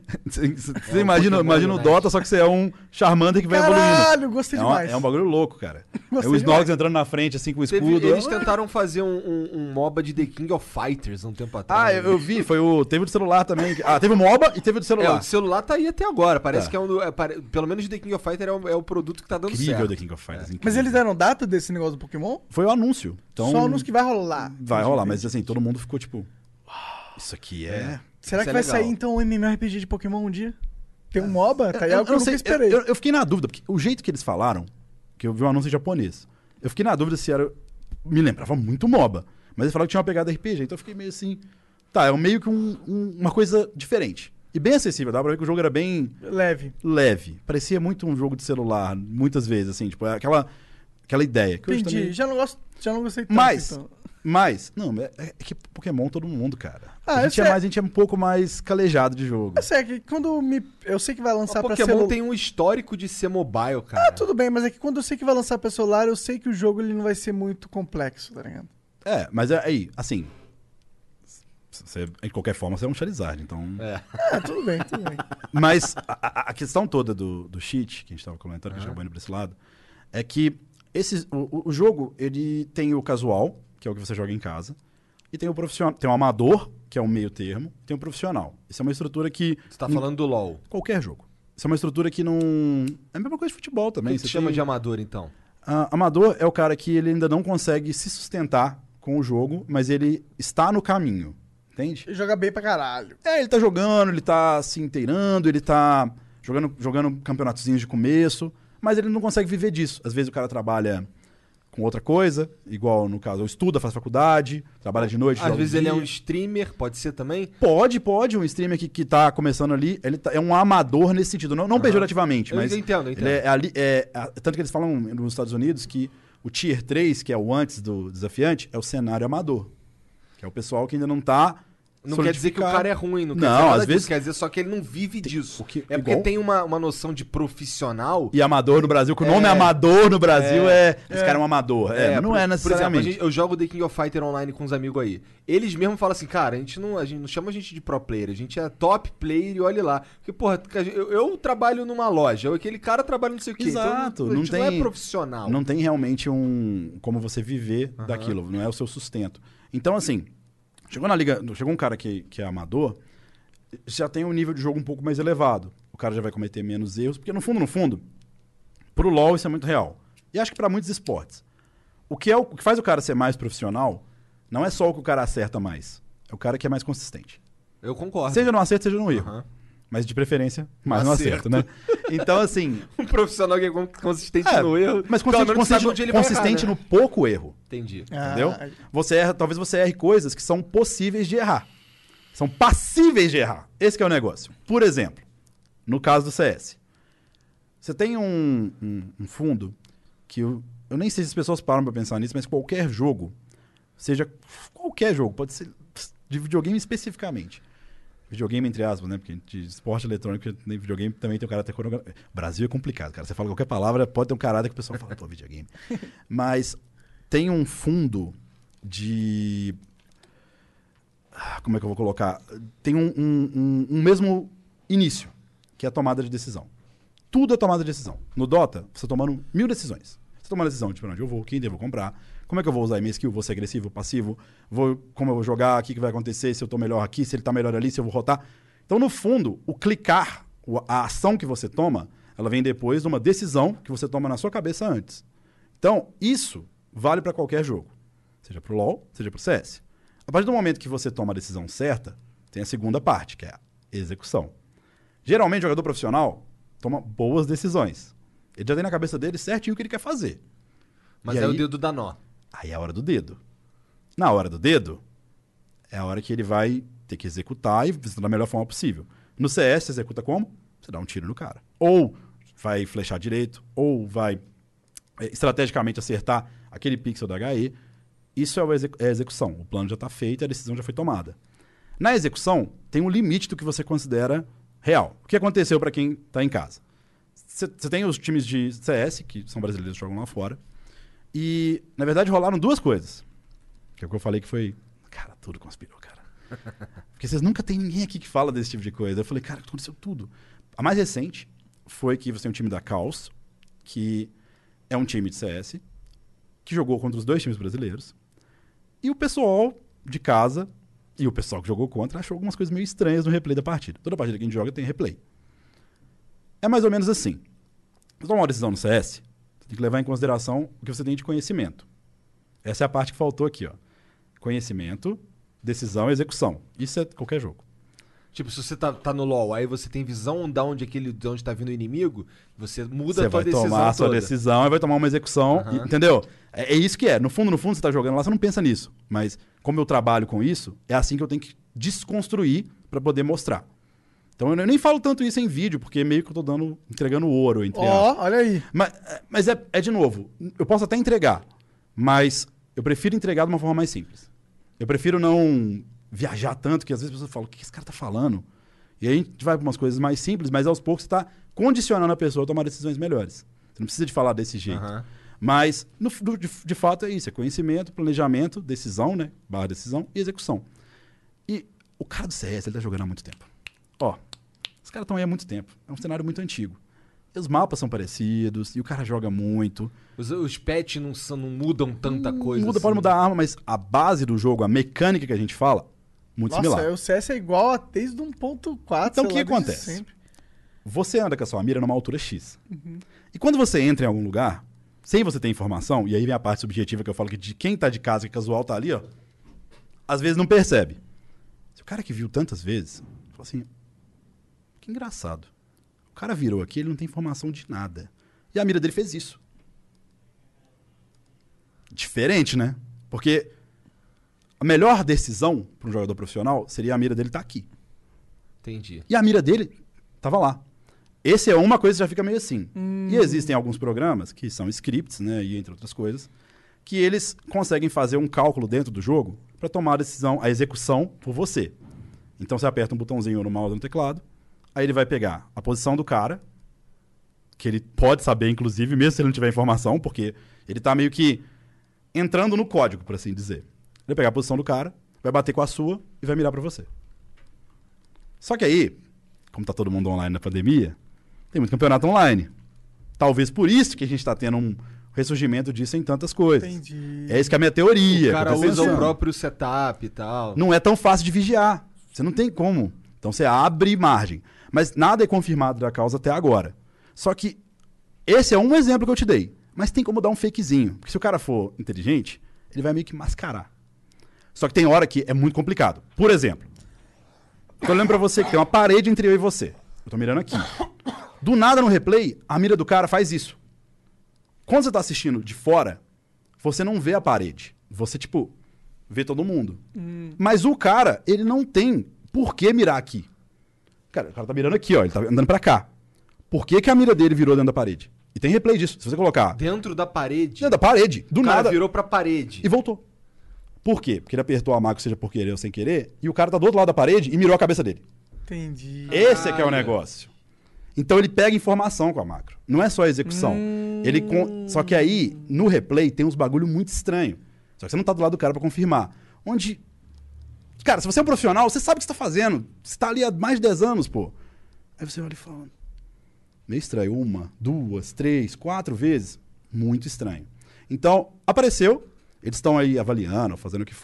D: você imagina o Dota, só que você é um Charmander que vai evoluindo.
C: Caralho, gostei demais.
D: É um bagulho louco, cara.
C: Gostei
D: Os
C: demais.
D: Snorlax entrando na frente, assim, com o escudo.
B: Eles tentaram fazer um MOBA de The King of Fighters um tempo atrás.
D: eu vi, teve o de celular também. Teve o MOBA e teve o de celular.
B: O de celular tá aí até agora. Parece que pelo menos o The King of Fighters é o produto que tá dando
D: Incrível
B: certo.
D: The King of Fighters. Incrível.
C: Mas eles deram data desse negócio do Pokémon?
D: Foi o anúncio. Então,
C: Só o anúncio que vai rolar.
D: vai rolar, mas assim, todo mundo ficou tipo... Isso aqui é...
C: Será
B: Isso
C: que
B: é
C: vai
B: legal.
C: sair então um MMORPG de Pokémon um dia? Tem um MOBA? Tá aí algo que eu nunca
D: sei,
C: esperei.
D: eu fiquei na dúvida, porque o jeito que eles falaram, que eu vi um anúncio em japonês, eu fiquei na dúvida se era... Me lembrava muito MOBA, mas eles falaram que tinha uma pegada RPG, então eu fiquei meio assim... Tá, é meio que uma coisa diferente. E bem acessível, dá pra ver que o jogo era bem...
C: Leve.
D: Parecia muito um jogo de celular, muitas vezes, assim, tipo, aquela ideia. Que hoje
C: Entendi.
D: também...
C: Já não gostei tanto.
D: Mas,
C: então.
D: não, é que Pokémon todo mundo, cara.
C: Ah,
D: a
C: eu
D: gente é um pouco mais calejado de jogo.
C: Eu sei que eu sei que vai lançar
B: O
C: pra
B: Pokémon
C: celular.
B: tem um histórico de ser mobile, cara.
C: Tudo bem, mas é que quando eu sei que vai lançar pra celular, eu sei que o jogo ele não vai ser muito complexo, tá ligado?
D: Mas aí, assim... de qualquer forma, você é um Charizard, então...
C: Tudo bem.
D: Mas a questão toda do cheat, que a gente tava comentando, que a gente acabou indo pra esse lado, é que o jogo, ele tem o casual, que é o que você joga em casa, e tem o profissional, tem o amador, que é um meio termo, e tem o profissional. Isso é uma estrutura que...
B: Você tá falando do LoL.
D: Qualquer jogo. Isso é uma estrutura que não... É a mesma coisa de futebol também.
B: O que chama de amador, então?
D: Amador é o cara que ele ainda não consegue se sustentar com o jogo, mas ele está no caminho. Entende?
C: Ele joga bem pra caralho.
D: Ele tá jogando, ele tá se inteirando, ele tá jogando campeonatozinhos de começo, mas ele não consegue viver disso. Às vezes o cara trabalha com outra coisa, igual no caso, ou estuda, faz faculdade, trabalha de noite,
B: Às vezes
D: de
B: ele é
D: dia.
B: um streamer, pode ser também?
D: Pode, um streamer que tá começando ali, é um amador nesse sentido, não pejorativamente, mas...
B: Eu entendo.
D: Ele tanto que eles falam nos Estados Unidos que o Tier 3, que é o antes do desafiante, é o cenário amador. Que é o pessoal que ainda não tá...
B: Não quer dizer que o cara é ruim, não quer
D: Não,
B: dizer nada
D: às
B: disso,
D: vezes-
B: quer dizer só que ele não vive disso.
D: porque
B: Porque tem uma noção de profissional.
D: E amador no Brasil, que o nome amador no Brasil esse cara é um amador. Mas não é necessariamente.
B: Por exemplo, eu jogo The King of Fighter online com uns amigos aí. Eles mesmos falam assim, cara, a gente não chama a gente de pro player, a gente é top player e olha lá. Porque, porra, eu trabalho numa loja, aquele cara trabalha não sei o quê.
D: Exato,
B: Então, a gente não é profissional.
D: Não tem realmente como você viver daquilo, não é o seu sustento. Então, assim, chegou na liga, chegou um cara que é amador, já tem um nível de jogo um pouco mais elevado. O cara já vai cometer menos erros, porque no fundo, pro LoL isso é muito real. E acho que pra muitos esportes. O que faz o cara ser mais profissional não é só o que o cara acerta mais, é o cara que é mais consistente.
B: Eu concordo.
D: Seja no acerto, seja no erro. Mas de preferência, mais no acerto, né? Então, assim...
B: Um profissional que é consistente no erro.
D: Mas
B: pelo menos sabe onde ele vai
D: consistente
B: errar, né?
D: no pouco erro.
B: Entendi.
D: Entendeu? Talvez você erre coisas que são possíveis de errar. São passíveis de errar. Esse que é o negócio. Por exemplo, no caso do CS. Você tem um fundo que eu nem sei se as pessoas param pra pensar nisso, mas qualquer jogo, qualquer jogo, pode ser de videogame especificamente. Videogame, entre aspas, né? Porque de esporte eletrônico, nem videogame também tem um caráter coreográfico. Brasil é complicado, cara. Você fala qualquer palavra, pode ter um caráter que o pessoal fala, pô, videogame. Mas tem um fundo de... Como é que eu vou colocar? Tem um mesmo início, que é a tomada de decisão. Tudo é tomada de decisão. No Dota, você tá tomando 1000 decisões. Você toma uma decisão de pra onde eu vou, quem devo comprar, como é que eu vou usar minha skill, vou ser agressivo, passivo, como eu vou jogar, o que vai acontecer, se eu tô melhor aqui, se ele tá melhor ali, se eu vou rotar. Então, no fundo, o clicar, a ação que você toma, ela vem depois de uma decisão que você toma na sua cabeça antes. Então, isso vale para qualquer jogo. Seja pro LoL, seja pro CS. A partir do momento que você toma a decisão certa, tem a segunda parte, que é a execução. Geralmente, o jogador profissional toma boas decisões. Ele já tem na cabeça dele certinho o que ele quer fazer.
B: Mas aí o dedo dá nó.
D: Aí é a hora do dedo. Na hora do dedo, é a hora que ele vai ter que executar e da melhor forma possível. No CS, você executa como? Você dá um tiro no cara. Ou vai flechar direito, ou vai estrategicamente acertar aquele pixel da HE. Isso é a execução. O plano já está feito e a decisão já foi tomada. Na execução, tem um limite do que você considera real. O que aconteceu para quem está em casa? Você tem os times de CS, que são brasileiros que jogam lá fora, e, na verdade, rolaram duas coisas. Que é o que eu falei que foi... Cara, tudo conspirou, cara. Porque vocês nunca tem ninguém aqui que fala desse tipo de coisa. Eu falei, cara, aconteceu tudo. A mais recente foi que você tem um time da Caos, que é um time de CS, que jogou contra os dois times brasileiros, e o pessoal de casa e o pessoal que jogou contra achou algumas coisas meio estranhas no replay da partida. Toda partida que a gente joga tem replay. É mais ou menos assim. Você toma uma decisão no CS, você tem que levar em consideração o que você tem de conhecimento. Essa é a parte que faltou aqui, ó. Conhecimento, decisão e execução. Isso é qualquer jogo.
B: Tipo, se você tá no LoL, aí você tem visão de onde tá vindo o inimigo, você muda a tua decisão.
D: Você vai tomar a sua decisão e vai tomar uma execução, entendeu? É isso que é. No fundo, você tá jogando lá, você não pensa nisso. Mas como eu trabalho com isso, é assim que eu tenho que desconstruir para poder mostrar. Então eu nem falo tanto isso em vídeo, porque meio que eu tô entregando ouro, entre aspas.
C: Olha aí.
D: Mas de novo, eu posso até entregar, mas eu prefiro entregar de uma forma mais simples. Eu prefiro não viajar tanto, que às vezes as pessoas falam, o que esse cara tá falando? E aí a gente vai para umas coisas mais simples, mas aos poucos você está condicionando a pessoa a tomar decisões melhores. Você não precisa de falar desse jeito. Mas, de fato, é isso. É conhecimento, planejamento, decisão, né? / decisão e execução. E o cara do CS, ele tá jogando há muito tempo. Ó, os caras estão aí há muito tempo. É um cenário muito antigo. E os mapas são parecidos, e o cara joga muito.
B: Os patches não mudam tanta coisa.
D: Muda, assim. Pode mudar a arma, mas a base do jogo, a mecânica que a gente fala, muito similar.
C: Nossa, o CS é igual desde 1.4.
D: Então o que acontece? Sempre. Você anda com a sua mira numa altura X. E quando você entra em algum lugar, sem você ter informação, e aí vem a parte subjetiva que eu falo que de quem tá de casa, que casual tá ali, ó, às vezes não percebe. Se o cara que viu tantas vezes, fala assim, que engraçado. O cara virou aqui, ele não tem informação de nada. E a mira dele fez isso. Diferente, né? Porque a melhor decisão para um jogador profissional seria a mira dele estar aqui.
B: Entendi.
D: E a mira dele tava lá. Esse é uma coisa que já fica meio assim. E existem alguns programas, que são scripts, né, e entre outras coisas, que eles conseguem fazer um cálculo dentro do jogo para tomar a decisão, a execução por você. Então você aperta um botãozinho no mouse ou no teclado, aí ele vai pegar a posição do cara, que ele pode saber, inclusive, mesmo se ele não tiver informação, porque ele tá meio que entrando no código, por assim dizer. Ele vai pegar a posição do cara, vai bater com a sua e vai mirar pra você. Só que aí, como tá todo mundo online na pandemia, tem muito campeonato online. Talvez por isso que a gente tá tendo um ressurgimento disso em tantas coisas.
C: Entendi.
D: É isso que é a minha teoria.
B: O cara usa o próprio setup e tal.
D: Não é tão fácil de vigiar. Você não tem como. Então você abre margem. Mas nada é confirmado da causa até agora. Só que esse é um exemplo que eu te dei. Mas tem como dar um fakezinho. Porque se o cara for inteligente, ele vai meio que mascarar. Só que tem hora que é muito complicado. Por exemplo, eu lembro pra você que tem uma parede entre eu e você. Eu tô mirando aqui. Do nada no replay, a mira do cara faz isso. Quando você tá assistindo de fora, você não vê a parede. Você, tipo, vê todo mundo. Mas o cara, ele não tem por que mirar aqui. Cara, o cara tá mirando aqui, ó. Ele tá andando pra cá. Por que que a mira dele virou dentro da parede? E tem replay disso. Se você colocar...
B: Dentro da parede?
D: Dentro da parede. Do nada.
B: O cara virou pra parede.
D: E voltou. Por quê? Porque ele apertou a macro, seja por querer ou sem querer, e o cara tá do outro lado da parede e mirou a cabeça dele.
C: Entendi.
D: Esse é que é o negócio. Então ele pega informação com a macro. Não é só a execução. Só que aí, no replay, tem uns bagulho muito estranho. Só que você não tá do lado do cara pra confirmar. Onde... Cara, se você é um profissional, você sabe o que você tá fazendo. Você tá ali há mais de 10 anos, pô. Aí você olha e fala... Meio estranho. 1, 2, 3, 4 vezes. Muito estranho. Então, apareceu. Eles estão aí avaliando, fazendo o que for.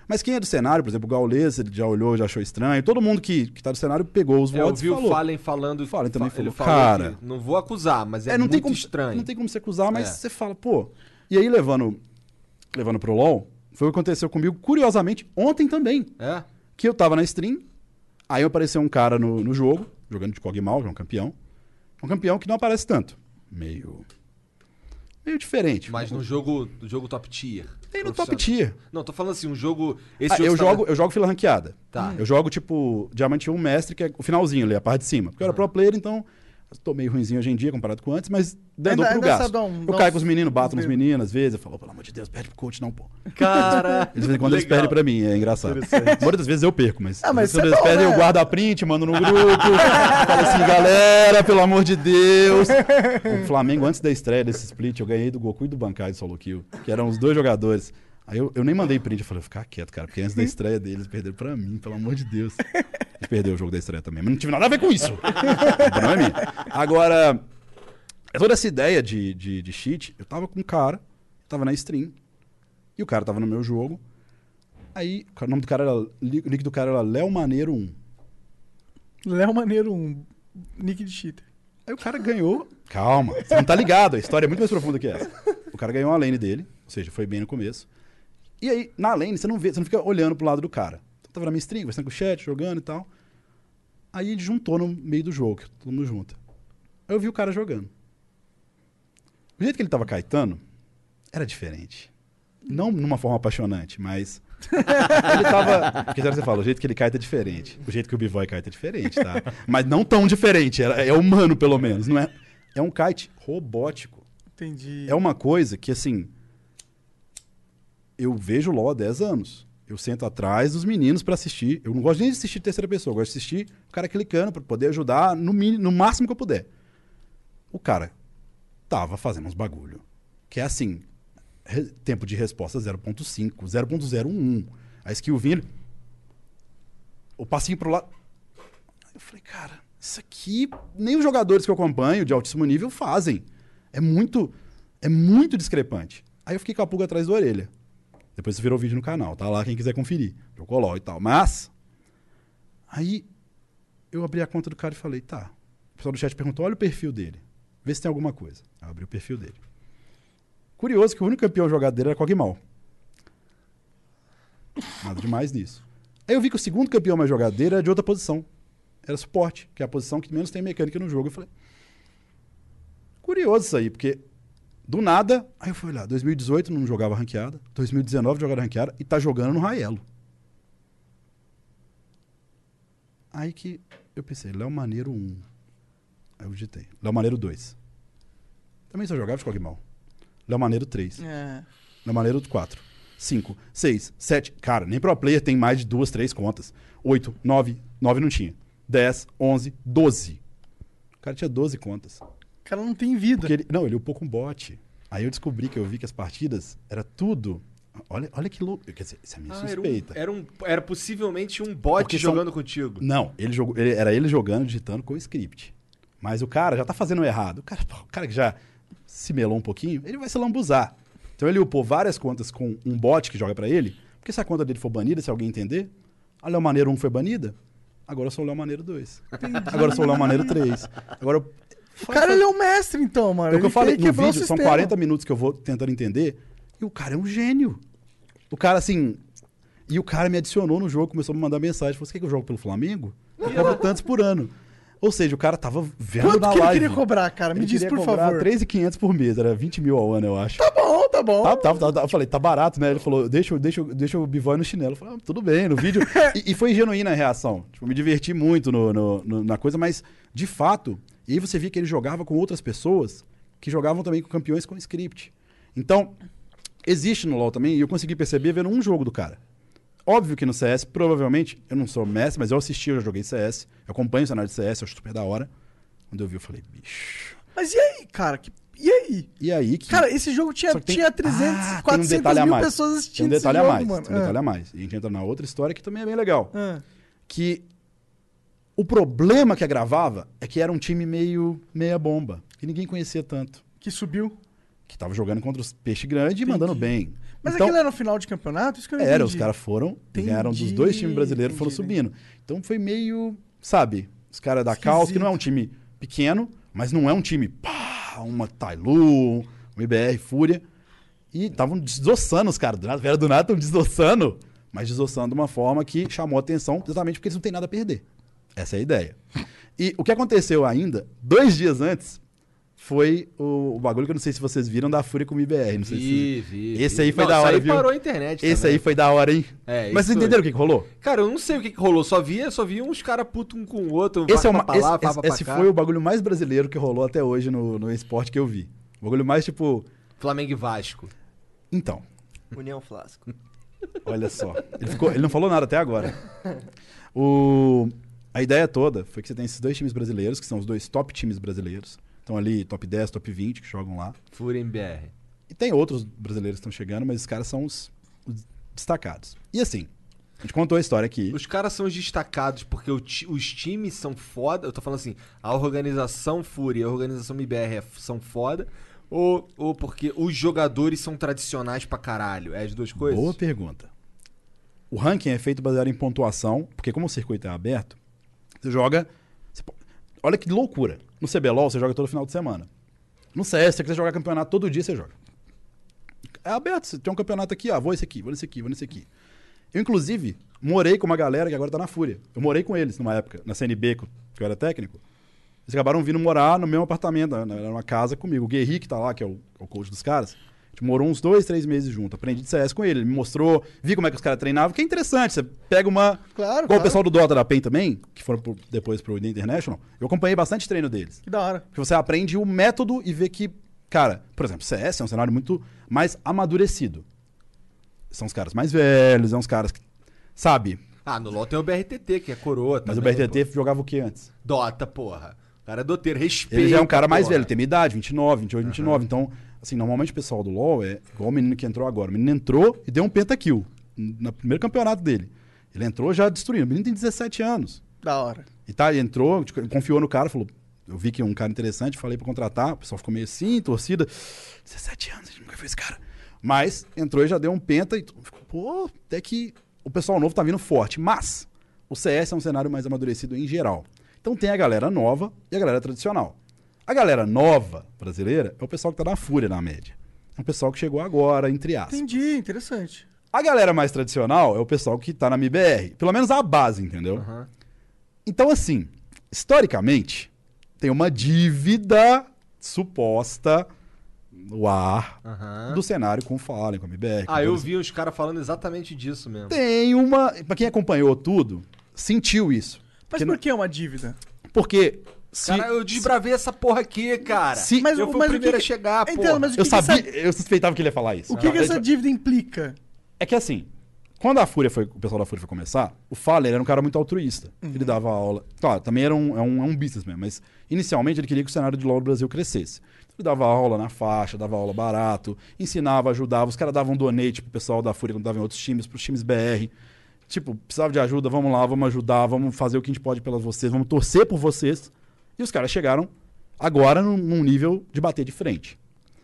D: Mas quem é do cenário, por exemplo, o Gaules, ele já olhou, já achou estranho. Todo mundo que tá do cenário pegou os votos
B: e falou. Eu vi o Fallen falando...
D: O Fallen também falou,
B: cara... Não vou acusar, mas é muito estranho.
D: Não tem como você acusar, mas você fala, pô... E aí, levando pro LoL, foi o que aconteceu comigo, curiosamente, ontem também. Que eu tava na stream, aí apareceu um cara no jogo, jogando de Kog'Maw, que é um campeão. Um campeão que não aparece tanto. Meio diferente.
B: Mas no jogo top tier.
D: Tem no top tier.
B: Não, tô falando assim, um jogo...
D: Eu jogo fila ranqueada. Tá. Eu jogo, tipo, Diamante 1 Mestre, que é o finalzinho ali, a parte de cima. Porque eu era pro player, então... Eu tô meio ruimzinho hoje em dia, comparado com antes, mas dando pro gasto. Eu caio com os meninos, bato nos meninos, às vezes. Eu falo, pelo amor de Deus, perde pro coach não, pô.
B: Cara,
D: de vez em quando eles perdem pra mim, é engraçado. A maioria das vezes eu perco, mas
C: mas
D: quando eles perdem, eu guardo a print, mando no grupo. Falo assim, galera, pelo amor de Deus. O Flamengo, antes da estreia desse split, eu ganhei do Goku e do Bankai do Solo Kill, que eram os 2 jogadores. Aí eu nem mandei print, eu falei, ficar quieto, cara, porque antes da estreia deles, perderam pra mim, pelo amor de Deus. Eles perderam o jogo da estreia também, mas não tive nada a ver com isso. Não é minha. Agora, toda essa ideia de cheat, eu tava com um cara, tava na stream, e o cara tava no meu jogo, aí o nome do cara era, o nick do cara era Léo Maneiro 1.
C: Léo Maneiro 1, nick de cheater.
D: Aí o cara ganhou, calma, você não tá ligado, a história é muito mais profunda que essa. O cara ganhou a lane dele, ou seja, foi bem no começo. E aí, na lane, você não fica olhando pro lado do cara. Então, tava na minha stream, conversando com o chat, jogando e tal. Aí ele juntou no meio do jogo, que todo mundo junta. Aí eu vi o cara jogando. O jeito que ele tava kiteando era diferente. Não numa forma apaixonante, mas... ele tava... Porque você fala, o jeito que ele kite é diferente. O jeito que o B-Boy kite é diferente, tá? Mas não tão diferente, é humano pelo menos, não é? É um kite robótico.
C: Entendi.
D: É uma coisa que, assim... Eu vejo LoL há 10 anos. Eu sento atrás dos meninos pra assistir. Eu não gosto nem de assistir terceira pessoa. Eu gosto de assistir o cara clicando pra poder ajudar no máximo que eu puder. O cara tava fazendo uns bagulho. Que é assim... Tempo de resposta 0.5, 0.01. A skill vinha... O passinho pro lado... Eu falei, cara... Isso aqui... Nem os jogadores que eu acompanho de altíssimo nível fazem. É muito discrepante. Aí eu fiquei com a pulga atrás da orelha. Depois você virou vídeo no canal, tá lá quem quiser conferir. Jogou LOL e tal. Mas, aí eu abri a conta do cara e falei, tá. O pessoal do chat perguntou, olha o perfil dele. Vê se tem alguma coisa. Aí eu abri o perfil dele. Curioso que o único campeão jogado dele era Kog'Maw. Nada demais nisso. Aí eu vi que o segundo campeão mais jogado dele era de outra posição. Era suporte, que é a posição que menos tem mecânica no jogo. Eu falei, curioso isso aí, porque... Do nada, aí eu fui olhar, 2018 não jogava ranqueada, 2019 jogava ranqueada e tá jogando no Raelo. Aí que eu pensei, Léo Maneiro 1. Aí eu digitei, Léo Maneiro 2. Também só jogava de Kog'Maw. Léo Maneiro 3. Léo Maneiro 4. 5, 6, 7. Cara, nem pro player tem mais de 2, 3 contas. 8, 9 não tinha. 10, 11, 12. O cara tinha 12 contas.
C: O cara não tem vida.
D: Ele upou com bot. Aí eu descobri que eu vi que as partidas era tudo... Olha que louco. Quer dizer, isso é minha suspeita.
B: Era possivelmente um bot jogando contigo.
D: Não, era ele jogando, digitando com o script. Mas o cara já tá fazendo errado. O cara que já se melou um pouquinho, ele vai se lambuzar. Então ele upou várias contas com um bot que joga pra ele, porque se a conta dele for banida, se alguém entender, a Léo Maneiro 1 foi banida, agora eu sou o Léo Maneiro 2. Agora eu sou o Léo Maneiro 3. Agora eu...
C: O cara, ele é um mestre, então, mano.
D: É o que eu falei no vídeo, são 40 minutos que eu vou tentando entender, e o cara é um gênio. O cara, assim... E o cara me adicionou no jogo, começou a me mandar mensagem, falou, você quer que eu jogue pelo Flamengo? Eu cobro tantos por ano. Ou seja, o cara tava vendo
C: quanto
D: na
C: que
D: live.
C: Ele queria cobrar, cara? Me diz, por favor.
D: 3.500 por mês, era 20 mil ao ano, eu acho.
C: Tá bom, tá bom.
D: Eu falei, tá barato, né? Ele falou, deixa o B-Boy no chinelo. Eu falei, tudo bem, no vídeo. e foi genuína a reação. Tipo, me diverti muito na coisa, mas, de fato... E aí você via que ele jogava com outras pessoas que jogavam também com campeões com script. Então, existe no LoL também, e eu consegui perceber vendo um jogo do cara. Óbvio que no CS, provavelmente, eu não sou mestre, mas eu assisti, eu já joguei CS, eu acompanho o cenário de CS, eu acho super da hora. Quando eu vi, eu falei, bicho...
C: Mas e aí, cara? E aí?
D: E aí que...
C: Cara, esse jogo tinha 300, 400 mil pessoas assistindo
D: esse jogo,
C: mano.
D: Tem um detalhe a mais. E a gente entra na outra história que também é bem legal. Que... O problema que agravava é que era um time meia bomba. Que ninguém conhecia tanto.
C: Que subiu?
D: que tava jogando contra os peixes grandes e mandando bem.
C: Mas
D: então,
C: aquilo era no final de campeonato? Isso que eu não entendi.
D: era, os caras foram, ganharam dos 2 times brasileiros, foram subindo. Então foi meio, sabe, os caras da Caos, que não é um time pequeno, mas não é um time, uma Tailu, uma IBR, Fúria. E estavam desossando os caras, do nada estão desossando, mas desossando de uma forma que chamou a atenção, exatamente porque eles não têm nada a perder. Essa é a ideia. E o que aconteceu ainda, 2 dias antes, foi o bagulho que eu não sei se vocês viram da Fúria com o IBR. Não sei
B: Vi.
D: Esse aí foi da hora, viu?
B: Parou a internet
D: Esse
B: também.
D: aí foi da hora, hein? Mas vocês entenderam o que rolou?
B: Cara, eu não sei o que rolou. Só vi uns caras putos um com o outro.
D: Esse foi o bagulho mais brasileiro que rolou até hoje no esporte que eu vi. O bagulho mais tipo...
B: Flamengo e Vasco.
D: Então.
E: União Flasco.
D: Olha só. Ele não falou nada até agora. A ideia toda foi que você tem esses 2 times brasileiros, que são os 2 top times brasileiros. Estão ali top 10, top 20, que jogam lá.
B: Fúria MBR.
D: E tem outros brasileiros que estão chegando, mas os caras são os destacados. E assim, a gente contou a história aqui.
B: Os caras são os destacados porque os times são foda. Eu tô falando assim, a organização Fúria e a organização MBR são foda. Ou porque os jogadores são tradicionais pra caralho? É as 2 coisas?
D: Boa pergunta. O ranking é feito baseado em pontuação, porque como o circuito é aberto, você joga... Olha que loucura. No CBLOL você joga todo final de semana. No CS, se você quiser jogar campeonato todo dia, você joga. É aberto, você tem um campeonato aqui, vou nesse aqui. Eu, inclusive, morei com uma galera que agora tá na Fúria. Eu morei com eles numa época, na CNB, que eu era técnico. Eles acabaram vindo morar no mesmo apartamento, numa casa comigo. O Guerri, que tá lá, que é o coach dos caras, a gente morou uns 2, 3 meses junto. Aprendi de CS com ele. Ele me mostrou, vi como é que os caras treinavam, que é interessante. Você pega uma... Igual o pessoal do Dota da PEN também, que foram depois pro The International, eu acompanhei bastante treino deles.
C: Que da hora.
D: Porque você aprende o método e vê que, cara, por exemplo, CS é um cenário muito mais amadurecido. São os caras mais velhos, são os caras que, sabe...
B: No LoL tem o BRTT, que é coroa também.
D: Mas o BRTT jogava o que antes?
B: Dota, porra. O cara é doteiro, respeito.
D: Ele já é um cara mais velho, tem minha idade, 29, 28, 29. Então, assim, normalmente o pessoal do LoL é igual o menino que entrou agora. O menino entrou e deu um pentakill no primeiro campeonato dele. Ele entrou já destruindo. O menino tem 17 anos.
C: Da hora.
D: E ele entrou, confiou no cara, falou... Eu vi que é um cara interessante, falei pra contratar. O pessoal ficou meio assim, torcida. 17 anos, a gente nunca fez esse cara. Mas entrou e já deu um penta e ficou, até que o pessoal novo tá vindo forte. Mas o CS é um cenário mais amadurecido em geral. Então tem a galera nova e a galera tradicional. A galera nova brasileira é o pessoal que tá na Fúria, na média. É um pessoal que chegou agora, entre aspas.
C: Entendi, interessante.
D: A galera mais tradicional é o pessoal que tá na MBR. Pelo menos a base, entendeu? Então, assim, historicamente, tem uma dívida suposta no ar do cenário com o Fallen, com a MBR.
B: Eu vi os caras falando exatamente disso mesmo.
D: Tem uma... Pra quem acompanhou tudo, sentiu isso.
C: Mas por que é uma dívida?
D: Porque...
B: Cara, eu desbravei essa porra aqui, cara. Eu fui o primeiro a chegar, porra.
C: Então, mas
D: eu suspeitava que ele ia falar isso.
C: O que essa dívida implica?
D: É que assim, quando o pessoal da Fúria foi começar, o Fallen era um cara muito altruísta. Ele dava aula... Claro, também era um business mesmo, mas inicialmente ele queria que o cenário de LoL do Brasil crescesse. Ele dava aula na faixa, dava aula barato, ensinava, ajudava. Os caras davam donate pro pessoal da Fúria quando davam em outros times, pros times BR. Tipo, precisava de ajuda, vamos lá, vamos ajudar, vamos fazer o que a gente pode pelas vocês, vamos torcer por vocês. E os caras chegaram agora num nível de bater de frente.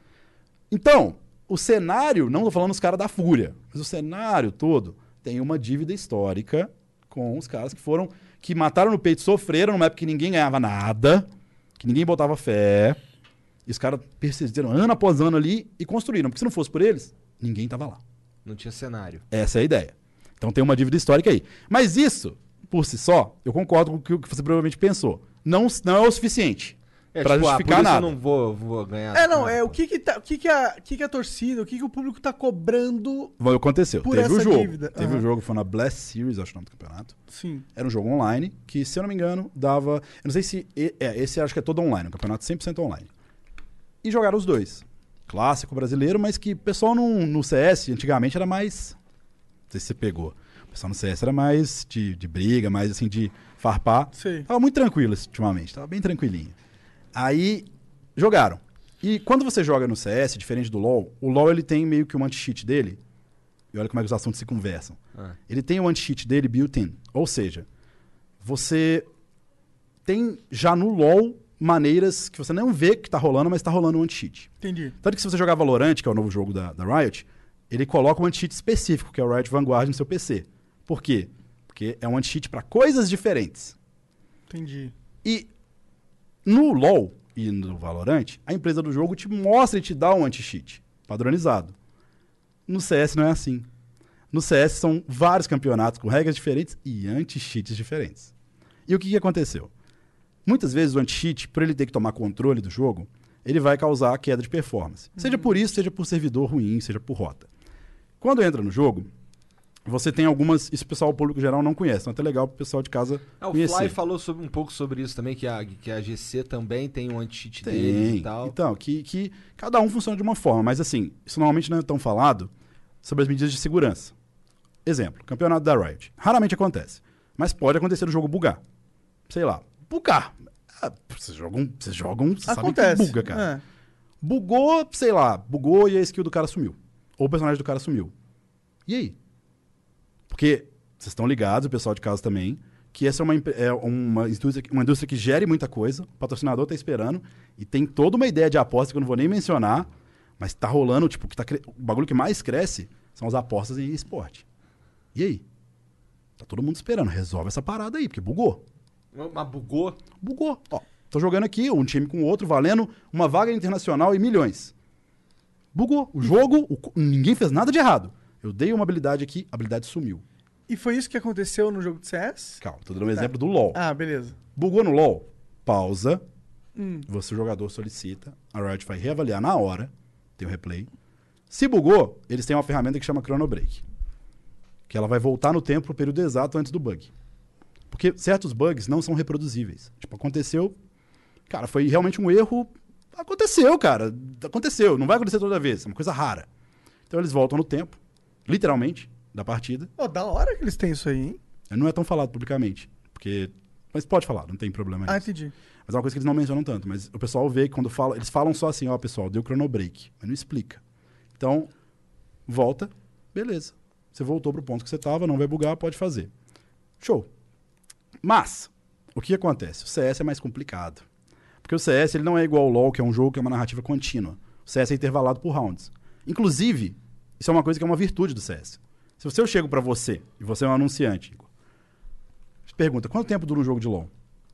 D: Então, o cenário, não tô falando os caras da Fúria, mas o cenário todo tem uma dívida histórica com os caras que mataram no peito, sofreram numa época que ninguém ganhava nada, que ninguém botava fé. E os caras persistiram ano após ano ali e construíram. Porque se não fosse por eles, ninguém tava lá.
B: Não tinha cenário.
D: Essa é a ideia. Então tem uma dívida histórica aí. Mas isso, por si só, eu concordo com o que você provavelmente pensou. Não é o suficiente pra justificar
B: por isso
D: nada.
B: Eu não vou ganhar.
C: O que a torcida, o que o público tá cobrando.
D: Aconteceu.
C: Por
D: Teve
C: essa
D: o jogo.
C: dívida.
D: Teve o jogo, foi na Blast Series, acho o nome do campeonato.
C: Sim.
D: Era um jogo online que, se eu não me engano, dava. Eu não sei se. Esse acho que é todo online, um campeonato 100% online. E jogaram os dois. Clássico brasileiro, mas que o pessoal no CS antigamente era mais. Não sei se você pegou. O pessoal no CS era mais de briga, mais assim, de farpar.
C: Sim.
D: Tava muito tranquilo ultimamente, tava bem tranquilinho. Aí jogaram. E quando você joga no CS, diferente do LoL, o LoL ele tem meio que um anti-cheat dele. E olha como é que os assuntos se conversam. Ele tem o anti-cheat dele built-in. Ou seja, você tem já no LoL maneiras que você não vê que tá rolando, mas tá rolando um anti-cheat.
C: Entendi.
D: Tanto que se você jogar Valorant, que é o novo jogo da Riot, ele coloca um anti-cheat específico, que é o Riot Vanguard no seu PC. Por quê? Porque é um anti-cheat para coisas diferentes.
C: Entendi.
D: E no LoL e no Valorant, a empresa do jogo te mostra e te dá um anti-cheat padronizado. No CS não é assim. No CS são vários campeonatos com regras diferentes e anti-cheats diferentes. E o que aconteceu? Muitas vezes o anti-cheat, por ele ter que tomar controle do jogo, ele vai causar queda de performance. Seja por isso, seja por servidor ruim, seja por rota. Quando entra no jogo, você tem algumas... Isso o pessoal, o público geral não conhece, então é até legal pro pessoal de casa conhecer.
B: O Fly falou um pouco sobre isso também, que a GC também tem um anti-cheat deles e tal.
D: Então, que cada um funciona de uma forma, mas assim, isso normalmente não é tão falado sobre as medidas de segurança. Exemplo, campeonato da Riot. Raramente acontece, mas pode acontecer o jogo bugar. Sei lá, bugar. Vocês jogam, vocês sabem que buga, cara. Bugou, sei lá, bugou e a skill do cara sumiu. Ou o personagem do cara sumiu. E aí? Porque vocês estão ligados, o pessoal de casa também, que essa é uma indústria que gere muita coisa, o patrocinador tá esperando, e tem toda uma ideia de aposta que eu não vou nem mencionar, mas tá rolando, tipo, o bagulho que mais cresce são as apostas em esporte. E aí? Tá todo mundo esperando, resolve essa parada aí, porque bugou.
B: Mas bugou?
D: Bugou. Ó, tô jogando aqui, um time com o outro, valendo uma vaga internacional e milhões. Bugou. O jogo, ninguém fez nada de errado. Eu dei uma habilidade aqui, a habilidade sumiu.
C: E foi isso que aconteceu no jogo de CS?
D: Calma, tô dando um exemplo do LoL.
C: Ah, beleza.
D: Bugou no LoL, pausa, você, o jogador, solicita, a Riot vai reavaliar na hora, tem o replay. Se bugou, eles têm uma ferramenta que chama Chrono Break, que ela vai voltar no tempo pro período exato antes do bug. Porque certos bugs não são reproduzíveis. Tipo, aconteceu, cara, foi realmente um erro, aconteceu, cara, aconteceu, não vai acontecer toda vez, é uma coisa rara. Então eles voltam no tempo, literalmente, da partida.
C: Da hora que eles têm isso aí, hein?
D: Não é tão falado publicamente, mas pode falar, não tem problema nisso.
C: Entendi.
D: Mas é uma coisa que eles não mencionam tanto, mas o pessoal vê que quando fala, eles falam só assim, pessoal, deu Chrono Break, mas não explica. Então, volta, beleza. Você voltou pro ponto que você tava, não vai bugar, pode fazer. Show. Mas, o que acontece? O CS é mais complicado. Porque o CS ele não é igual ao LoL, que é um jogo que é uma narrativa contínua. O CS é intervalado por rounds. Inclusive, isso é uma coisa que é uma virtude do CS. Se eu chego pra você, e você é um anunciante, pergunta, quanto tempo dura um jogo de LoL?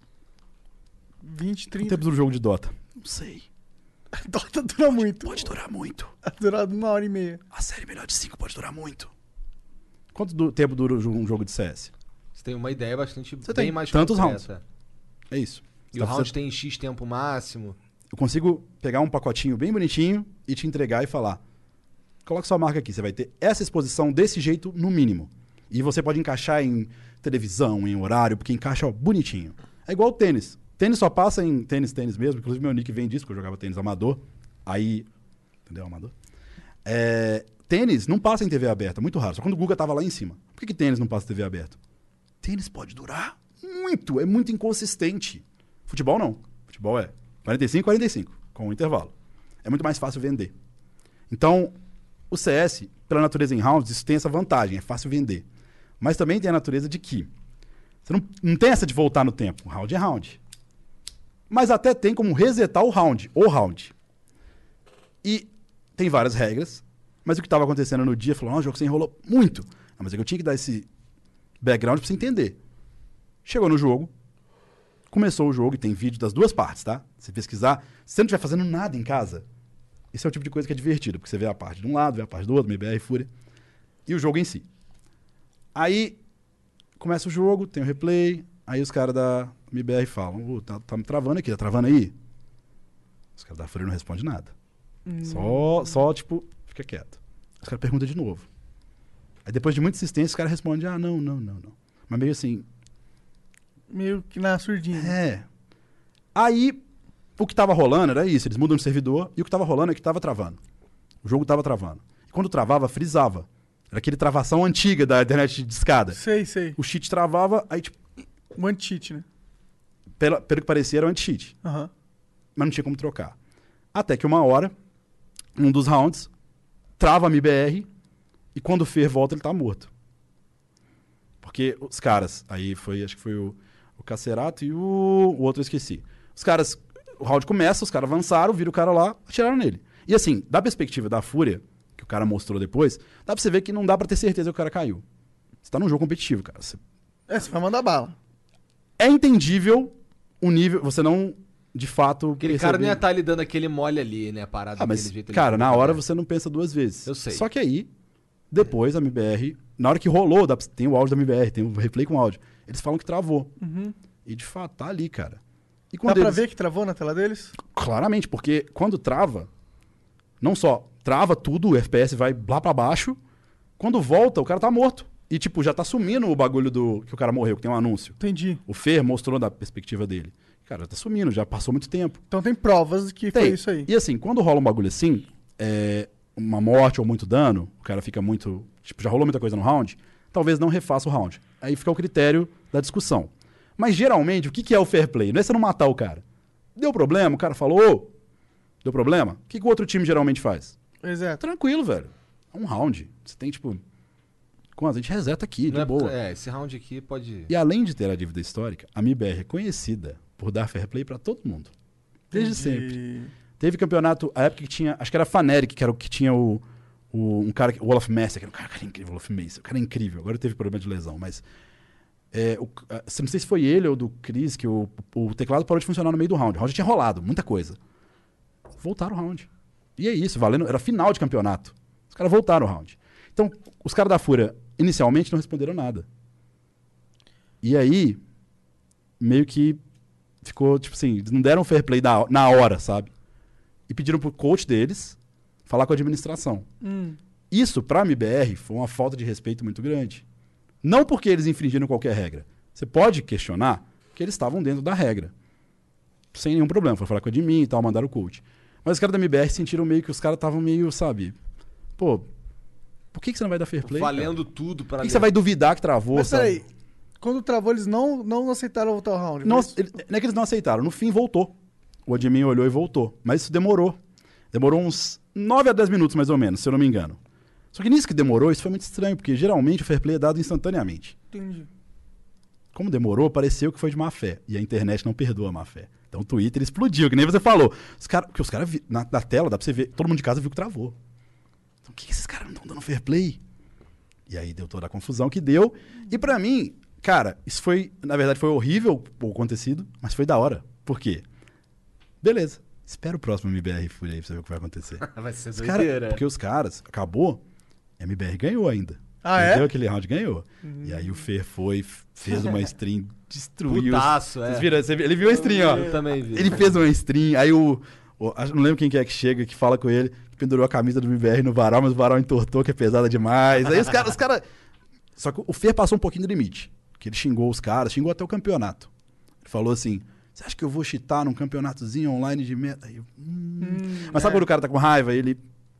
C: 20, 30.
D: Quanto tempo dura um jogo de Dota? Não sei.
C: Dota dura muito.
D: Pode durar muito.
C: Dura 1h30.
D: A série melhor de 5 pode durar muito. Quanto tempo dura um jogo de CS?
B: Você tem uma ideia bastante
D: Você
B: bem
D: tem
B: mais
D: tantos
B: concreta.
D: rounds. É isso.
B: E o round tem X tempo máximo.
D: Eu consigo pegar um pacotinho bem bonitinho e te entregar e falar, coloca sua marca aqui, você vai ter essa exposição desse jeito no mínimo. E você pode encaixar em televisão, em horário, porque encaixa bonitinho. É igual o tênis. Tênis só passa em tênis mesmo. Inclusive meu nick vem disso, porque eu jogava tênis amador. Aí, entendeu, amador? Tênis não passa em TV aberta, muito raro. Só quando o Guga tava lá em cima. Por que tênis não passa em TV aberta? Tênis pode durar muito, é muito inconsistente. Futebol não. Futebol é 45, com um intervalo. É muito mais fácil vender. Então, o CS, pela natureza em rounds, isso tem essa vantagem, é fácil vender. Mas também tem a natureza de que você não tem essa de voltar no tempo. O round é round. Mas até tem como resetar o round. E tem várias regras. Mas o que estava acontecendo no dia, falou, o jogo você enrolou muito. Mas é que eu tinha que dar esse background pra você entender. Chegou no jogo, começou o jogo, e tem vídeo das duas partes, tá? Se pesquisar, se você não estiver fazendo nada em casa, esse é o tipo de coisa que é divertido, porque você vê a parte de um lado, vê a parte do outro, MBR, Fúria, e o jogo em si. Aí, começa o jogo, tem o replay, aí os caras da MBR falam, tá me travando aqui, tá travando aí? Os caras da Fúria não respondem nada. Só, tipo, fica quieto. Os caras perguntam de novo. Aí depois de muita insistência, os caras respondem, não. Mas meio assim...
C: Meio que na surdinha.
D: Aí, o que tava rolando era isso, eles mudam de servidor, e o que tava rolando é que tava travando. O jogo tava travando. E quando travava, frisava. Era aquele travação antiga da internet de escada.
C: Sei.
D: O cheat travava, aí tipo...
C: Um anti-cheat, né?
D: Pelo que parecia, era um anti-cheat.
C: Mas
D: não tinha como trocar. Até que uma hora, um dos rounds, trava a MBR, e quando o Fer volta, ele tá morto. Porque os caras, aí foi, acho que foi o Cacerato e o outro eu esqueci. Os caras o round começa, os caras avançaram, viram o cara lá, atiraram nele. E assim, da perspectiva da Fúria, que o cara mostrou depois, dá pra você ver que não dá pra ter certeza que o cara caiu. Você tá num jogo competitivo, cara.
C: Você vai mandar bala.
D: É entendível o nível, você não, de fato...
B: Aquele cara não ia estar lhe dando aquele mole ali, né? Parado
D: mas,
B: daquele jeito.
D: Cara, na hora você não pensa duas vezes.
B: Eu sei.
D: Só que aí, depois a MBR, na hora que rolou, tem o áudio da MBR, tem o replay com áudio. Eles falam que travou. E de fato, tá ali, cara. E
C: dá pra ver que travou na tela deles?
D: Claramente, porque quando trava, não só trava tudo, o FPS vai lá pra baixo, quando volta, o cara tá morto. E, tipo, já tá sumindo o bagulho que o cara morreu, que tem um anúncio.
C: Entendi.
D: O Fer mostrou da perspectiva dele. Cara, tá sumindo, já passou muito tempo.
C: Então tem provas que foi isso aí.
D: E assim, quando rola um bagulho assim, uma morte ou muito dano, o cara fica muito... Tipo, já rolou muita coisa no round, talvez não refaça o round. Aí fica o critério da discussão. Mas, geralmente, o que é o fair play? Não é você não matar o cara. Deu problema, o cara falou, deu problema? O que o outro time geralmente faz?
C: Exato.
D: Tranquilo, velho. É um round. Você tem, tipo... A gente reseta aqui, de boa.
B: Esse round aqui pode...
D: E além de ter a dívida histórica, a MIBR é conhecida por dar fair play pra todo mundo. Desde sempre. Teve campeonato, a época que tinha... Acho que era a Faneric, que era o que tinha um cara... O Olaf Messer, que era um cara incrível, o Olaf Messer. O cara é incrível. Agora teve problema de lesão, mas... não sei se foi ele ou do Chris, que o teclado parou de funcionar no meio do round. O round tinha rolado, muita coisa. Voltaram o round. E é isso, valendo... Era final de campeonato. Os caras voltaram o round. Então, os caras da Fúria, inicialmente, não responderam nada. E aí, meio que ficou, tipo assim, não deram fair play na hora, sabe? E pediram pro coach deles falar com a administração. Isso, pra MBR, foi uma falta de respeito muito grande. Não porque eles infringiram qualquer regra. Você pode questionar que eles estavam dentro da regra. Sem nenhum problema. Foi falar com a admin e tal, mandaram o coach. Mas os caras da MBR sentiram meio que os caras estavam meio, sabe... Pô, por que você não vai dar fair play?
B: Valendo tudo para...
D: Por que você vai duvidar que travou?
C: Mas peraí, quando travou, eles não aceitaram voltar ao round?
D: Não é que eles não aceitaram. No fim, voltou. O admin olhou e voltou. Mas isso demorou. Demorou uns 9 a 10 minutos, mais ou menos, se eu não me engano. Só que nisso que demorou, isso foi muito estranho, porque geralmente o fair play é dado instantaneamente.
C: Entendi.
D: Como demorou, pareceu que foi de má fé. E a internet não perdoa a má fé. Então o Twitter explodiu, que nem você falou. Porque os caras, na tela, dá pra você ver, todo mundo de casa viu que travou. Então, o que esses caras não estão dando fair play? E aí deu toda a confusão que deu. E pra mim, cara, isso foi, na verdade, foi horrível o acontecido, mas foi da hora. Por quê? Beleza. Espera o próximo MBR Fúria aí pra você ver o que vai acontecer.
B: Vai ser doideira.
D: Porque os caras, acabou, a MBR ganhou ainda.
C: Ah,
D: entendeu? Aquele round ganhou. E aí o Fer fez uma stream, destruiu.
B: Putaço,
D: Vocês viram? Ele viu a stream, ó.
B: Eu também vi.
D: Ele fez uma stream, aí não lembro quem que é que chega, que fala com ele, que pendurou a camisa do MBR no varal, mas o varal entortou, que é pesada demais. Aí os caras... Só que o Fer passou um pouquinho do limite. Que ele xingou os caras, xingou até o campeonato. Ele falou assim... Você acha que eu vou cheatar num campeonatozinho online de meta? Aí mas sabe quando o cara tá com raiva? Eu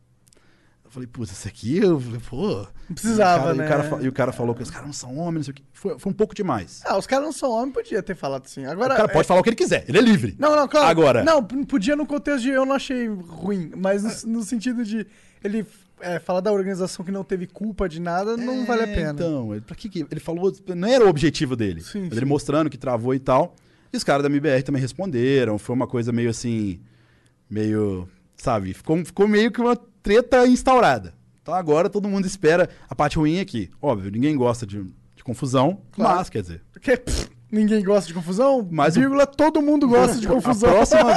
D: falei, putz, esse aqui, pô...
C: Não precisava, né?
D: E o cara falou que os caras não são homens, não sei o quê. Foi um pouco demais.
C: Os caras não são homens, podia ter falado assim. Agora,
D: o cara pode falar o que ele quiser, ele é livre.
C: Não, claro.
D: Agora...
C: Não, podia no contexto de eu não achei ruim, mas no sentido de ele falar da organização que não teve culpa de nada, não vale a pena.
D: Então, pra que ele falou... Não era o objetivo dele.
C: Sim.
D: Ele mostrando que travou e tal... E os caras da MBR também responderam. Foi uma coisa meio assim... Meio... Sabe? Ficou meio que uma treta instaurada. Então agora todo mundo espera... A parte ruim aqui. Óbvio, ninguém gosta de confusão. Claro. Mas, quer dizer...
C: Ninguém gosta de confusão?
D: Mas
C: todo mundo gosta de confusão.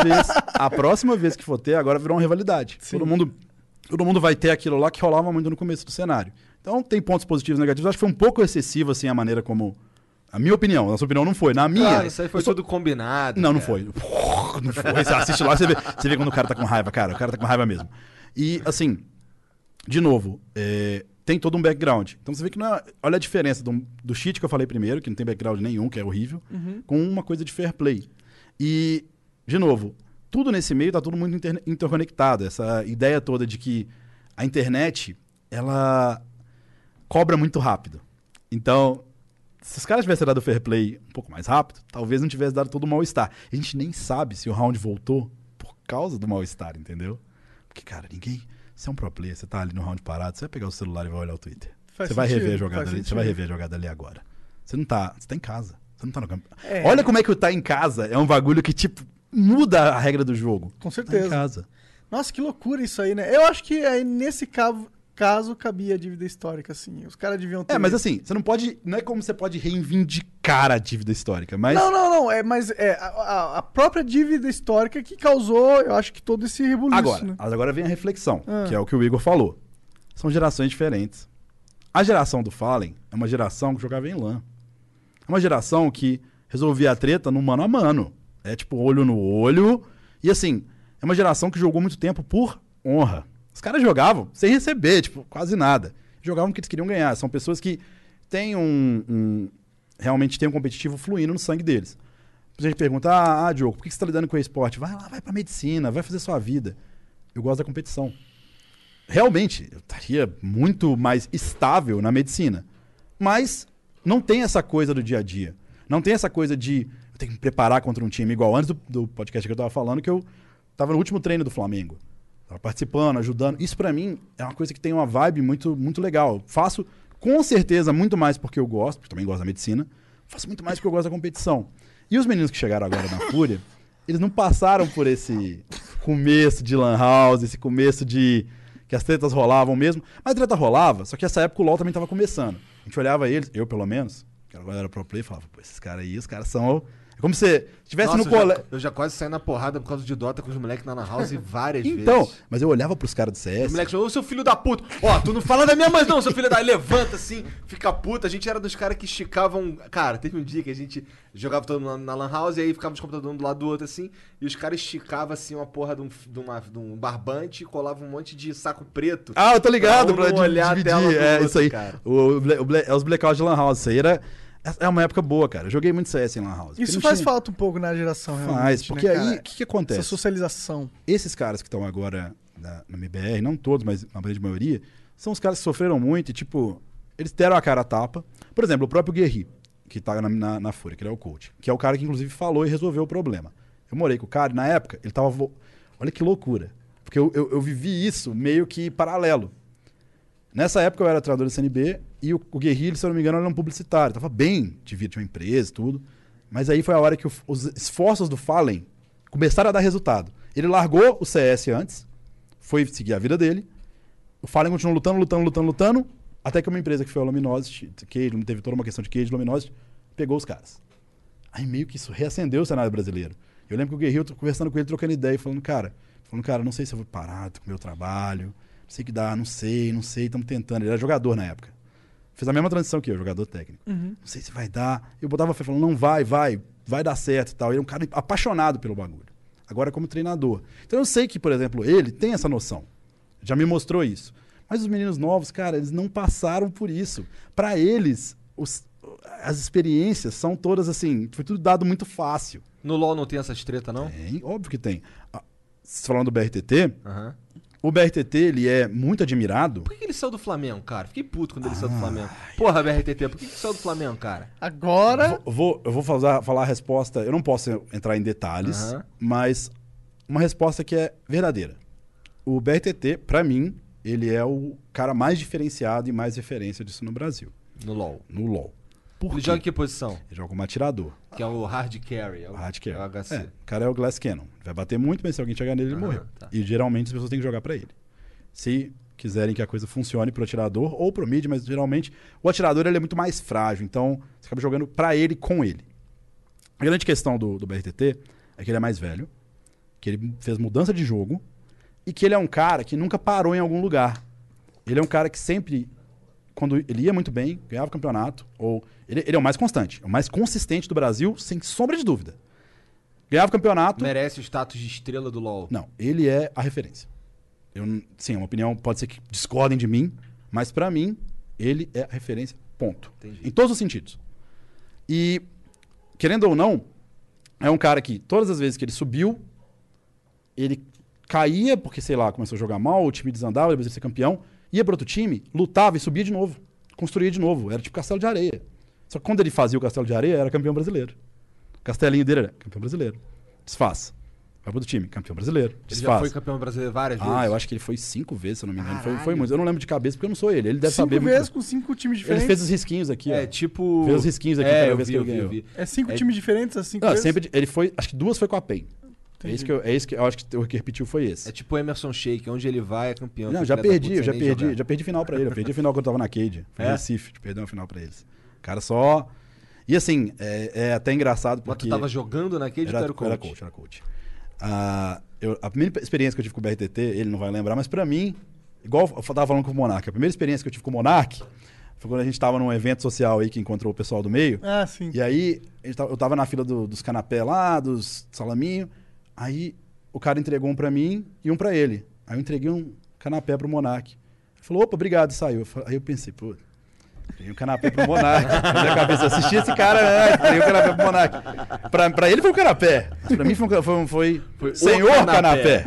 D: A próxima vez que for ter, agora virou uma rivalidade. Todo mundo vai ter aquilo lá que rolava muito no começo do cenário. Então tem pontos positivos e negativos. Acho que foi um pouco excessivo assim, a maneira como... A minha opinião, a sua opinião não foi. Na minha...
B: Claro, isso aí foi tudo combinado.
D: Não foi. Não foi. Você assiste lá, você vê quando o cara tá com raiva, cara. O cara tá com raiva mesmo. E, assim, de novo, tem todo um background. Então você vê que não é... Olha a diferença do cheat que eu falei primeiro, que não tem background nenhum, que é horrível, com uma coisa de fair play. E, de novo, tudo nesse meio tá tudo muito interconectado. Essa ideia toda de que a internet, ela cobra muito rápido. Então... Se os caras tivessem dado o fair play um pouco mais rápido, talvez não tivesse dado todo o mal-estar. A gente nem sabe se o round voltou por causa do mal-estar, entendeu? Porque, cara, você é um pro player, você tá ali no round parado, você vai pegar o celular e vai olhar o Twitter. Você vai rever a jogada ali, você vai rever a jogada ali agora. Você tá em casa, você não tá no campo. Olha como é que o tá em casa é um bagulho que, tipo, muda a regra do jogo.
C: Com certeza.
D: Tá em casa.
C: Nossa, que loucura isso aí, né? Eu acho que aí nesse caso cabia a dívida histórica, assim. Os caras deviam ter...
D: Mas assim, você não pode... Não é como você pode reivindicar a dívida histórica, mas...
C: Não. Mas a própria dívida histórica que causou, eu acho que todo esse rebuliço, né?
D: Agora vem a reflexão, que é o que o Igor falou. São gerações diferentes. A geração do Fallen é uma geração que jogava em LAN. É uma geração que resolvia a treta no mano a mano. É tipo olho no olho. E assim, é uma geração que jogou muito tempo por honra. Os caras jogavam sem receber, tipo, quase nada. Jogavam porque eles queriam ganhar. São pessoas que têm realmente tem um competitivo fluindo no sangue deles. A gente pergunta, Diogo, por que você tá lidando com o esporte? Vai lá, vai pra medicina, vai fazer sua vida. Eu gosto da competição. Realmente, eu estaria muito mais estável na medicina. Mas não tem essa coisa do dia a dia. Não tem essa coisa de eu tenho que me preparar contra um time. Igual antes do podcast que eu tava falando, que eu tava no último treino do Flamengo. Tava participando, ajudando. Isso pra mim é uma coisa que tem uma vibe muito, muito legal. Eu faço, com certeza, muito mais porque eu gosto, porque também gosto da medicina. Faço muito mais porque eu gosto da competição. E os meninos que chegaram agora na Fúria, eles não passaram por esse começo de lan house, esse começo de... que as tretas rolavam mesmo. Mas a treta rolava, só que essa época o LoL também tava começando. A gente olhava eles, eu pelo menos, que agora era pro play, falava, pô, esses caras aí, os caras são... É como se estivesse no colégio.
B: Eu já quase saí na porrada por causa de Dota com os moleques na Lan House várias vezes.
D: Então, mas eu olhava pros caras do CS.
B: Os moleques falavam, ô seu filho da puta, ó, tu não fala da minha mãe não, seu filho da... Aí levanta assim, fica puta. A gente era dos caras que esticavam... Cara, teve um dia que a gente jogava todo mundo na Lan House e aí ficava os computadores um do lado do outro assim, e os caras esticavam assim uma porra de um barbante e colavam um monte de saco preto.
D: Ah, eu tô ligado,
B: pra olhar
D: dividir.
B: A tela do outro,
D: isso aí.
B: Cara.
D: Os blackouts de Lan House, isso aí era... É uma época boa, cara. Eu joguei muito CS em Lan House.
C: Isso faz falta um pouco na geração, realmente.
D: Faz, porque
C: né,
D: aí, o que acontece?
C: Essa socialização.
D: Esses caras que estão agora na MBR, não todos, mas a grande maioria, são os caras que sofreram muito e, tipo, eles deram a cara a tapa. Por exemplo, o próprio Guerri, que tá na Fúria, que ele é o coach, que é o cara que, inclusive, falou e resolveu o problema. Eu morei com o cara e, na época, ele tava... Olha que loucura. Porque eu vivi isso meio que paralelo. Nessa época eu era treinador da CNB e o Guerri, se eu não me engano, era um publicitário. Tava bem de vida, tinha uma empresa e tudo. Mas aí foi a hora que os esforços do Fallen começaram a dar resultado. Ele largou o CS antes, foi seguir a vida dele. O Fallen continuou lutando, até que uma empresa que foi a Luminosity, Cage, teve toda uma questão de Cage, Luminosity, pegou os caras. Aí meio que isso reacendeu o cenário brasileiro. Eu lembro que o Guerri, eu tô conversando com ele, trocando ideia, falando, cara, não sei se eu vou parar com o meu trabalho... sei que dá, não sei, estamos tentando. Ele era jogador na época. Fez a mesma transição que eu, jogador técnico. Não sei se vai dar. Eu botava fé, falando, não vai dar certo e tal. Ele é um cara apaixonado pelo bagulho. Agora como treinador. Então eu sei que, por exemplo, ele tem essa noção. Já me mostrou isso. Mas os meninos novos, cara, eles não passaram por isso. Pra eles, as experiências são todas assim, foi tudo dado muito fácil.
B: No LoL não tem essas treta, não?
D: Tem, óbvio que tem. Você falando do BRTT... O BRTT, ele é muito admirado.
B: Por que ele saiu do Flamengo, cara? Fiquei puto quando ele saiu do Flamengo. Porra, BRTT, por que saiu do Flamengo, cara?
C: Agora...
D: Eu vou falar a resposta... Eu não posso entrar em detalhes, mas uma resposta que é verdadeira. O BRTT, pra mim, ele é o cara mais diferenciado e mais referência disso no Brasil.
B: No LoL?
D: No LoL.
B: Ele joga em que posição?
D: Ele joga como atirador.
B: Que é o hard carry.
D: O hard carry.
B: É o HC.
D: O cara é o Glass Cannon. Vai bater muito, mas se alguém chegar nele, ele morreu.
B: Tá.
D: E geralmente as pessoas têm que jogar pra ele. Se quiserem que a coisa funcione pro atirador ou pro mid, mas geralmente o atirador ele é muito mais frágil. Então você acaba jogando pra ele, com ele. A grande questão do BRTT é que ele é mais velho, que ele fez mudança de jogo e que ele é um cara que nunca parou em algum lugar. Ele é um cara que sempre... Quando ele ia muito bem, ganhava o campeonato, ou... Ele é o mais constante, é o mais consistente do Brasil, sem sombra de dúvida. Ganhava o campeonato...
B: Merece o status de estrela do LoL.
D: Não, ele é a referência. Sim, uma opinião pode ser que discordem de mim, mas pra mim, ele é a referência, ponto.
B: Entendi.
D: Em todos os sentidos. E, querendo ou não, é um cara que, todas as vezes que ele subiu, ele caía, porque, sei lá, começou a jogar mal, o time desandava, depois de ser campeão, ia para outro time, lutava e subia de novo. Construía de novo. Era tipo castelo de areia. Só que quando ele fazia o castelo de areia, era campeão brasileiro. O castelinho dele era campeão brasileiro. Desfaz. Vai pro outro time, campeão brasileiro. Desfaz.
B: Ele já foi campeão brasileiro várias vezes?
D: Eu acho que ele foi 5 vezes, se eu não me engano. Foi muito. Eu não lembro de cabeça porque eu não sou ele. Ele deve
C: 5
D: saber
C: vezes
D: muito.
C: com 5 times diferentes?
D: Ele fez os risquinhos aqui, ó.
B: Tipo...
D: Fez os risquinhos aqui cada vez que ele ganhou.
C: É 5 times diferentes, as 5 vezes?
D: Sempre, ele foi... Acho que 2 foi com a PEN. É isso que eu acho que o que repetiu foi esse.
B: É tipo o Emerson Sheik, onde ele vai é campeão.
D: Não, já perdi final pra ele. Eu perdi final quando eu tava na Cade. Foi em Recife, perdeu uma final pra eles. O cara só... E assim, é até engraçado porque...
B: Mas tu tava jogando na Cade ou era coach?
D: Era coach. A primeira experiência que eu tive com o BRTT, ele não vai lembrar, mas pra mim, igual eu tava falando com o Monark, a primeira experiência que eu tive com o Monark foi quando a gente tava num evento social aí que encontrou o pessoal do meio.
C: Ah, sim.
D: E aí, eu tava na fila dos canapé lá, dos salaminho. Aí, o cara entregou um pra mim e um pra ele. Aí eu entreguei um canapé pro Monark. Ele falou, opa, obrigado, e saiu. Aí eu pensei, pô, entreguei um canapé pro Monark. Na minha cabeça, eu assisti esse cara, né? Entreguei um canapé pro Monark. Pra ele foi um canapé. Mas pra mim foi senhor canapé.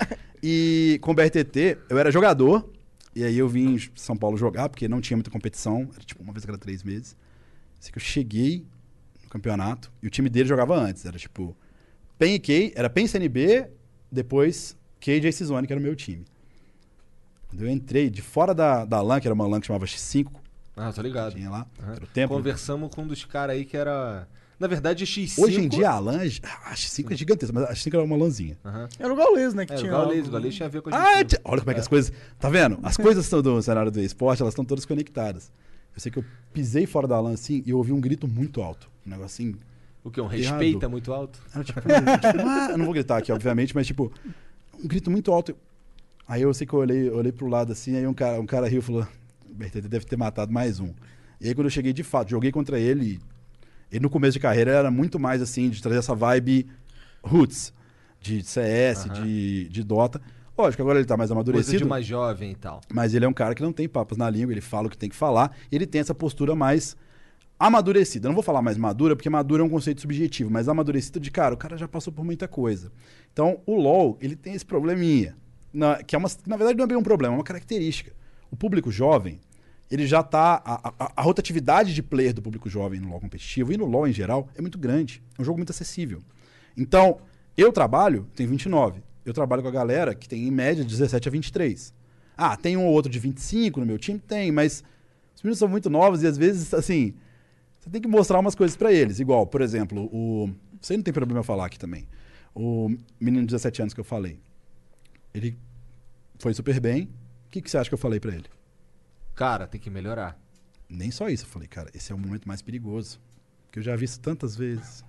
D: E com o BRTT, eu era jogador. E aí eu vim em São Paulo jogar, porque não tinha muita competição. Era tipo uma vez a cada 3 meses. Assim que eu cheguei no campeonato, e o time dele jogava antes. Era tipo... PEN e Cade, era PEN CNB, depois Cade e Ace Zone, que era o meu time. Quando eu entrei de fora da LAN, que era uma LAN que chamava X5.
B: Ah, tô ligado.
D: Tinha lá, era o tempo.
B: Conversamos com um dos caras aí que era... Na verdade, X5...
D: Hoje em dia a LAN, a X5 é gigantesca, mas a X5 era uma LANzinha.
C: Era o Gaules, né? Que tinha
B: o Gaules tinha a ver com a X5.
D: Olha como é que as coisas... Tá vendo? As coisas do cenário do esporte, elas estão todas conectadas. Eu sei que eu pisei fora da LAN assim e eu ouvi um grito muito alto. Um negócio assim...
B: O que? Um respeito muito alto?
D: Era tipo, eu não vou gritar aqui, obviamente, mas tipo, um grito muito alto. Aí eu sei que eu olhei pro lado assim, aí um cara riu e falou, o BRTT deve ter matado mais um. E aí quando eu cheguei de fato, joguei contra ele no começo de carreira era muito mais assim, de trazer essa vibe roots, de CS, de Dota. Lógico, agora ele tá mais amadurecido.
B: Coisa de mais jovem e tal.
D: Mas ele é um cara que não tem papas na língua, ele fala o que tem que falar, e ele tem essa postura mais... amadurecida. Eu não vou falar mais madura, porque madura é um conceito subjetivo, mas amadurecida de, cara, o cara já passou por muita coisa. Então, o LoL, ele tem esse probleminha, que é na verdade não é bem um problema, é uma característica. O público jovem, ele já tá... A rotatividade de player do público jovem no LoL competitivo e no LoL em geral é muito grande. É um jogo muito acessível. Então, eu tenho 29, eu trabalho com a galera que tem em média de 17 a 23. Ah, tem um ou outro de 25 no meu time? Tem, mas os meninos são muito novos e às vezes, assim... Você tem que mostrar umas coisas pra eles. Igual, por exemplo, Isso aí não tem problema eu falar aqui também. O menino de 17 anos que eu falei. Ele foi super bem. O que você acha que eu falei pra ele?
B: Cara, tem que melhorar.
D: Nem só isso. Eu falei, cara, esse é o momento mais perigoso. Que eu já vi isso tantas vezes.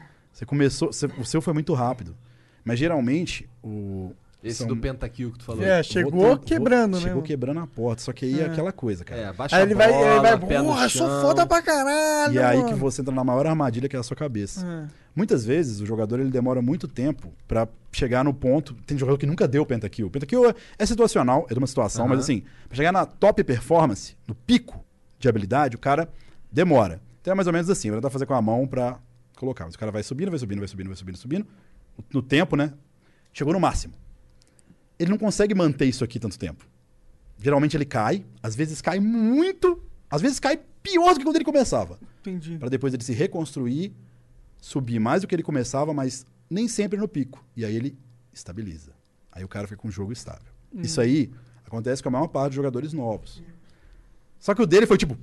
D: O seu foi muito rápido. Mas geralmente,
B: Esse do pentakill que tu falou.
C: Chegou quebrando, né?
D: Chegou quebrando a porta. Só que aí é aquela coisa, cara.
B: Abaixa
C: aí
B: a bola, pé no
C: porra,
B: chão.
C: sou foda pra caralho,
D: E é aí
C: mano.
D: que você entra na maior armadilha que é a sua cabeça. Muitas vezes, o jogador ele demora muito tempo pra chegar no ponto... Tem jogador que nunca deu pentakill. O pentakill é situacional, é de uma situação, mas assim, pra chegar na top performance, no pico de habilidade, o cara demora. Então é mais ou menos assim, vai tentar fazer com a mão pra colocar. Mas o cara vai subindo. No tempo, né? Chegou no máximo. Ele não consegue manter isso aqui tanto tempo. Geralmente ele cai, às vezes cai muito, às vezes cai pior do que quando ele começava.
C: Entendi.
D: Para depois ele se reconstruir, subir mais do que ele começava, mas nem sempre no pico. E aí ele estabiliza. Aí o cara fica com um jogo estável. Isso aí acontece com a maior parte dos jogadores novos. Só que o dele foi tipo...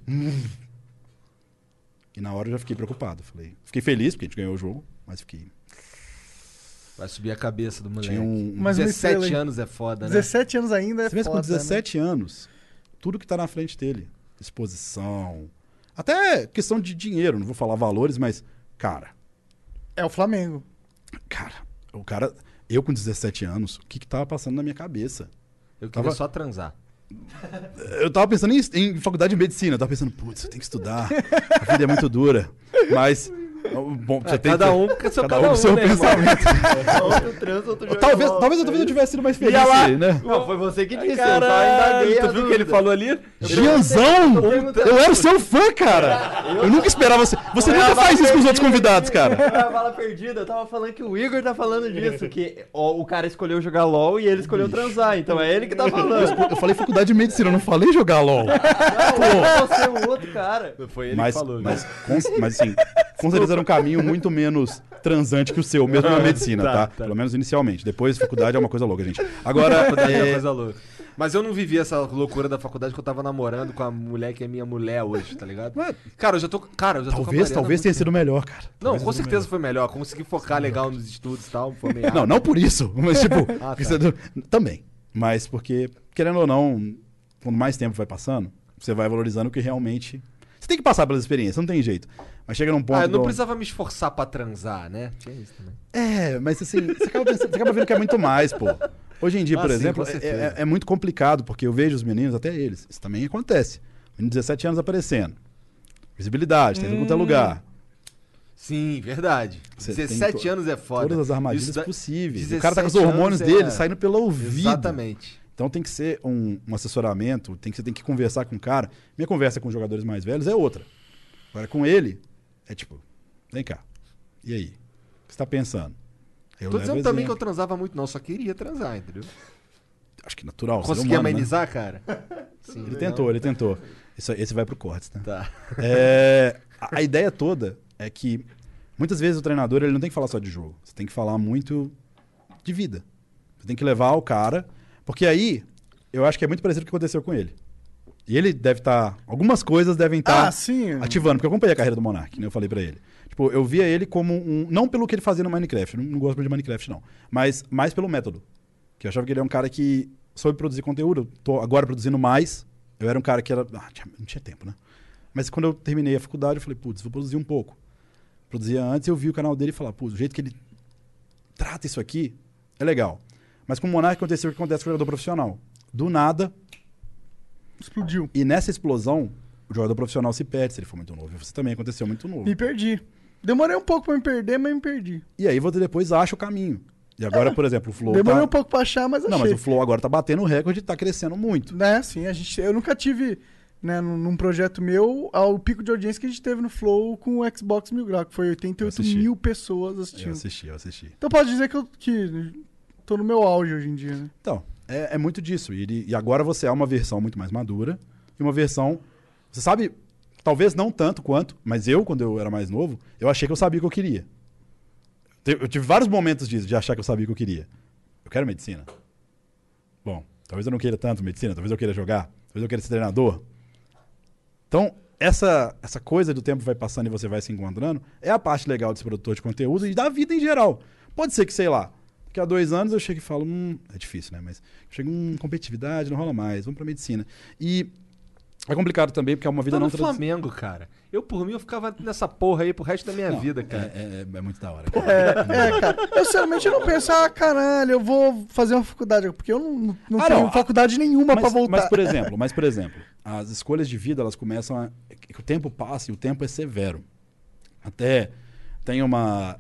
D: E na hora eu já fiquei preocupado. Fiquei feliz porque a gente ganhou o jogo, mas fiquei...
B: Vai subir a cabeça do moleque.
C: Mas
B: 17 anos é foda, né?
C: 17 anos ainda é
D: Você pensa
C: foda,
D: com 17 anos, tudo que tá na frente dele, exposição, até questão de dinheiro, não vou falar valores, mas, cara...
C: É o Flamengo.
D: Cara, eu com 17 anos, o que tava passando na minha cabeça?
B: Eu queria só transar.
D: Eu tava pensando em faculdade de medicina, eu tava pensando, putz, eu tenho que estudar, a vida é muito dura, mas... Bom, você tem
B: cada um com
D: seu
B: né,
D: pensamento.
E: Outro trans, outro jogo.
D: Talvez eu tivesse sido mais feliz aí, né?
E: Não, foi você que disse.
B: Caralho, tu viu o que ele falou ali?
D: Gianzão! Eu era o seu fã, cara! Eu nunca esperava você. Você nunca faz isso com os outros convidados, cara.
E: A bala perdida, eu tava falando que o Igor tá falando disso, que o cara escolheu jogar LOL e ele escolheu transar, então é ele que tá falando.
D: Eu falei faculdade de medicina, eu não falei jogar LOL.
E: Não, você é o outro cara.
B: Foi ele que falou.
D: Mas assim, com certeza era um caminho muito menos transante que o seu, mesmo na medicina, tá? Pelo menos inicialmente. Depois, faculdade é uma coisa louca, gente. Agora,
B: faculdade é uma coisa louca. Mas eu não vivi essa loucura da faculdade que eu tava namorando com a mulher que é minha mulher hoje, tá ligado? Cara, eu já tô com a Mariana
D: talvez tenha sido melhor, cara.
B: Não, com certeza foi melhor. Consegui focar legal nos estudos e tal. Foi meio
D: não por isso. Mas, tipo, também. Mas porque, querendo ou não, quando mais tempo vai passando, você vai valorizando o que realmente... Você tem que passar pelas experiências, não tem jeito. Mas chega num ponto...
B: eu não precisava me esforçar pra transar, né? Tinha isso também.
D: Mas assim, você acaba vendo que é muito mais, pô. Hoje em dia, por exemplo, é muito complicado, porque eu vejo os meninos, até eles, isso também acontece. Menino de 17 anos aparecendo. Visibilidade, tem em qualquer lugar.
B: Sim, verdade. 17 anos é foda.
D: Todas as armadilhas possíveis. O cara tá com os hormônios dele saindo pelo ouvido.
B: Exatamente.
D: Então tem que ser um assessoramento, você tem que conversar com o cara. Minha conversa com jogadores mais velhos é outra. Agora com ele, é tipo, vem cá, e aí? O que você tá pensando?
B: Tô dizendo também que eu transava muito, não, só queria transar, entendeu?
D: Acho que natural.
B: Conseguia amenizar, né? Cara?
D: Sim, ele tentou. Esse vai pro cortes, né?
B: Tá.
D: A ideia toda é que muitas vezes o treinador ele não tem que falar só de jogo. Você tem que falar muito de vida. Você tem que levar o cara... Porque aí, eu acho que é muito parecido com o que aconteceu com ele. E ele deve estar... algumas coisas devem estar ativando. Porque eu acompanhei a carreira do Monark, né? Eu falei pra ele. Tipo, eu via ele como um... Não pelo que ele fazia no Minecraft. Não gosto muito de Minecraft, não. Mas mais pelo método. Que eu achava que ele é um cara que soube produzir conteúdo. Tô agora produzindo mais. Eu era um cara que era... não tinha tempo, né? Mas quando eu terminei a faculdade, eu falei, putz, vou produzir um pouco. Produzia antes, eu vi o canal dele e falava, putz, o jeito que ele trata isso aqui é legal. Mas com o Monark aconteceu o que acontece com o jogador profissional. Do nada...
C: explodiu.
D: E nessa explosão, o jogador profissional se perde se ele for muito novo. Você também aconteceu muito novo.
C: Me perdi. Demorei um pouco pra me perder, mas me perdi.
D: E aí você depois acha o caminho. E agora, por exemplo, o Flow
C: demorei um pouco pra achar, mas achei.
D: Não, mas o Flow agora tá batendo o recorde e tá crescendo muito.
C: Sim. Eu nunca tive, né, num projeto meu, o pico de audiência que a gente teve no Flow com o Xbox Mil Grau, que foi 88 mil pessoas assistindo.
D: Eu assisti.
C: Então pode dizer que tô no meu auge hoje em dia, né?
D: Então, é muito disso. E agora você é uma versão muito mais madura e uma versão... Você sabe, talvez não tanto quanto, mas quando eu era mais novo, eu achei que eu sabia o que eu queria. Eu tive vários momentos disso, de achar que eu sabia o que eu queria. Eu quero medicina. Bom, talvez eu não queira tanto medicina, talvez eu queira jogar, talvez eu queira ser treinador. Então, essa coisa do tempo vai passando e você vai se encontrando, é a parte legal desse produtor de conteúdo e da vida em geral. Pode ser que, sei lá, daqui a 2 anos eu chego e falo, é difícil, né? Mas eu chego competitividade, não rola mais, vamos pra medicina. E é complicado também, porque é uma vida
B: não tradicional. Flamengo, cara. Eu, por mim, eu ficava nessa porra aí pro resto da minha vida, cara.
D: É muito da hora.
C: Cara. Eu, sinceramente, não penso, caralho, eu vou fazer uma faculdade, porque eu não tenho faculdade nenhuma pra voltar.
D: Mas, por exemplo, as escolhas de vida, elas começam o tempo passa e o tempo é severo. Até... Tem uma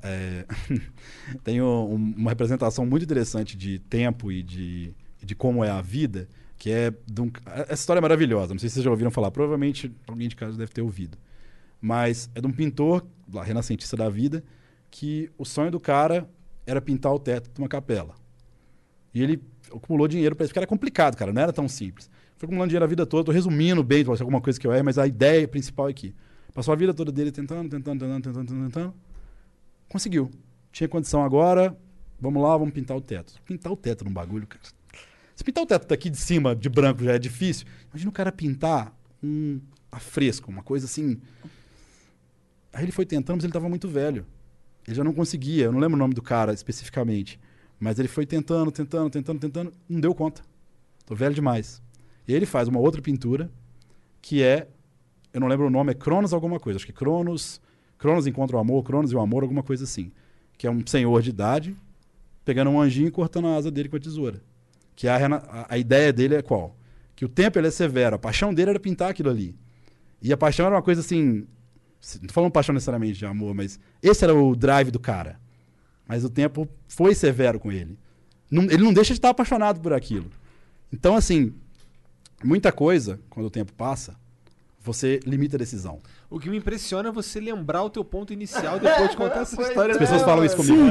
D: representação muito interessante de tempo e de como é a vida, que é... essa história é maravilhosa, não sei se vocês já ouviram falar, provavelmente alguém de casa deve ter ouvido. Mas é de um pintor, lá, renascentista da vida, que o sonho do cara era pintar o teto de uma capela. E ele acumulou dinheiro para isso, porque era complicado, cara, não era tão simples. Foi acumulando dinheiro a vida toda, tô resumindo bem, pode ser alguma coisa que eu erro, mas a ideia principal é aqui. Passou a vida toda dele tentando. Conseguiu. Tinha condição agora, vamos lá, vamos pintar o teto. Pintar o teto num bagulho, cara. Se pintar o teto daqui de cima, de branco, já é difícil. Imagina o cara pintar um afresco, uma coisa assim. Aí ele foi tentando, mas ele estava muito velho. Ele já não conseguia, eu não lembro o nome do cara especificamente. Mas ele foi tentando, não deu conta. Tô velho demais. E aí ele faz uma outra pintura, que é, eu não lembro o nome, é Cronos alguma coisa. Acho que Cronos encontra o amor, Cronos e o amor, alguma coisa assim. Que é um senhor de idade, pegando um anjinho e cortando a asa dele com a tesoura. Que a ideia dele é qual? Que o tempo ele é severo, a paixão dele era pintar aquilo ali. E a paixão era uma coisa assim, não tô falando paixão necessariamente de amor, mas esse era o drive do cara. Mas o tempo foi severo com ele. Ele não deixa de estar apaixonado por aquilo. Então, assim, muita coisa, quando o tempo passa, você limita a decisão.
B: O que me impressiona é você lembrar o teu ponto inicial depois de contar essa história.
D: As pessoas falam isso comigo.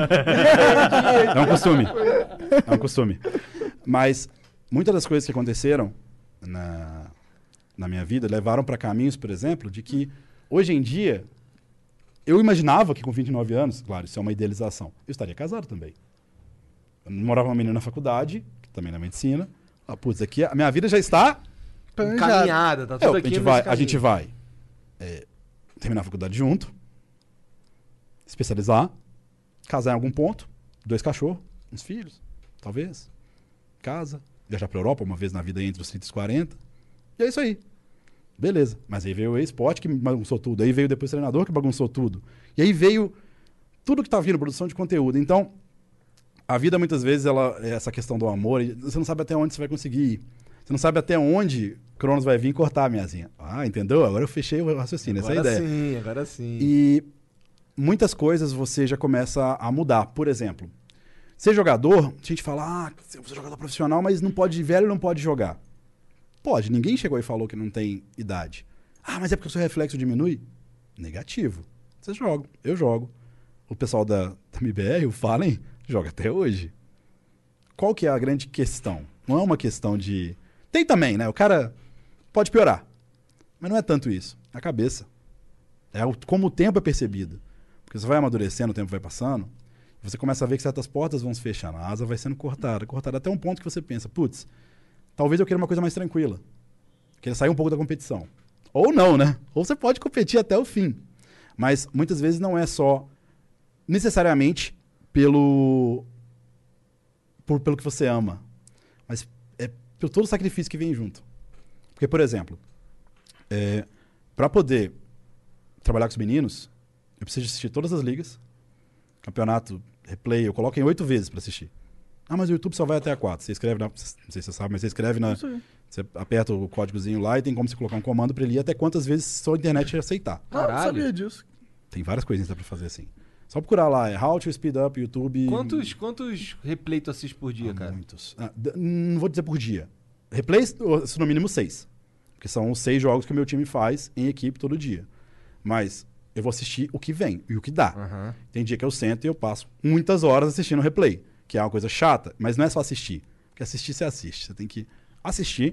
D: É um costume. Mas muitas das coisas que aconteceram na minha vida levaram para caminhos, por exemplo, de que hoje em dia eu imaginava que com 29 anos, claro, isso é uma idealização, eu estaria casado também. Eu morava uma menina na faculdade, também na medicina. Putz, aqui a minha vida já está
B: encaminhada, tá tudo aqui.
D: A gente vai terminar a faculdade junto, especializar, casar em algum ponto, 2 cachorros, uns filhos, talvez, casa, viajar pra Europa uma vez na vida entre os 30 e os 40. E é isso aí. Beleza. Mas aí veio o esporte que bagunçou tudo. Aí veio depois o treinador que bagunçou tudo. E aí veio tudo que tá vindo, produção de conteúdo. Então, a vida muitas vezes, essa questão do amor, você não sabe até onde você vai conseguir ir. Você não sabe até onde Cronos vai vir cortar a minhazinha. Entendeu? Agora eu fechei o raciocínio, essa é a ideia.
B: Agora sim.
D: E muitas coisas você já começa a mudar. Por exemplo, ser jogador, a gente fala, você é jogador profissional, mas não pode, velho não pode jogar. Pode, ninguém chegou e falou que não tem idade. Mas é porque o seu reflexo diminui? Negativo. Vocês jogam, eu jogo. O pessoal da MBR, o Fallen, joga até hoje. Qual que é a grande questão? Não é uma questão de... Tem também, né? O cara pode piorar. Mas não é tanto isso. É a cabeça. É como o tempo é percebido. Porque você vai amadurecendo, o tempo vai passando, você começa a ver que certas portas vão se fechando. A asa vai sendo cortada até um ponto que você pensa, putz, talvez eu queira uma coisa mais tranquila. Queira sair um pouco da competição. Ou não, né? Ou você pode competir até o fim. Mas muitas vezes não é só necessariamente pelo que você ama. Mas é por todo o sacrifício que vem junto. Porque, por exemplo, para poder trabalhar com os meninos, eu preciso assistir todas as ligas. Campeonato, replay, eu coloco em 8 vezes para assistir. Mas o YouTube só vai até a 4. Você escreve não sei se você sabe, mas você escreve você aperta o códigozinho lá e tem como você colocar um comando para ele ir até quantas vezes sua internet aceitar.
C: Eu sabia disso.
D: Tem várias coisinhas que dá pra fazer assim. Só procurar lá, How to Speed Up YouTube.
B: Quantos replay tu assiste por dia, cara?
D: Muitos. Não vou dizer por dia. Replays, no mínimo 6. Porque são os 6 jogos que o meu time faz em equipe todo dia. Mas eu vou assistir o que vem e o que dá.
B: Uhum.
D: Tem dia que eu sento e eu passo muitas horas assistindo replay, que é uma coisa chata, mas não é só assistir. Porque assistir você assiste. Você tem que assistir,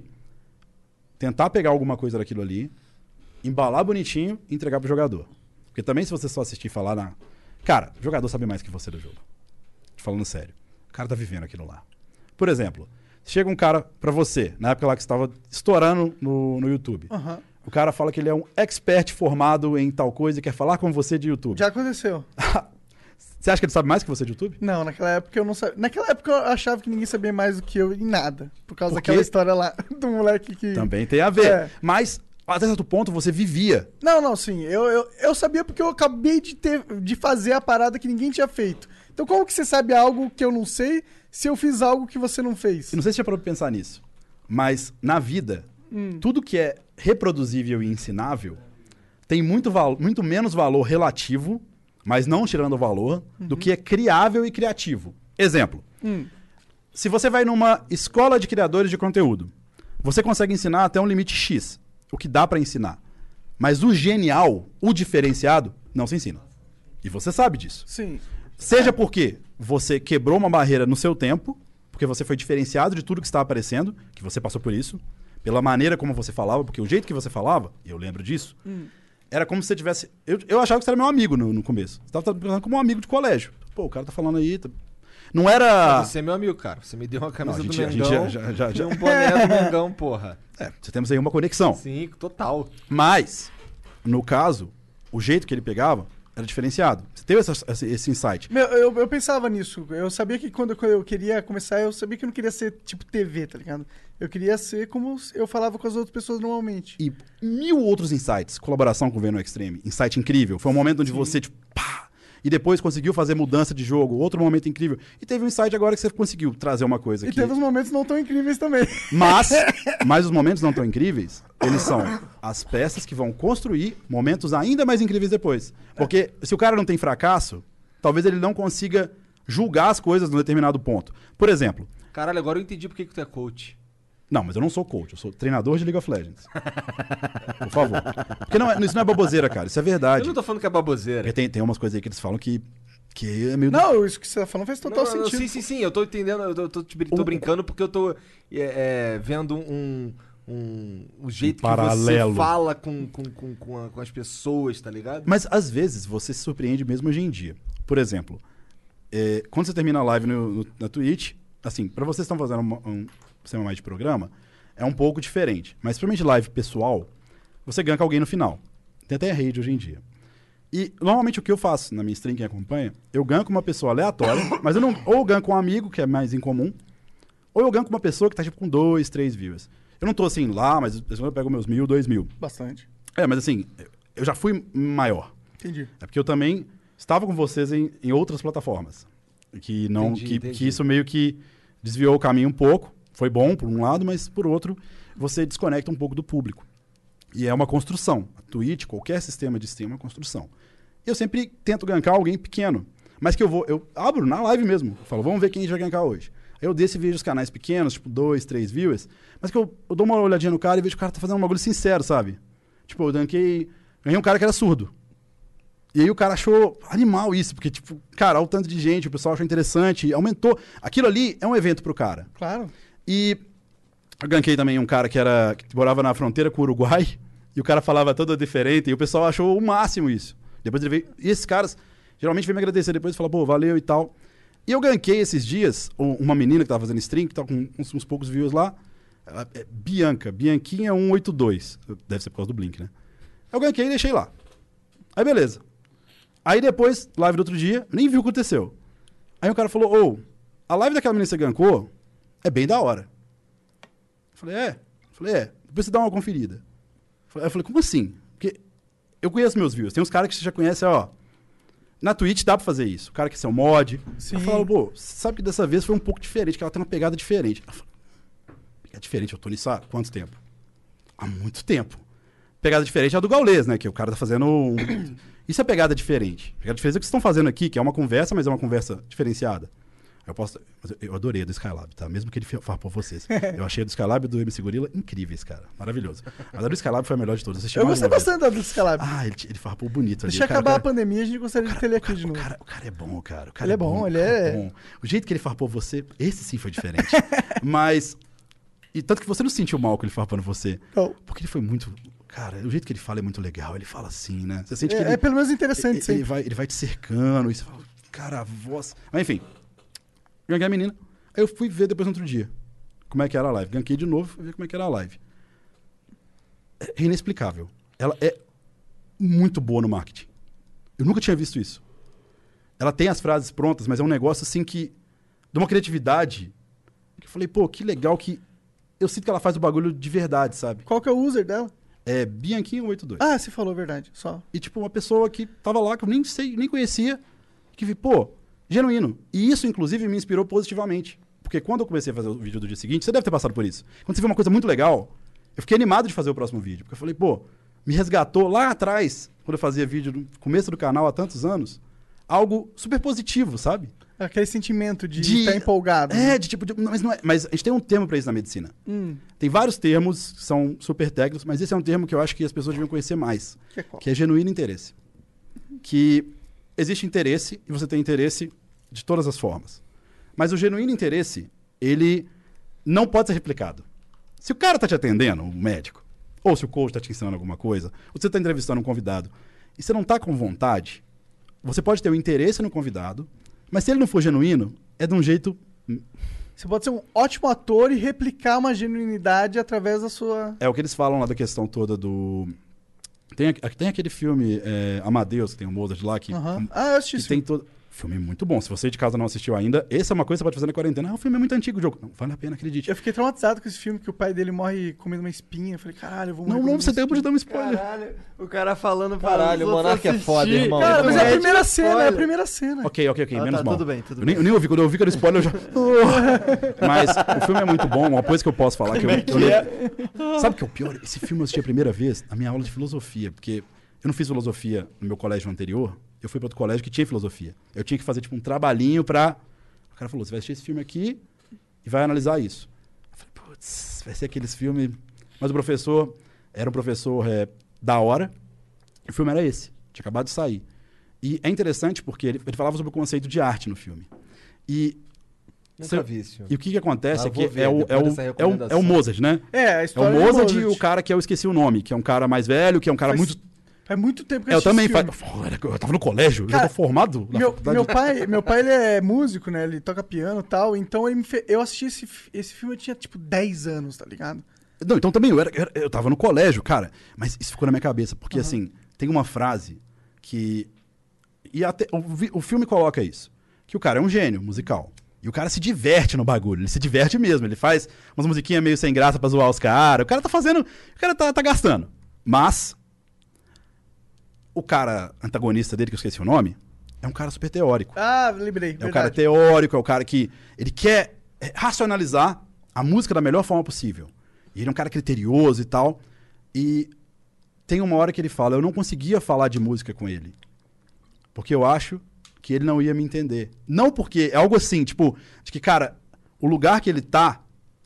D: tentar pegar alguma coisa daquilo ali, embalar bonitinho e entregar pro jogador. Porque também se você só assistir e falar Cara, o jogador sabe mais que você do jogo. Tô falando sério. O cara tá vivendo aquilo lá. Por exemplo, chega um cara pra você, na época lá que você estava estourando no YouTube.
C: Uhum.
D: O cara fala que ele é um expert formado em tal coisa e quer falar com você de YouTube.
C: Já aconteceu.
D: Você acha que ele sabe mais que você de YouTube?
C: Não, naquela época eu não sabia. Naquela época eu achava que ninguém sabia mais do que eu em nada. Por causa daquela história lá do moleque que...
D: Também tem a ver. Mas, até certo ponto, você vivia.
C: Não, sim. Eu sabia porque eu acabei de fazer a parada que ninguém tinha feito. Então como que você sabe algo que eu não sei se eu fiz algo que você não fez?
D: Eu não sei se você já parou pra pensar nisso. Mas, na vida, tudo que é reproduzível e ensinável tem muito menos valor relativo, mas não tirando o valor, do que é criável e criativo. Exemplo. Se você vai numa escola de criadores de conteúdo, você consegue ensinar até um limite X, o que dá pra ensinar. Mas o genial, o diferenciado, não se ensina. E você sabe disso.
C: Sim.
D: Seja porque você quebrou uma barreira no seu tempo, porque você foi diferenciado de tudo que está aparecendo, que você passou por isso, pela maneira como você falava, porque o jeito que você falava, e eu lembro disso, era como se você tivesse... Eu achava que você era meu amigo no começo. Você estava pensando como um amigo de colégio. Pô, o cara tá falando aí... Não era...
B: Você é meu amigo, cara. Você me deu uma camisa do Mengão
D: já
B: e um boné do Mengão, porra.
D: Você temos aí uma conexão.
B: Sim, total.
D: Mas, no caso, o jeito que ele pegava era diferenciado. Você teve esse insight.
C: Eu pensava nisso. Eu sabia que quando eu queria começar, eu sabia que eu não queria ser tipo TV, tá ligado? Eu queria ser como eu falava com as outras pessoas normalmente.
D: E 1000 outros insights. Colaboração com o Venom Extreme. Insight incrível. Foi um momento onde você, tipo, pá! E depois conseguiu fazer mudança de jogo. Outro momento incrível. E teve um insight agora que você conseguiu trazer uma coisa aqui.
C: E teve uns momentos não tão incríveis também.
D: Mas os momentos não tão incríveis, eles são as peças que vão construir momentos ainda mais incríveis depois. Porque se o cara não tem fracasso, talvez ele não consiga julgar as coisas num determinado ponto. Por exemplo...
B: Caralho, agora eu entendi por que tu é coach.
D: Não, mas eu não sou coach, eu sou treinador de League of Legends. Por favor. Porque isso não é baboseira, cara, isso é verdade.
B: Eu não tô falando que é baboseira.
D: Porque tem umas coisas aí que eles falam que é meio...
C: Não, isso que você tá falando faz total sentido.
B: Sim, eu tô entendendo, tô brincando porque eu tô vendo o jeito que
D: paralelo.
B: você fala com as pessoas, tá ligado?
D: Mas às vezes você se surpreende mesmo hoje em dia. Por exemplo, quando você termina a live na Twitch, assim, pra vocês que estão fazendo um sistema mais de programa, é um pouco diferente. Mas principalmente live pessoal, você ganka alguém no final. Tem até rede hoje em dia. E normalmente o que eu faço na minha stream, quem acompanha, eu ganko uma pessoa aleatória, mas eu não. Ou eu ganko um amigo, que é mais incomum, ou eu ganko uma pessoa que tá tipo com 2, 3 views. Eu não tô assim lá, mas eu pego meus 1.000, 2.000.
C: Bastante.
D: Mas assim, eu já fui maior.
C: Entendi.
D: É porque eu também estava com vocês em outras plataformas. Que isso meio que desviou o caminho um pouco. Foi bom por um lado, mas por outro, você desconecta um pouco do público. E é uma construção. A Twitch, qualquer sistema de stream é uma construção. Eu sempre tento gankar alguém pequeno. Mas que eu abro na live mesmo. Eu falo, vamos ver quem a gente vai gankar hoje. Aí eu desço e vejo os canais pequenos, tipo 2, 3 views. Mas que eu dou uma olhadinha no cara e vejo que o cara tá fazendo um bagulho sincero, sabe? Tipo, eu ganhei um cara que era surdo. E aí o cara achou animal isso, porque, tipo, cara, olha o tanto de gente, o pessoal achou interessante, aumentou. Aquilo ali é um evento pro cara.
C: Claro.
D: E eu ganquei também um cara que morava na fronteira com o Uruguai, e o cara falava todo diferente, e o pessoal achou o máximo isso. Depois ele veio. E esses caras geralmente vêm me agradecer depois e falam, pô, valeu e tal. E eu ganquei esses dias uma menina que tava fazendo stream, que tá com uns poucos views lá. Ela é Bianquinha 182. Deve ser por causa do Blink, né? Eu ganquei e deixei lá. Aí beleza. Aí depois, live do outro dia, nem vi o que aconteceu. Aí o cara falou, a live daquela menina que você gankou é bem da hora. Eu falei, depois você dá uma conferida. Eu falei, como assim? Porque eu conheço meus views. Tem uns caras que você já conhece, na Twitch dá pra fazer isso. O cara que é seu mod.
C: Sim.
D: Eu falo, pô, você sabe que dessa vez foi um pouco diferente, que ela tem uma pegada diferente. Eu falo, pegada diferente, eu tô nisso há quanto tempo? Há muito tempo. Pegada diferente é a do Gaules, né? Que o cara tá fazendo Isso é pegada diferente. Pegada diferente é o que vocês estão fazendo aqui, que é uma conversa, mas é uma conversa diferenciada. Eu adorei a do Skylab, tá? Mesmo que ele farpou vocês. Eu achei a do Skylab e do MC Gorilla incríveis, cara. Maravilhoso. Mas a do Skylab foi a melhor de todas.
C: Eu gostei bastante da do Skylab.
D: Ele farpou bonito ali.
C: Deixa acabar a pandemia, a gente gostaria de ter ele aqui de novo.
D: O cara é bom, cara.
C: Ele é bom, ele é...
D: bom. O jeito que ele farpou você, esse sim foi diferente. Mas... E tanto que você não sentiu mal com ele farpando você.
C: Não.
D: Porque ele foi muito... Cara, o jeito que ele fala é muito legal. Ele fala assim, né? Você sente que
C: é pelo menos interessante, sim.
D: Ele vai te cercando. E você fala, cara, a voz... Mas enfim... Ganquei a menina. Aí eu fui ver depois no outro dia como é que era a live. Ganquei de novo, fui ver como é que era a live. É inexplicável. Ela é muito boa no marketing. Eu nunca tinha visto isso. Ela tem as frases prontas, mas é um negócio assim que... De uma criatividade. Que eu falei, pô, que legal que... Eu sinto que ela faz o bagulho de verdade, sabe?
C: Qual que é o user dela?
D: É Bianquinha182.
C: Ah, você falou a verdade, só.
D: E tipo, uma pessoa que tava lá, que eu nem conhecia, que vi, pô... Genuíno. E isso, inclusive, me inspirou positivamente. Porque quando eu comecei a fazer o vídeo do dia seguinte, você deve ter passado por isso. Quando você viu uma coisa muito legal, eu fiquei animado de fazer o próximo vídeo. Porque eu falei, pô, me resgatou lá atrás, quando eu fazia vídeo no começo do canal há tantos anos, algo super positivo, sabe?
C: Aquele sentimento de estar empolgado.
D: Mas a gente tem um termo pra isso na medicina. Tem vários termos que são super técnicos, mas esse é um termo que eu acho que as pessoas deviam conhecer mais. Que é genuíno interesse. Que... Existe interesse, e você tem interesse de todas as formas. Mas o genuíno interesse, ele não pode ser replicado. Se o cara tá te atendendo, o médico, ou se o coach tá te ensinando alguma coisa, ou você tá entrevistando um convidado, e você não tá com vontade, você pode ter um interesse no convidado, mas se ele não for genuíno, é de um jeito...
C: Você pode ser um ótimo ator e replicar uma genuinidade através da sua...
D: É o que eles falam lá da questão toda do... Tem aquele filme Amadeus, que tem o Mozart lá, que,
C: eu assisti isso.
D: Tem todo... Filme muito bom. Se você de casa não assistiu ainda, essa é uma coisa que você pode fazer na quarentena. O filme é muito antigo, o jogo. Não, vale a pena, acredite.
C: Eu fiquei traumatizado com esse filme, que o pai dele morre comendo uma espinha. Eu falei, caralho, eu vou morrer.
D: Não, você tempo de dar um spoiler.
E: Caralho, o cara falando
B: Caralho, o Monarca é foda, irmão.
C: Cara, mas é a primeira cena, é a primeira cena.
D: Ok, menos mal.
E: Tudo bem.
D: Eu nem ouvi, quando eu ouvi que era spoiler, eu já... Mas o filme é muito bom, uma coisa que eu posso falar... Sabe o que é o pior? Esse filme eu assisti a primeira vez na minha aula de filosofia, porque... Eu não fiz filosofia no meu colégio anterior, eu fui para outro colégio que tinha filosofia. Eu tinha que fazer tipo um trabalhinho pra... O cara falou, você vai assistir esse filme aqui e vai analisar isso. Eu falei, putz, vai ser aqueles filmes... Mas o professor era um professor da hora, e o filme era esse, tinha acabado de sair. E é interessante porque ele falava sobre o conceito de arte no filme. E
B: Nunca vi esse filme.
D: E o que acontece
B: Ah,
D: é
B: vou
D: que
B: ver, depois dessa
D: é o
B: recomendação.
D: Mozart, né?
C: É, a
D: É o
C: história
D: Mozart
C: de
D: e o cara que eu esqueci o nome, que é um cara mais velho, que é um cara muito...
C: Faz muito tempo que
D: Eu
C: assisti
D: também
C: esse filme.
D: eu tava no colégio,
C: Cara,
D: já tô formado na faculdade.
C: Meu pai, ele é músico, né? Ele toca piano e tal. Então eu assisti esse filme, eu tinha tipo 10 anos, tá ligado?
D: Não, então também eu tava no colégio, cara. Mas isso ficou na minha cabeça, porque assim, tem uma frase que... E até o filme coloca isso. Que o cara é um gênio musical. E o cara se diverte no bagulho. Ele se diverte mesmo. Ele faz umas musiquinhas meio sem graça pra zoar os caras. O cara tá fazendo... O cara tá gastando. Mas... O cara antagonista dele, que eu esqueci o nome, é um cara super teórico.
C: Ah, lembrei.
D: É um cara teórico, é o cara que... Ele quer racionalizar a música da melhor forma possível. E ele é um cara criterioso e tal. E tem uma hora que ele fala, eu não conseguia falar de música com ele. Porque eu acho que ele não ia me entender. Não porque... É algo assim, tipo... De que, cara, o lugar que ele tá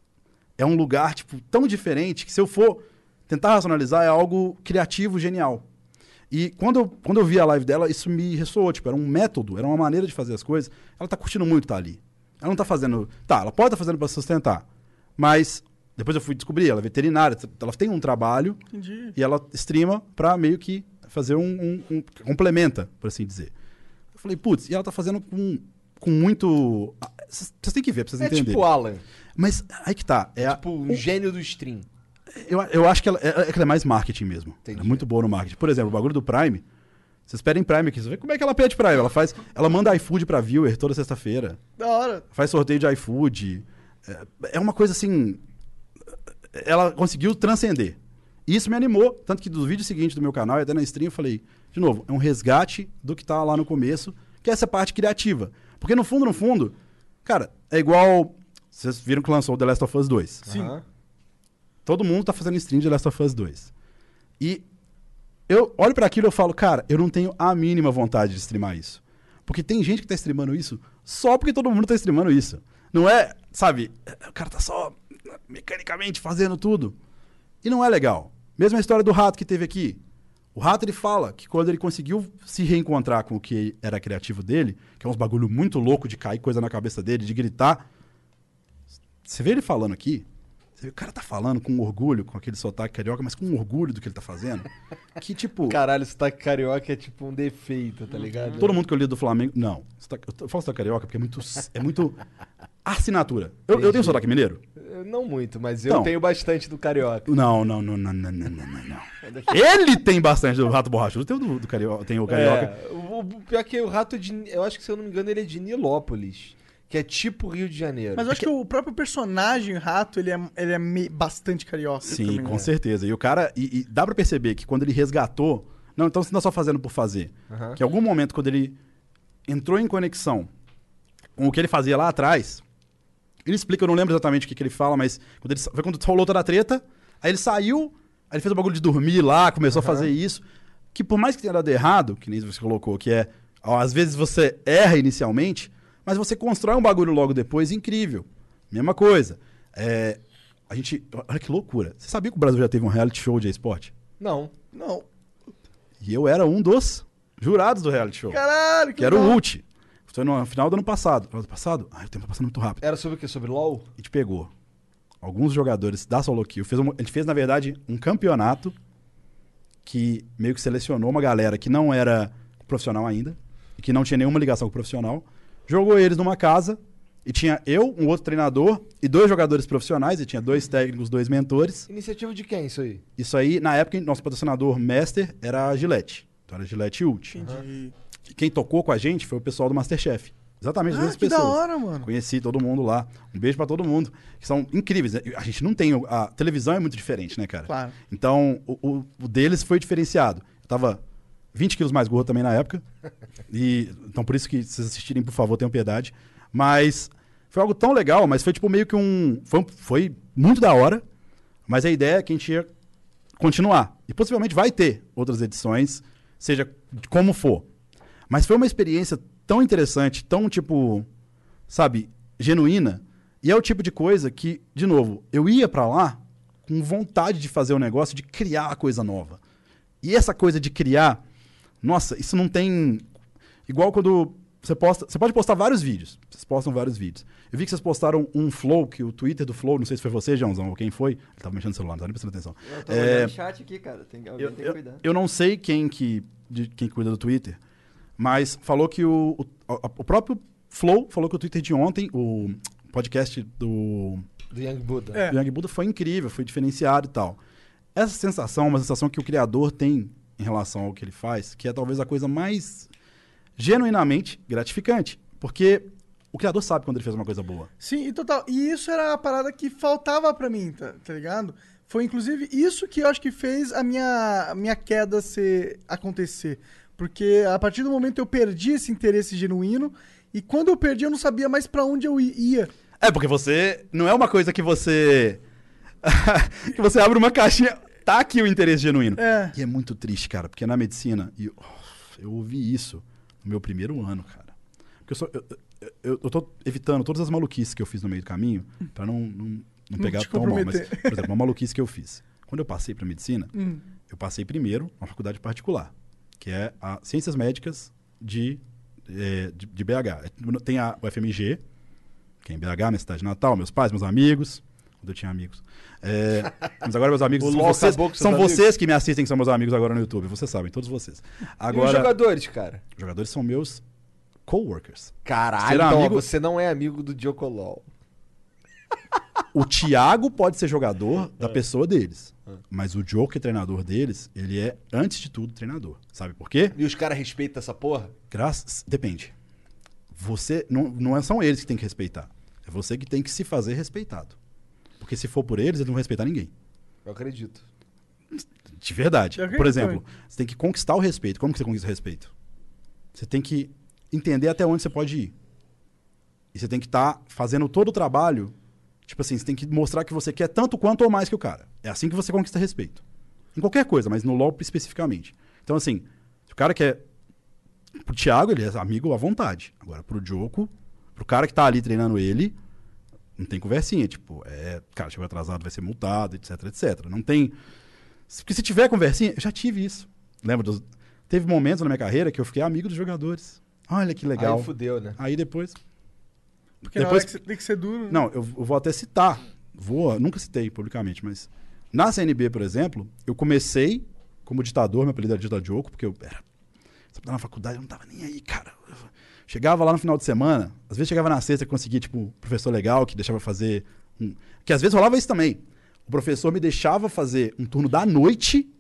D: é um lugar, tipo, tão diferente que se eu for tentar racionalizar é algo criativo, genial. E quando eu vi a live dela, isso me ressoou. Tipo, era um método, era uma maneira de fazer as coisas. Ela tá curtindo muito estar ali. Ela não tá fazendo... Tá, ela pode estar fazendo pra sustentar. Mas depois eu fui descobrir, ela é veterinária, ela tem um trabalho.
C: Entendi.
D: E ela streama pra meio que fazer um complementa, por assim dizer. Eu falei, putz, e ela tá fazendo com muito... Vocês têm que ver pra vocês entenderem.
B: É tipo Alan.
D: Mas aí que tá. É
B: tipo o gênio do stream.
D: Eu acho que ela é mais marketing mesmo. Ela é muito boa no marketing. Por exemplo, o bagulho do Prime. Vocês pedem Prime aqui. Você vê como é que ela pede Prime. Ela manda iFood pra viewer toda sexta-feira.
C: Da hora.
D: Faz sorteio de iFood. É uma coisa assim... Ela conseguiu transcender. E isso me animou. Tanto que dos vídeos seguintes do meu canal, e até na stream, eu falei... De novo, é um resgate do que tá lá no começo. Que é essa parte criativa. Porque no fundo... Cara, é igual... Vocês viram que lançou o The Last of Us 2.
C: Sim.
D: Todo mundo tá fazendo stream de The Last of Us 2. E eu olho pra aquilo e eu falo, cara, eu não tenho a mínima vontade de streamar isso. Porque tem gente que tá streamando isso só porque todo mundo tá streamando isso. Não é, sabe, o cara tá só mecanicamente fazendo tudo. E não é legal. Mesma a história do Rato que teve aqui. O Rato, ele fala que quando ele conseguiu se reencontrar com o que era criativo dele, que é uns bagulho muito louco de cair coisa na cabeça dele, de gritar. Você vê ele falando aqui, o cara tá falando com orgulho, com aquele sotaque carioca, mas com orgulho do que ele tá fazendo. Que tipo...
B: Caralho, sotaque carioca é tipo um defeito, tá ligado?
D: Todo mundo que eu li do Flamengo... Não. Eu falo sotaque carioca porque é muito assinatura. Eu tenho sotaque mineiro?
B: Não muito, mas eu tenho bastante do carioca.
D: Não. Ele tem bastante do Rato Borrachudo. Tem o do carioca. Tem o carioca.
B: O pior que o Rato é de... Eu acho que, se eu não me engano, ele é de Nilópolis. Que é tipo Rio de Janeiro.
C: Mas eu acho que o próprio personagem, Rato, ele é bastante carioca.
D: Sim,
C: também,
D: com
C: né?
D: certeza. E o cara... E dá pra perceber que quando ele resgatou... Não, então você não é só fazendo por fazer. Que em algum momento, quando ele entrou em conexão com o que ele fazia lá atrás... Ele explica, eu não lembro exatamente o que ele fala, mas... Foi quando rolou toda a treta, aí ele saiu, aí ele fez o bagulho de dormir lá, começou a fazer isso. Que por mais que tenha dado errado, que nem você colocou, que é... Às vezes você erra inicialmente... Mas você constrói um bagulho logo depois incrível. Mesma coisa. A gente... Olha que loucura. Você sabia que o Brasil já teve um reality show de esporte?
B: Não.
D: E eu era um dos jurados do reality show.
C: Caralho,
D: que era o Ult. Foi no final do ano passado. Ano passado? Ai, o tempo tá passando muito rápido.
B: Era sobre o quê? Sobre LoL?
D: A gente pegou alguns jogadores da Solo Kill. Ele fez, na verdade, um campeonato que meio que selecionou uma galera que não era profissional ainda e que não tinha nenhuma ligação com o profissional. Jogou eles numa casa e tinha eu, um outro treinador e 2 jogadores profissionais, e tinha 2 técnicos, 2 mentores.
B: Iniciativa de quem isso aí?
D: Isso aí, na época, nosso patrocinador master era a Gillette. Então era a Gillette Ult.
C: Entendi.
D: E quem tocou com a gente foi o pessoal do Masterchef. Exatamente as mesmas
C: que
D: pessoas.
C: da hora, mano.
D: Conheci todo mundo lá. Um beijo pra todo mundo. Que são incríveis. A gente não tem... A televisão é muito diferente, né, cara?
C: Claro.
D: Então, o deles foi diferenciado. Eu tava 20 quilos mais gordo também na época. Então, por isso que, se vocês assistirem, por favor, tenham piedade. Mas foi algo tão legal, mas foi tipo meio que foi muito da hora, mas a ideia é que a gente ia continuar. E possivelmente vai ter outras edições, seja como for. Mas foi uma experiência tão interessante, tão, tipo, sabe, genuína. E é o tipo de coisa que, de novo, eu ia pra lá com vontade de fazer um negócio, de criar a coisa nova. E essa coisa de criar... Nossa, isso não tem... Igual quando você pode postar vários vídeos. Vocês postam vários vídeos. Eu vi que vocês postaram um Flow, que o Twitter do Flow, não sei se foi você, Joãozão, ou quem foi. Ele tava mexendo no celular, não tava nem prestando atenção.
E: Eu tô olhando o chat aqui, cara. Alguém tem que cuidar.
D: Eu não sei quem cuida do Twitter, mas falou que o próprio Flow falou que o Twitter de ontem, o podcast do
B: Young Buddha.
D: Do Young Buddha foi incrível, foi diferenciado e tal. Essa sensação, uma sensação que o criador tem em relação ao que ele faz, que é talvez a coisa mais genuinamente gratificante. Porque o criador sabe quando ele fez uma coisa boa.
C: Sim, e total. E isso era a parada que faltava pra mim, tá ligado? Foi, inclusive, isso que eu acho que fez a minha queda acontecer. Porque a partir do momento eu perdi esse interesse genuíno, e quando eu perdi eu não sabia mais pra onde eu ia.
D: Porque você... Não é uma coisa que você... que você abre uma caixinha... Tá aqui o interesse genuíno. E é muito triste, cara, porque na medicina... Eu ouvi isso no meu primeiro ano, cara. Porque eu tô evitando todas as maluquices que eu fiz no meio do caminho pra não pegar tão mal. Mas, por exemplo, uma maluquice que eu fiz. Quando eu passei pra medicina, eu passei primeiro na faculdade particular, que é a Ciências Médicas de BH. Tem a UFMG, que é em BH, minha cidade natal, meus pais, meus amigos, quando eu tinha amigos. Mas agora meus amigos são vocês que me assistem, que são meus amigos agora no YouTube. Vocês sabem, todos vocês. Agora,
B: e os jogadores, cara?
D: Os jogadores são meus coworkers.
B: Caralho, então você não é amigo do Diocolol.
D: O Thiago pode ser jogador da pessoa deles. Mas o Dioco, que é treinador deles, ele é, antes de tudo, treinador. Sabe por quê?
B: E os caras respeitam essa porra?
D: Depende. Você não são eles que tem que respeitar. É você que tem que se fazer respeitado. Porque se for por eles não vão respeitar ninguém.
B: Eu acredito.
D: De verdade. Por exemplo, você tem que conquistar o respeito. Como que você conquista o respeito? Você tem que entender até onde você pode ir. E você tem que estar fazendo todo o trabalho. Tipo assim, você tem que mostrar que você quer tanto quanto ou mais que o cara. É assim que você conquista respeito. Em qualquer coisa, mas no LoL especificamente. Então, assim, se o cara quer... Pro Thiago, ele é amigo à vontade. Agora, pro Dioco, pro cara que tá ali treinando ele, não tem conversinha. Tipo, cara, chegou atrasado, vai ser multado, etc, etc. Não tem... Porque se tiver conversinha, eu já tive isso. Lembra? Teve momentos na minha carreira que eu fiquei amigo dos jogadores. Olha que legal.
B: Aí fudeu, né?
D: Aí depois...
C: Porque depois que tem que ser duro. Né?
D: Não, eu vou até citar. Nunca citei publicamente, mas... Na CNB, por exemplo, eu comecei como ditador, meu apelido era Ditador Dioco, porque eu era... Na faculdade eu não tava nem aí, cara. Chegava lá no final de semana, às vezes chegava na sexta e conseguia, tipo, professor legal que deixava fazer... Que às vezes rolava isso também. O professor me deixava fazer um turno da noite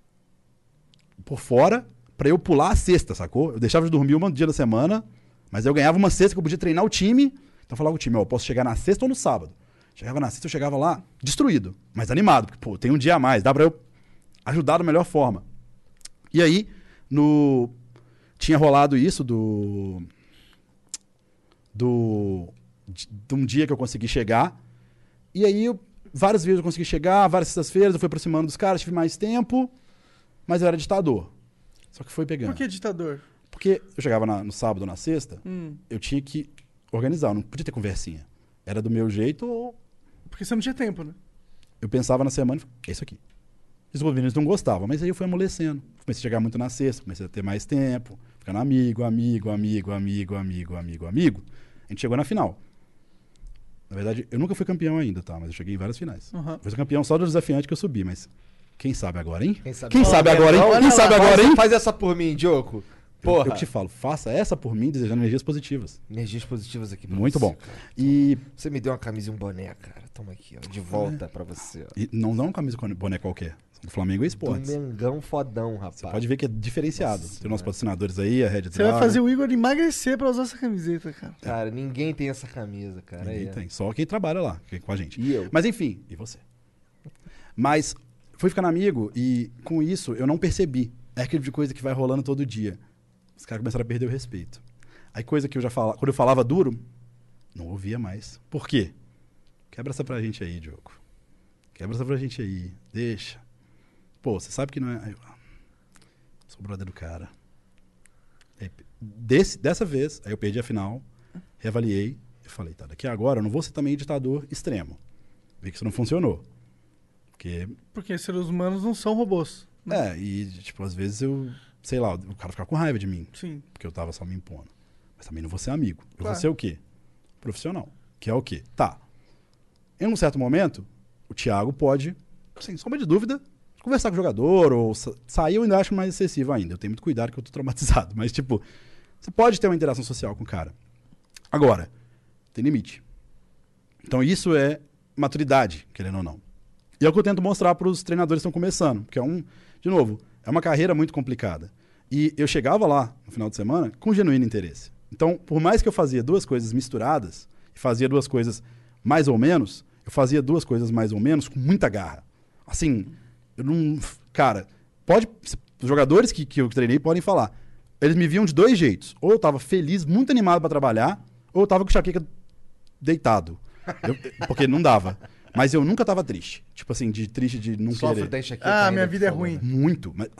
D: por fora pra eu pular a sexta, sacou? Eu deixava de dormir um dia da semana, mas eu ganhava uma sexta que eu podia treinar o time. Então eu falava com o time, eu posso chegar na sexta ou no sábado. Chegava na sexta, eu chegava lá destruído, mas animado, porque, pô, tem um dia a mais, dá pra eu ajudar da melhor forma. E aí, tinha rolado isso de um dia que eu consegui chegar, e aí várias vezes eu consegui chegar, várias sextas-feiras, eu fui aproximando dos caras, tive mais tempo, mas eu era ditador. Só que foi pegando.
C: Por que ditador?
D: Porque eu chegava no sábado ou na sexta, eu tinha que organizar, eu não podia ter conversinha. Era do meu jeito ou...
C: Porque você não tinha tempo, né?
D: Eu pensava na semana, é isso aqui. Os meninos não gostavam, mas aí eu fui amolecendo. Comecei a chegar muito na sexta, comecei a ter mais tempo, ficando amigo. A gente chegou na final. Na verdade, eu nunca fui campeão ainda, tá? Mas eu cheguei em várias finais. Eu fui campeão só do desafiante que eu subi, mas quem sabe agora, hein? Quem sabe agora, hein? Quem sabe agora, hein?
B: Faz essa por mim, Dioco.
D: Eu te falo, faça essa por mim, desejando energias positivas.
B: Energias positivas aqui pra
D: Muito
B: você,
D: bom.
B: Cara.
D: E
B: você me deu uma camisa e um boné, cara. Toma aqui, ó. De volta pra você, ó.
D: E não uma camisa com boné qualquer. Do Flamengo e Esportes.
B: Do Mengão fodão, rapaz.
D: Você pode ver que é diferenciado. Tem nossos patrocinadores aí, a Red Dragon.
C: Você vai fazer o Igor emagrecer pra usar essa camiseta, cara.
B: Cara, ninguém tem essa camisa, cara.
D: Ninguém tem. Só quem trabalha lá, com a gente.
B: E eu.
D: Mas enfim, e você? Mas fui ficando amigo e com isso eu não percebi. É aquele tipo de coisa que vai rolando todo dia. Os caras começaram a perder o respeito. Aí coisa que eu já falava, quando eu falava duro, não ouvia mais. Por quê? Quebra essa pra gente aí, Diogo. Quebra essa pra gente aí. Deixa. Pô, você sabe que não é... Aí, sou brother do cara. Aí, dessa vez, aí eu perdi a final, reavaliei e falei, tá, daqui a agora eu não vou ser também ditador extremo. Vi que isso não funcionou.
C: Porque seres humanos não são robôs.
D: Né? E tipo, às vezes eu... Sei lá, o cara ficava com raiva de mim.
C: Sim.
D: Porque eu tava só me impondo. Mas também não vou ser amigo. Eu
C: Claro.
D: vou ser o quê? Profissional. Que é o quê? Tá. Em um certo momento, o Thiago pode, sem sombra de dúvida, conversar com o jogador ou sair. Eu ainda acho mais excessivo ainda. Eu tenho muito cuidado que eu tô traumatizado. Mas, tipo, você pode ter uma interação social com o cara. Agora, tem limite. Então isso é maturidade, querendo ou não. E é o que eu tento mostrar para os treinadores que estão começando. Porque de novo, é uma carreira muito complicada. E eu chegava lá, no final de semana, com genuíno interesse. Então, por mais que eu fazia duas coisas misturadas, e fazia duas coisas mais ou menos, eu fazia duas coisas mais ou menos com muita garra. Assim, eu não... Cara, os jogadores que eu treinei podem falar. Eles me viam de dois jeitos. Ou eu tava feliz, muito animado para trabalhar, ou eu tava com enxaqueca deitado. Porque não dava. Mas eu nunca tava triste. Tipo assim, triste de não
B: Sofre
D: querer.
B: da enxaqueca
C: minha
B: ainda,
C: vida é
B: por favor.
C: ruim.
D: Muito. Mas...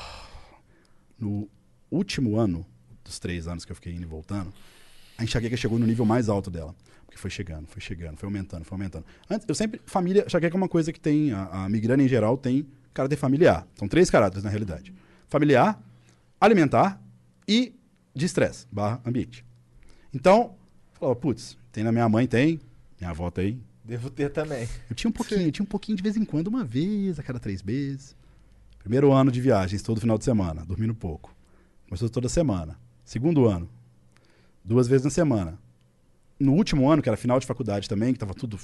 D: No último ano, dos 3 anos que eu fiquei indo e voltando, a enxaqueca chegou no nível mais alto dela. Porque foi chegando, foi aumentando. Antes, eu sempre... Enxaqueca é uma coisa que tem... A migrânia, em geral, tem caráter familiar. São 3 caráteres, na realidade. Familiar, alimentar e de estresse, /ambiente. Então, eu falava, putz, tem na minha mãe, tem. Minha avó tem.
B: Devo ter também.
D: Eu tinha um pouquinho de vez em quando, uma vez a cada 3 meses. Primeiro ano de viagens, todo final de semana, dormindo pouco. Começou toda semana. Segundo ano, 2 vezes na semana. No último ano, que era final de faculdade também, que tava tudo...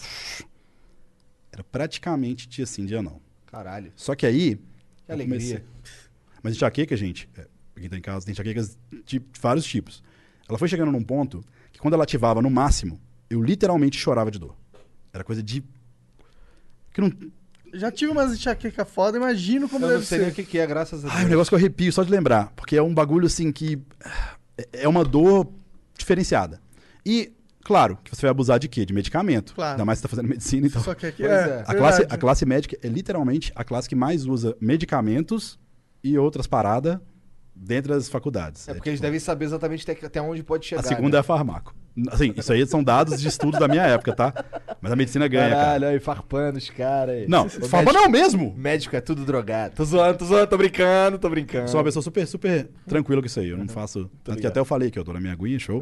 D: Era praticamente dia sim, dia não.
B: Caralho.
D: Só que aí...
B: Que alegria.
D: Mas enxaqueca, gente, quem tá em casa, tem enxaquecas de vários tipos. Ela foi chegando num ponto que quando ela ativava no máximo, eu literalmente chorava de dor. Era coisa de... Que não...
C: Já tive umas enxaqueca foda, imagino como
B: Eu
C: deve
B: não sei nem
C: ser.
B: o que é, graças a Deus.
D: Ai, um negócio que eu arrepio só de lembrar. Porque é um bagulho, assim, que... É uma dor diferenciada. E, claro, que você vai abusar de quê? De medicamento.
C: Claro.
D: Ainda mais que você tá fazendo medicina, então...
C: Só que aqui
B: Pois é.
D: A classe médica é literalmente a classe que mais usa medicamentos e outras paradas dentro das faculdades.
B: É porque eles devem saber exatamente até onde pode chegar.
D: A segunda é a farmaco. Assim, isso aí são dados de estudos da minha época, tá? Mas a medicina ganha,
B: Caralho,
D: cara.
B: aí, farpando os caras.
D: Não, farpando é o mesmo.
B: Médico é tudo drogado. Tô zoando, tô brincando.
D: Sou uma pessoa super, super tranquila com isso aí. Eu não faço... Tanto que até eu falei que eu tô na minha aguinha, show.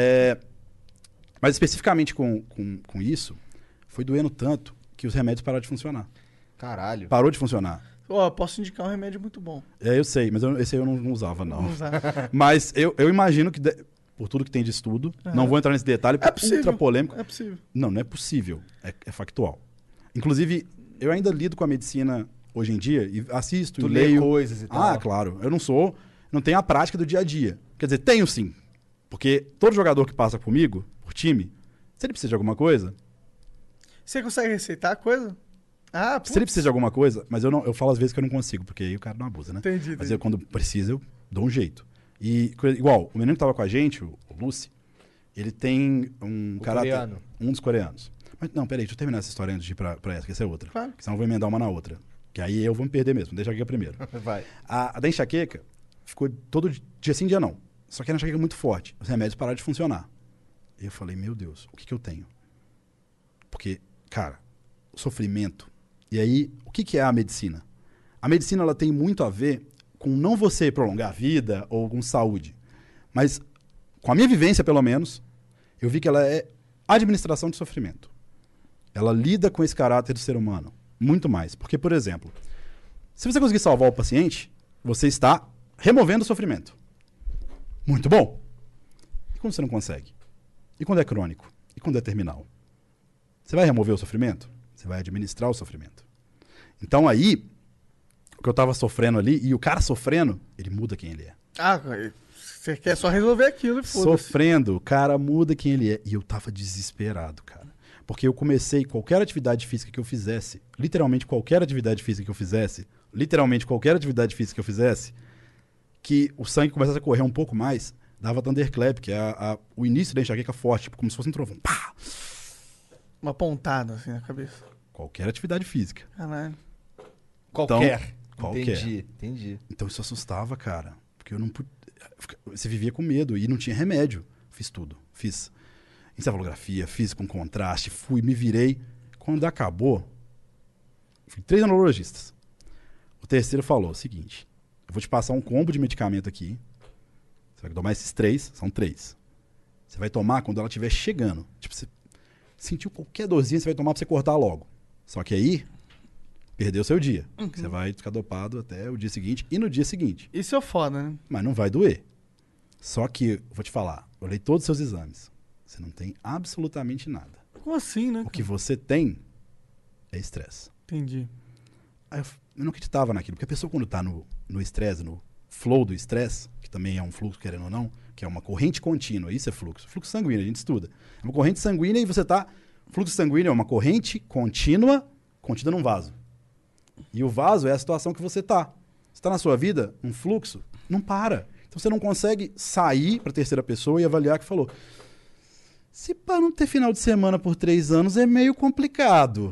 D: Mas especificamente com isso, foi doendo tanto que os remédios pararam de funcionar.
B: Caralho.
D: Parou de funcionar.
C: Ó, posso indicar um remédio muito bom.
D: Eu sei, mas esse aí eu não usava, não.
C: Vamos usar.
D: Mas eu imagino que, por tudo que tem de estudo, não vou entrar nesse detalhe, porque é ultra polêmico.
C: É possível.
D: Não é possível. É factual. Inclusive, eu ainda lido com a medicina hoje em dia e assisto
B: Tu
D: e
B: lê
D: leio.
B: coisas e tal.
D: Ah, claro. Eu não tenho a prática do dia a dia. Quer dizer, tenho sim. Porque todo jogador que passa comigo, por time, se ele precisa de alguma coisa...
C: Você consegue receitar a coisa? Ah,
D: Se ele precisa de alguma coisa, mas eu falo às vezes que eu não consigo, porque aí o cara não abusa, né?
C: Entendi.
D: Mas eu, quando precisa, eu dou um jeito. E, igual, o menino que tava com a gente, o Lucy, ele tem um caráter...
B: coreano.
D: Um dos coreanos. Mas, não, peraí, deixa eu terminar essa história antes de ir pra essa, que essa é outra.
C: Claro.
D: Porque senão eu vou emendar uma na outra. Que aí eu vou me perder mesmo, deixa aqui primeiro.
B: Vai.
D: A da enxaqueca ficou todo dia sim, dia não. Só que era uma enxaqueca muito forte. Os remédios pararam de funcionar. E eu falei, meu Deus, o que eu tenho? Porque, cara, o sofrimento... E aí, o que é a medicina? A medicina ela tem muito a ver com não você prolongar a vida ou com saúde. Mas, com a minha vivência, pelo menos, eu vi que ela é administração de sofrimento. Ela lida com esse caráter do ser humano. Muito mais. Porque, por exemplo, se você conseguir salvar o paciente, você está removendo o sofrimento. Muito bom. E quando você não consegue? E quando é crônico? E quando é terminal? Você vai remover o sofrimento? Você vai administrar o sofrimento. Então aí, o que eu tava sofrendo ali, e o cara sofrendo, ele muda quem ele é.
C: Ah, você quer só resolver aquilo e foda-se.
D: Sofrendo, o cara muda quem ele é. E eu tava desesperado, cara. Porque eu comecei qualquer atividade física que eu fizesse, literalmente qualquer atividade física que eu fizesse, que o sangue começasse a correr um pouco mais, dava thunderclap, que é o início da enxaqueca forte, tipo, como se fosse um trovão. Pá!
C: Uma pontada assim na cabeça.
D: Qualquer atividade física.
C: Caralho.
B: Qualquer.
D: Qualquer.
B: Entendi.
D: Então isso assustava, cara. Porque eu não podia... Você vivia com medo e não tinha remédio. Fiz tudo. Fiz encefalografia, fiz com contraste, me virei. Quando acabou, fui 3 neurologistas. O terceiro falou o seguinte: eu vou te passar um combo de medicamento aqui. Você vai tomar esses 3, são 3. Você vai tomar quando ela estiver chegando. Tipo, você sentiu qualquer dorzinha, você vai tomar pra você cortar logo. Só que aí, perdeu o seu dia. Você vai ficar dopado até o dia seguinte e no dia seguinte.
C: Isso é foda, né?
D: Mas não vai doer. Só que, vou te falar, eu olhei todos os seus exames. Você não tem absolutamente nada.
C: Como assim, né?
D: O que você tem é estresse.
C: Entendi.
D: Aí eu não acreditava naquilo, porque a pessoa quando tá no estresse, no flow do estresse, que também é um fluxo, querendo ou não, que é uma corrente contínua, isso é fluxo. Fluxo sanguíneo, a gente estuda. É uma corrente sanguínea e você tá... Fluxo sanguíneo é uma corrente contínua, contida num vaso. E o vaso é a situação que você tá. Você tá na sua vida, um fluxo, não para. Então você não consegue sair pra terceira pessoa e avaliar o que falou. Se pá não ter final de semana por 3 anos é meio complicado.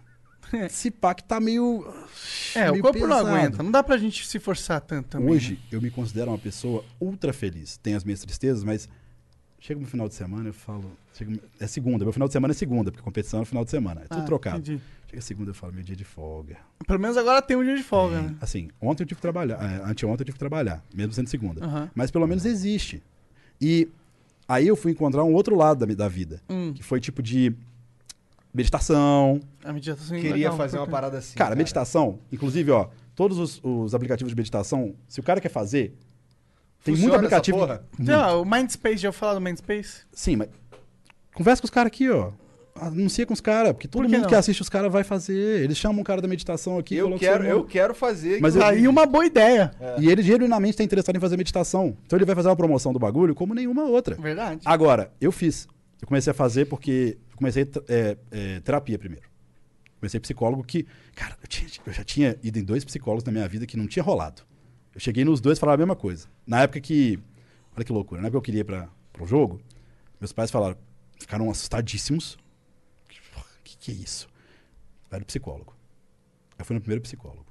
D: Se pá que tá meio
C: o corpo
D: pesado.
C: não aguenta. Não dá pra gente se forçar tanto também.
D: Hoje, eu me considero uma pessoa ultra feliz. Tenho as minhas tristezas, mas chega no final de semana, eu falo... É segunda. Meu final de semana é segunda, porque competição é no final de semana. É tudo trocado.
C: Entendi.
D: Chega segunda, eu falo, meu dia de folga.
C: Pelo menos agora tem um dia de folga, né?
D: Assim, ontem eu tive que trabalhar. Anteontem eu tive que trabalhar, mesmo sendo segunda.
C: Uhum.
D: Mas pelo menos existe. E aí eu fui encontrar um outro lado da vida. Que foi tipo de meditação.
C: A meditação é
B: Queria
C: legal,
B: fazer uma
C: porque-
B: parada assim.
D: Cara, meditação, inclusive, ó, todos os aplicativos de meditação, se o cara quer fazer, tem muito
B: Funciona
D: aplicativo.
B: essa porra?
C: Então, o Mindspace, já ouviu falar do Mindspace?
D: Sim, mas conversa com os caras aqui, ó. Anuncia com os caras, porque todo
C: Por que
D: mundo
C: não?
D: que assiste os caras vai fazer. Eles chamam um cara da meditação aqui.
B: Eu
D: colocam seu nome.
B: quero fazer.
D: Mas
C: Aí uma boa ideia.
D: E ele genuinamente está interessado em fazer meditação. Então ele vai fazer uma promoção do bagulho como nenhuma outra.
C: Verdade.
D: Agora, eu fiz. Eu comecei a fazer porque... Eu comecei terapia primeiro. Comecei psicólogo que... Cara, eu já tinha ido em 2 psicólogos na minha vida que não tinha rolado. Eu cheguei nos 2 e falava a mesma coisa. Na época que... Olha que loucura. Na época que eu queria ir pro jogo, meus pais falaram... Ficaram assustadíssimos. O que é isso? Vai no psicólogo. Eu fui no primeiro psicólogo.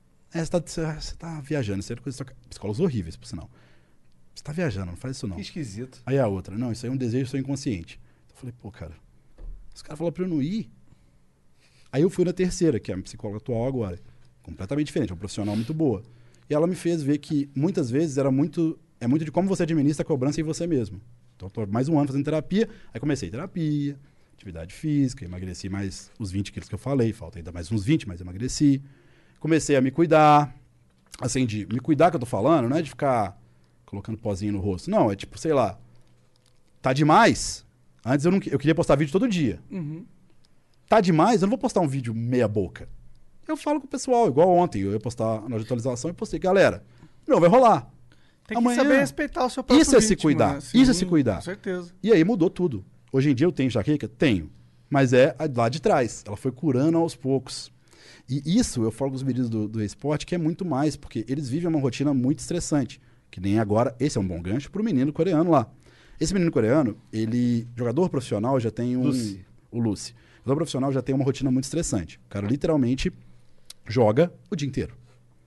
D: Você tá viajando. Isso é coisa... Psicólogos horríveis, por sinal. Você tá viajando, não faz isso não.
B: Que esquisito.
D: Aí a outra, não, isso aí é um desejo seu inconsciente. Então eu falei, pô, cara, os caras falaram pra eu não ir. Aí eu fui na terceira, que é a minha psicóloga atual agora. Completamente diferente, é uma profissional muito boa. E ela me fez ver que, muitas vezes, é muito de como você administra a cobrança em você mesmo. Então eu tô mais um ano fazendo terapia, aí comecei terapia, atividade física, emagreci mais os 20 quilos que eu falei, falta ainda mais uns 20, mas emagreci. Comecei a me cuidar, assim, de me cuidar que eu tô falando, não é de ficar colocando pozinho no rosto. Não, é tipo, sei lá, tá demais. Antes eu queria postar vídeo todo dia. Tá demais, eu não vou postar um vídeo meia boca. Eu falo com o pessoal, igual ontem, eu ia postar na atualização e postei, galera, não vai rolar.
C: Tem
D: Amanhã-
C: que saber respeitar o seu próprio
D: Isso é se
C: ritmo,
D: cuidar,
C: né?
D: isso é
C: Sim,
D: se cuidar.
C: Com certeza.
D: E aí mudou tudo. Hoje em dia eu tenho enxaqueca? Tenho. Mas é a lá de trás. Ela foi curando aos poucos. E isso eu falo com os meninos do esporte que é muito mais, porque eles vivem uma rotina muito estressante. Que nem agora, esse é um bom gancho pro menino coreano lá. Esse menino coreano, ele, jogador profissional, já tem o Lucy. Jogador profissional já tem uma rotina muito estressante. O cara literalmente joga o dia inteiro.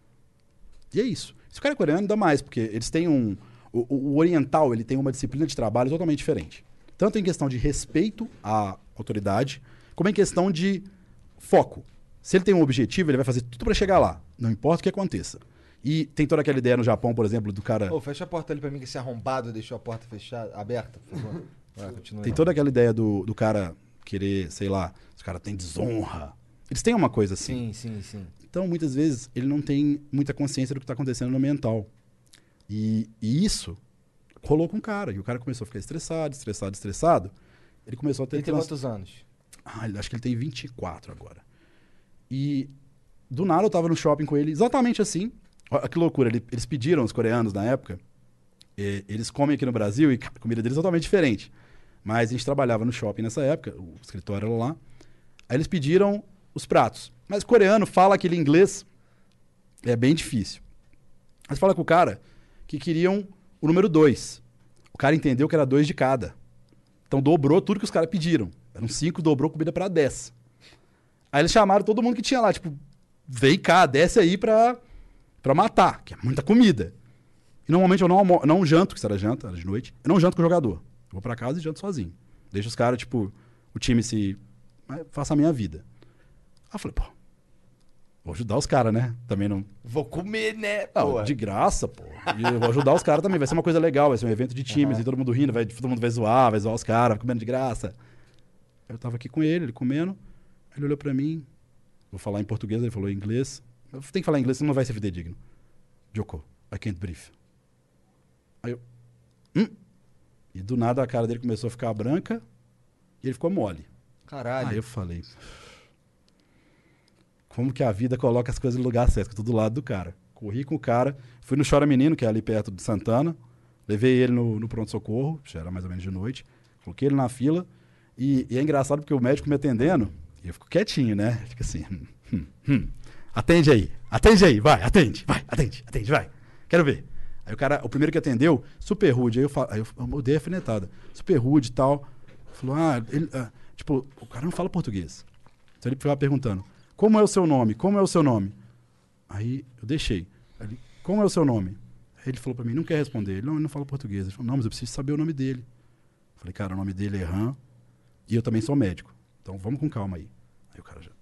D: E é isso. Se o cara é coreano, dá mais, porque eles têm o oriental, ele tem uma disciplina de trabalho totalmente diferente. Tanto em questão de respeito à autoridade, como em questão de foco. Se ele tem um objetivo, ele vai fazer tudo para chegar lá. Não importa o que aconteça. E tem toda aquela ideia no Japão, por exemplo, do cara...
B: Ô, fecha a porta ali pra mim, que esse arrombado deixou a porta fechada, aberta, por favor. Vai, continua.
D: Tem toda aquela ideia do cara querer, sei lá, os caras têm desonra. Eles têm uma coisa assim.
B: Sim.
D: Então, muitas vezes, ele não tem muita consciência do que está acontecendo no mental. E isso rolou com o cara. E o cara começou a ficar estressado. Ele começou a ter...
B: Ele tem quantos anos?
D: Acho que ele tem 24 agora. E do nada eu tava no shopping com ele, exatamente assim. Olha que loucura. Eles pediram, os coreanos na época, eles comem aqui no Brasil e a comida deles é totalmente diferente. Mas a gente trabalhava no shopping nessa época, o escritório era lá. Aí eles pediram os pratos. Mas o coreano fala aquele inglês, é bem difícil. Mas fala com o cara que queriam o número 2. O cara entendeu que era 2 de cada. Então dobrou tudo que os caras pediram. Eram 5, dobrou comida para 10. Aí eles chamaram todo mundo que tinha lá, tipo, vem cá, desce aí pra matar, que é muita comida. E normalmente eu não janto, que isso era janta, era de noite, eu não janto com o jogador. Eu vou pra casa e janto sozinho. Deixa os caras, tipo, o time faça a minha vida. Aí eu falei, pô, vou ajudar os caras, né? Também não...
B: Vou comer, né?
D: Não, de graça, pô. E eu vou ajudar os caras também. Vai ser uma coisa legal, vai ser um evento de times, e todo mundo rindo, todo mundo vai zoar os caras, comendo de graça. Eu tava aqui com ele comendo, ele olhou pra mim, vou falar em português, ele falou em inglês. Eu tenho que falar em inglês, senão não vai ser fidedigno. Joko, I can't breathe. Aí eu... E do nada a cara dele começou a ficar branca e ele ficou mole.
B: Caralho.
D: Aí eu falei... Como que a vida coloca as coisas no lugar certo, que eu tô do lado do cara. Corri com o cara, fui no Chora Menino, que é ali perto de Santana, levei ele no pronto-socorro, já era mais ou menos de noite, coloquei ele na fila, e é engraçado porque o médico me atendendo, e eu fico quietinho, né? Fica assim, atende aí, vai, atende, vai, quero ver. Aí o primeiro que atendeu, super rude, aí eu mudei a alfinetada, super rude e tal, falou, tipo, o cara não fala português, então ele ficava perguntando, como é o seu nome? Como é o seu nome? Aí eu deixei. Ele, como é o seu nome? Aí ele falou pra mim, não quer responder. Ele não fala português. Ele falou, não, mas eu preciso saber o nome dele. Eu falei, cara, o nome dele é Han e eu também sou médico. Então vamos com calma aí. Aí o cara já...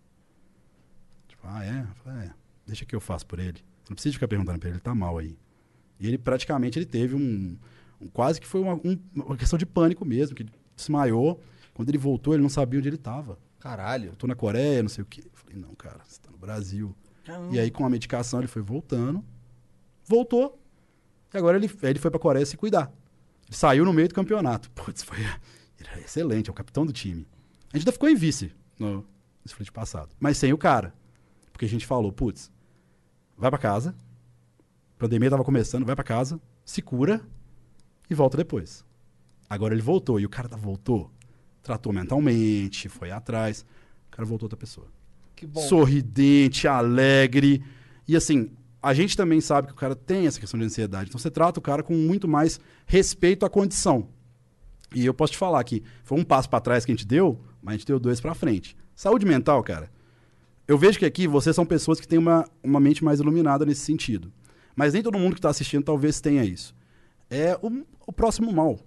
D: Tipo, é? Eu falei, deixa que eu faço por ele. Não precisa ficar perguntando pra ele, ele tá mal aí. E ele praticamente teve quase que foi uma questão de pânico mesmo, que ele desmaiou. Quando ele voltou, ele não sabia onde ele tava.
B: Caralho.
D: Eu tô na Coreia, não sei o quê. Eu falei, não, cara, você tá no Brasil. Caramba. E aí, com a medicação, ele foi voltando. Voltou. E agora ele foi pra Coreia se cuidar. Ele saiu no meio do campeonato. Putz, ele era excelente, é o capitão do time. A gente ainda ficou em vice no split passado. Mas sem o cara. Porque a gente falou, putz, vai pra casa. A pandemia tava começando, vai pra casa, se cura e volta depois. Agora ele voltou. E o cara voltou. Tratou mentalmente, foi atrás. O cara voltou outra pessoa.
B: Que bom.
D: Sorridente, alegre. E assim, a gente também sabe que o cara tem essa questão de ansiedade. Então você trata o cara com muito mais respeito à condição. E eu posso te falar que foi um passo para trás que a gente deu, mas a gente deu 2 para frente. Saúde mental, cara. Eu vejo que aqui vocês são pessoas que têm uma mente mais iluminada nesse sentido. Mas nem todo mundo que está assistindo talvez tenha isso. É o próximo mal.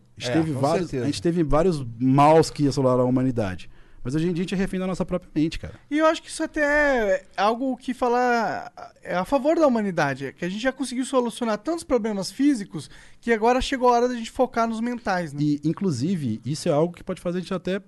D: A gente teve vários maus que assolaram a humanidade. Mas hoje em dia a gente é refém da nossa própria mente, cara.
C: E eu acho que isso até é algo que fala é a favor da humanidade. Que a gente já conseguiu solucionar tantos problemas físicos que agora chegou a hora da gente focar nos mentais, né?
D: E, inclusive, isso é algo que pode fazer a gente até,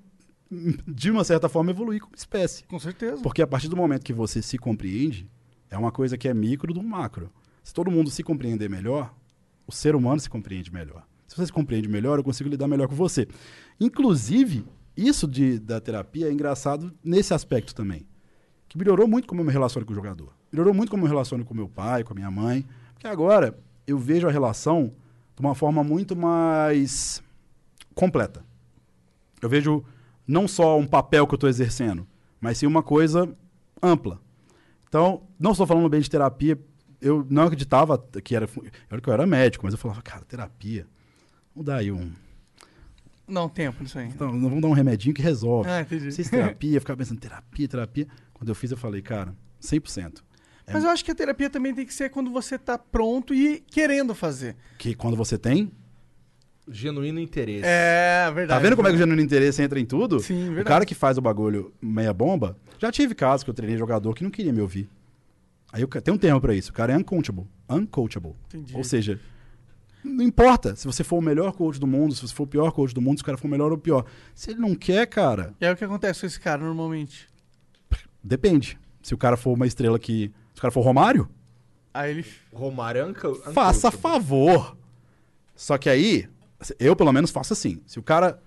D: de uma certa forma, evoluir como espécie.
C: Com certeza.
D: Porque a partir do momento que você se compreende, é uma coisa que é micro do macro. Se todo mundo se compreender melhor, o ser humano se compreende melhor. Se você se compreende melhor, eu consigo lidar melhor com você. Inclusive, isso da terapia é engraçado nesse aspecto também. Que melhorou muito como eu me relaciono com o jogador. Melhorou muito como eu me relaciono com meu pai, com a minha mãe. Porque agora eu vejo a relação de uma forma muito mais completa. Eu vejo não só um papel que eu estou exercendo, mas sim uma coisa ampla. Então, não estou falando bem de terapia. Eu não acreditava que eu era médico, mas eu falava, cara, terapia... Vamos dar aí
C: Não, tempo nisso aí.
D: Então, vamos dar um remedinho que resolve.
C: Entendi.
D: Fiz terapia, ficava pensando, terapia. Quando eu fiz, eu falei, cara, 100%.
C: Mas eu acho que a terapia também tem que ser quando você tá pronto e querendo fazer.
D: Que quando você tem...
B: Genuíno interesse.
C: É, verdade.
D: Tá vendo como é que o genuíno interesse entra em tudo?
C: Sim, verdade.
D: O cara que faz o bagulho meia bomba, já tive casos que eu treinei jogador que não queria me ouvir. Aí tem um termo pra isso, o cara é uncoachable.
C: Entendi.
D: Ou seja... Não importa se você for o melhor coach do mundo, se você for o pior coach do mundo, se o cara for o melhor ou o pior. Se ele não quer, cara...
C: E aí o que acontece com esse cara normalmente?
D: Depende. Se o cara for uma estrela que... Se o cara for Romário...
C: Aí ele...
B: Romário
D: faça favor. Só que aí, eu pelo menos faço assim. Se o cara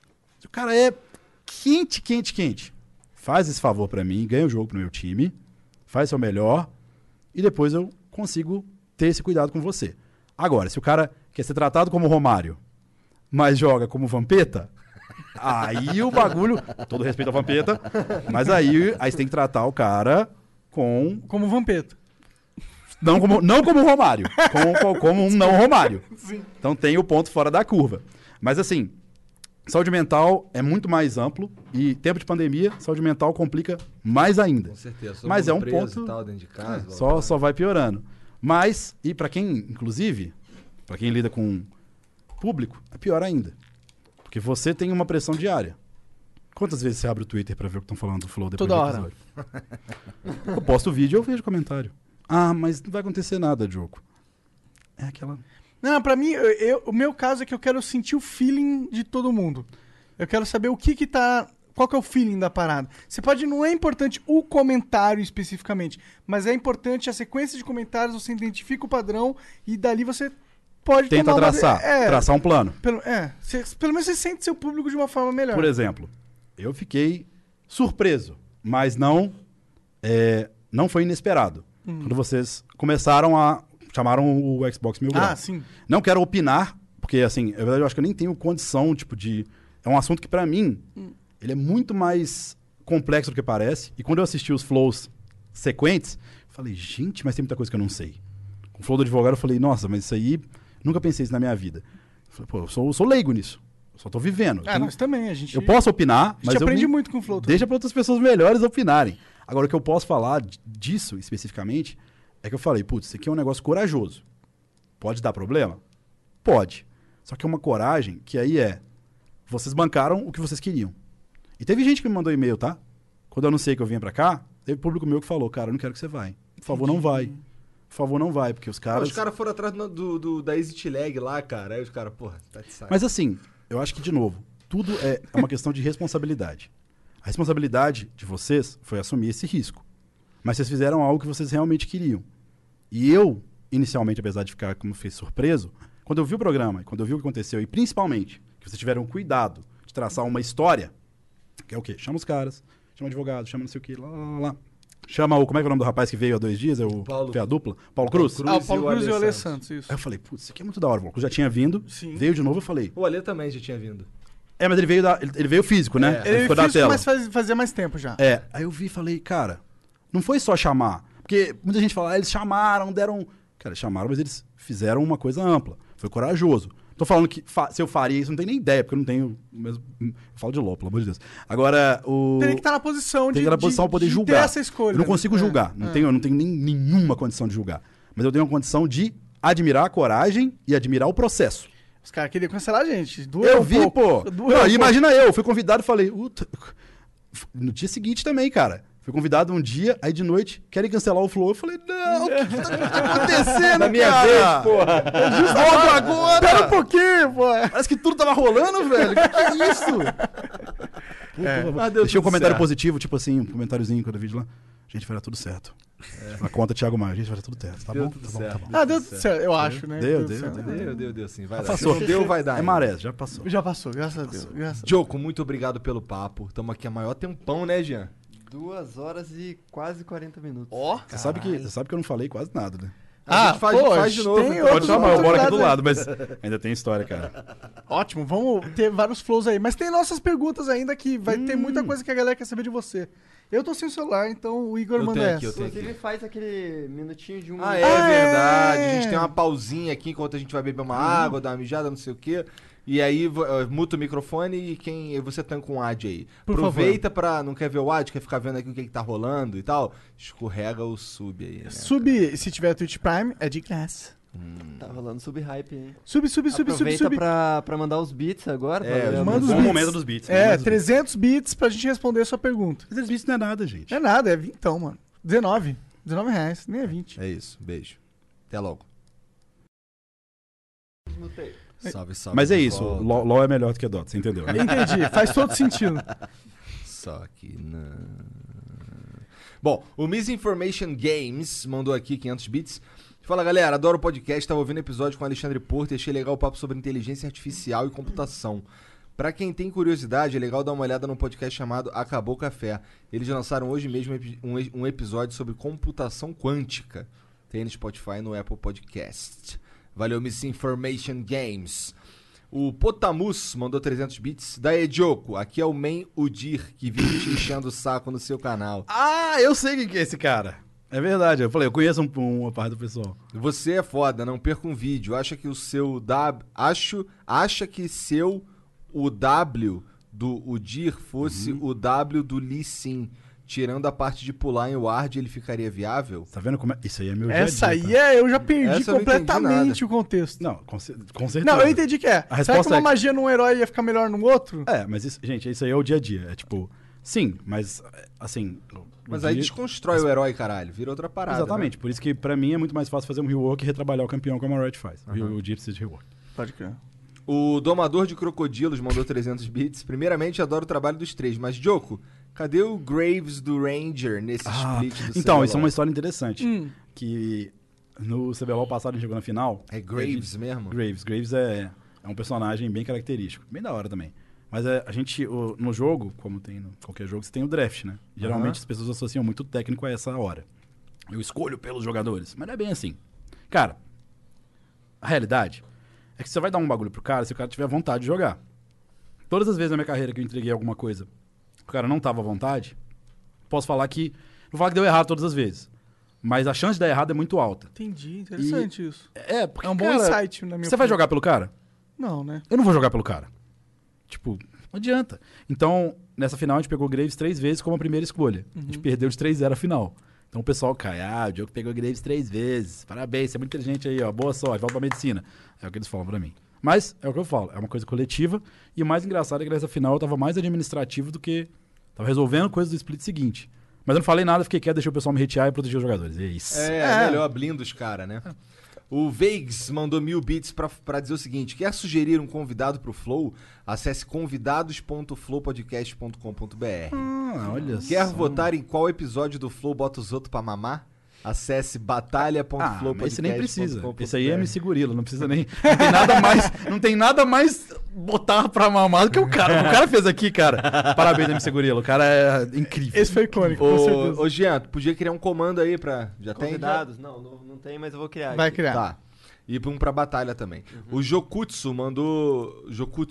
D: é quente, faz esse favor pra mim, ganha o jogo pro meu time, faz seu melhor, e depois eu consigo ter esse cuidado com você. Agora, se o cara quer ser tratado como Romário, mas joga como Vampeta, aí o bagulho... Todo respeito ao Vampeta, mas aí você tem que tratar o cara
C: como Vampeta.
D: Não como Romário, como um não Romário. Sim. Então tem o ponto fora da curva. Mas assim, saúde mental é muito mais amplo e tempo de pandemia, saúde mental complica mais ainda.
B: Com certeza.
D: Mas é um ponto...
B: E tal, dentro de casa,
D: só vai piorando. Mas, e para quem, inclusive, para quem lida com público, é pior ainda. Porque você tem uma pressão diária. Quantas vezes você abre o Twitter pra ver o que estão falando do Flow depois
C: Toda
D: do
C: hora.
D: episódio? Eu posto o vídeo e eu vejo comentário. Ah, mas não vai acontecer nada, Diogo. É aquela...
C: Não, pra mim, o meu caso é que eu quero sentir o feeling de todo mundo. Eu quero saber o que tá... Qual que é o feeling da parada? Não é importante o comentário especificamente, mas é importante a sequência de comentários, você identifica o padrão e dali você pode
D: Tenta
C: tomar
D: traçar um plano.
C: Pelo menos você sente seu público de uma forma melhor.
D: Por exemplo, eu fiquei surpreso, mas não foi inesperado. Quando vocês chamaram o Xbox Mil Grau.
C: Ah, sim.
D: Não quero opinar, porque assim, na verdade eu acho que eu nem tenho condição, tipo, de... É um assunto que pra mim, ele é muito mais complexo do que parece. E quando eu assisti os flows sequentes, eu falei, gente, mas tem muita coisa que eu não sei. Com o flow do advogado eu falei, nossa, mas isso aí, nunca pensei isso na minha vida. Eu falei, pô, eu sou leigo nisso. Eu só tô vivendo.
C: Nós também,
D: Eu posso opinar, mas eu
C: aprende muito com o flow.
D: Deixa pra outras pessoas melhores opinarem. Agora, o que eu posso falar disso, especificamente, é que eu falei, putz, isso aqui é um negócio corajoso. Pode dar problema? Pode. Só que é uma coragem que aí vocês bancaram o que vocês queriam. E teve gente que me mandou e-mail, tá? Quando eu anunciei que eu vinha pra cá, teve público meu que falou, cara, eu não quero que você vai. Por favor, não vai. Por favor, não vai, porque os caras...
B: Os caras foram atrás da Exit Lag lá, cara. Aí os caras, porra, tá de saco.
D: Mas assim, eu acho que, de novo, tudo é uma questão de responsabilidade. A responsabilidade de vocês foi assumir esse risco. Mas vocês fizeram algo que vocês realmente queriam. E eu, inicialmente, apesar de ficar, como fez, surpreso, quando eu vi o programa, quando eu vi o que aconteceu, e principalmente que vocês tiveram cuidado de traçar uma história, que é o quê? Chama os caras, chama o advogado, chama não sei o quê, lá. Chama como é que é o nome do rapaz que veio há 2 dias? Foi a dupla? Paulo Cruz?
C: O Paulo Cruz e o Ale Santos, isso.
D: Aí eu falei, putz, isso aqui é muito da hora. O Paulo Cruz já tinha vindo, veio de novo, eu falei...
B: O Ale também já tinha vindo.
D: Mas ele veio físico, né?
C: Ele
D: ficou
C: veio
D: da tela.
C: Mas fazia mais tempo já.
D: Aí eu vi e falei, cara, não foi só chamar. Porque muita gente fala, eles chamaram, deram... Cara, eles chamaram, mas eles fizeram uma coisa ampla. Foi corajoso. Tô falando que se eu faria isso, não tenho nem ideia, porque eu não tenho... Eu falo de LOL, pelo amor de Deus. Agora,
C: Teria que estar na posição
D: de poder julgar.
C: Ter essa escolha.
D: Eu não consigo julgar. Eu não tenho nenhuma condição de julgar. Mas eu tenho uma condição de admirar a coragem e admirar o processo.
C: Os caras queriam cancelar a gente.
D: Eu vi, pô. Imagina eu, fui convidado e falei... No dia seguinte também, cara. Fui convidado um dia, aí de noite, querem cancelar o Flow. Eu falei, não, o que tá acontecendo,
B: na minha vez, porra.
D: Logo agora.
C: Espera um pouquinho, porra.
D: Parece que tudo tava rolando, velho. Que é isso? Deixei um comentário positivo, tipo assim, um comentáriozinho quando eu vi lá. Gente, vai dar tudo certo. Na conta, Thiago Maia. Gente, vai dar tudo certo. Tá bom? Tá bom.
C: Deu tudo certo, eu acho, né?
B: Deu sim. Vai dar.
D: Passou.
B: Se não deu, vai dar.
D: É maré, já passou.
C: Já passou, graças a Deus.
B: Diogo, muito obrigado pelo papo. Estamos aqui há maior tempão, né, Jean?
E: 2 horas e quase 40 minutos.
D: Você sabe que eu não falei quase nada, né?
B: A gente faz de novo.
D: Pode chamar, eu moro aqui do lado, mas ainda tem história, cara.
C: Ótimo, vamos ter vários flows aí. Mas tem nossas perguntas ainda que vai ter muita coisa que a galera quer saber de você. Eu tô sem o celular, então o Igor manda essa.
E: Inclusive faz aquele minutinho de um...
B: É verdade. A gente tem uma pausinha aqui enquanto a gente vai beber uma água, dar uma mijada, não sei o quê. E aí, muta o microfone e você tanca um ad aí. Aproveita pra... Não quer ver o ad? Quer ficar vendo aqui o que tá rolando e tal? Escorrega o sub aí, né?
C: Sub, se tiver Twitch Prime, é de graça.
E: Tá rolando sub-hype, hein?
C: Sub.
E: Aproveita pra mandar os beats agora.
C: Manda os
D: beats.
C: momento
D: dos beats.
C: 300 bits pra gente responder a sua pergunta.
D: 300 bits não é nada, gente.
C: Não é nada, é 20, mano. 19 reais, nem é 20.
B: É isso, beijo. Até logo. Salve.
D: Mas é isso, LOL é melhor do que Dota, você entendeu?
C: Entendi, faz todo sentido.
B: Só que não. Bom, o Misinformation Games mandou aqui 500 bits. Fala, galera, adoro o podcast, tava ouvindo episódio com o Alexandre Porto e achei legal o papo sobre inteligência artificial e computação. Pra quem tem curiosidade, é legal dar uma olhada num podcast chamado Acabou o Café. Eles lançaram hoje mesmo um episódio sobre computação quântica. Tem no Spotify e no Apple Podcast. Valeu, Misinformation Games. O Potamus mandou 300 bits. Daí, Diogo, aqui é o Man Udir, que vive te enchendo o saco no seu canal.
D: Ah, eu sei quem que é esse cara. É verdade, eu falei, eu conheço uma parte do pessoal.
B: Você é foda, não perca um vídeo. Acha que o W do Udir fosse o W do Lee Sin. tirando a parte de pular em Ward, ele ficaria viável?
D: Tá vendo como é? Isso aí é meu
C: Essa
D: dia a dia,
C: aí eu já perdi
B: Essa eu não entendi
C: completamente o contexto.
D: Não, com certeza.
C: Não, eu entendi que é.
D: A
C: Será que
D: resposta
C: uma
D: é-
C: magia num herói ia ficar melhor no outro?
D: Mas isso, gente, isso aí é o dia a dia. É tipo, sim, mas assim...
B: Mas aí desconstrói o herói, caralho. Vira outra parada.
D: Exatamente, por isso que pra mim é muito mais fácil fazer um rework e retrabalhar o campeão como a Riot faz. O Dia precisa de rework.
C: Pode crer.
B: O Domador de Crocodilos mandou 300 bits. Primeiramente, adoro o trabalho dos três. Mas, Joko, cadê o Graves do Ranger nesse split do
D: Então,
B: CBLOL?
D: isso é uma história interessante. Que no CBLOL passado a gente jogou na final.
B: É Graves mesmo?
D: Graves é um personagem bem característico. Bem da hora também. Mas a gente, no jogo, como tem em qualquer jogo, você tem o draft, né? Geralmente as pessoas associam muito técnico a essa hora. Eu escolho pelos jogadores. Mas não é bem assim. Cara, a realidade é que você vai dar um bagulho pro cara se o cara tiver vontade de jogar. Todas as vezes na minha carreira que eu entreguei alguma coisa, o cara não tava à vontade, posso falar que... Não vou falar que deu errado todas as vezes. Mas a chance de dar errado é muito alta.
C: Entendi, interessante isso.
D: Porque,
C: É um bom
D: cara,
C: insight, na minha
D: Você vai
C: opinião.
D: jogar pelo cara?
C: Não, né?
D: Eu não vou jogar pelo cara. Tipo, não adianta. Então, nessa final, a gente pegou o Graves 3 vezes como a primeira escolha. A gente perdeu de 3-0 a final. Então o pessoal cai, o Diogo pegou o Graves 3 vezes. Parabéns, você é muito inteligente aí, ó. Boa sorte, volta pra medicina. É o que eles falam pra mim. Mas, é o que eu falo, é uma coisa coletiva. E o mais engraçado é que nessa final eu tava mais administrativo do que... Tava resolvendo coisas do split seguinte. Mas eu não falei nada, fiquei quieto, deixei o pessoal me hatear e proteger os jogadores. É isso.
B: É melhor blindo os caras, né? O Veigs mandou 1000 bits pra dizer o seguinte: quer sugerir um convidado pro Flow? Acesse convidados.flowpodcast.com.br.
D: Olha
B: Quer
D: só.
B: votar em qual episódio do Flow bota os outros pra mamar? Acesse batalha.flowpodcast.com.br.
D: Esse nem precisa. Esse aí é MC Gorila, não precisa nem... Não tem nada mais, não tem nada mais botar pra mamar do que o cara. O cara fez aqui, cara. Parabéns, MC Gorila. O cara é incrível.
C: Esse foi icônico, com certeza.
B: Ô, Jean, tu podia criar um comando aí pra... Já tem?
E: Convidados? Não tem, mas eu vou criar.
C: Vai
E: aqui.
C: criar.
B: Tá. E um pra batalha também. O Jokutsu mandou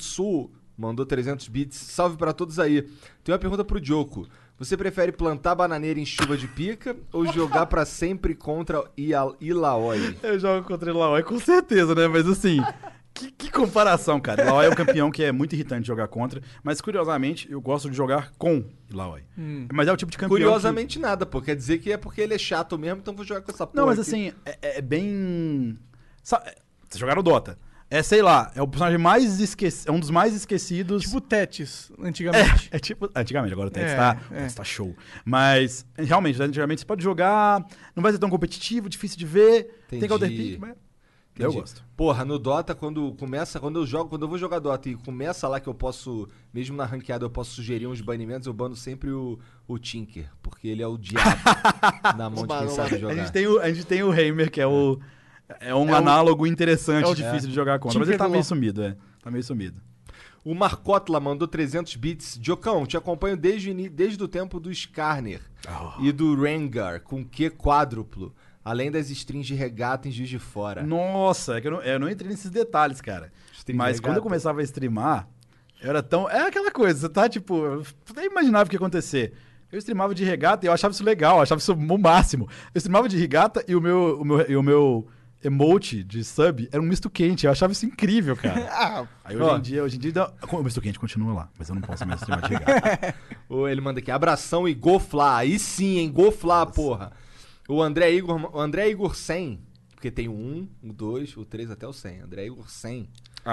B: 300 bits. Salve pra todos aí. Tem uma pergunta pro Joko. Você prefere plantar bananeira em chuva de pica ou jogar pra sempre contra Illaoi?
D: Eu jogo contra o Ilaoi com certeza, né? Mas assim, que comparação, cara. Ilaoi é um campeão que é muito irritante de jogar contra, mas curiosamente eu gosto de jogar com Ilaoi. Mas é o tipo de campeão
B: Curiosamente nada, pô. Quer dizer que é porque ele é chato mesmo, então vou jogar com essa porra.
D: Não, mas
B: aqui.
D: assim, é bem... Você jogar no Dota. Sei lá, é o personagem mais esquecido, é um dos mais esquecidos.
C: Tipo Tetris, antigamente.
D: É tipo... Antigamente, agora o Tetris tá show. Mas, realmente, antigamente você pode jogar, não vai ser tão competitivo, difícil de ver,
B: Entendi.
D: tem counterpick, mas... Eu gosto.
B: Porra, no Dota, quando eu vou jogar Dota e começa lá que eu posso, mesmo na ranqueada, eu posso sugerir uns banimentos, eu bano sempre o Tinker, porque ele é o diabo na mão de quem sabe jogar.
D: A gente tem o Heimer, que é um análogo interessante, difícil de jogar contra. Mas ele tá meio sumido, Tá meio sumido.
B: O Marcotla mandou 300 bits. Jocão, te acompanho desde o tempo do Skarner e do Rengar, com Q quádruplo, além das strings de regata em Juiz de Fora.
D: Nossa, é que eu não entrei nesses detalhes, cara. Mas quando eu começava a streamar, eu era tão... É aquela coisa, você tá tipo... Eu nem imaginava o que ia acontecer. Eu streamava de regata e eu achava isso legal, eu achava isso o máximo. Eu streamava de regata e o meu emote de sub era um misto quente. Eu achava isso incrível, cara. Aí hoje em dia o misto quente continua lá, mas eu não posso mais streamar de regata.
B: Ele manda aqui, abração e goflá. Aí sim, hein, goflá, porra. O André Igor 100, porque tem o 1, o 2, o 3 até o 100. André Igor 100.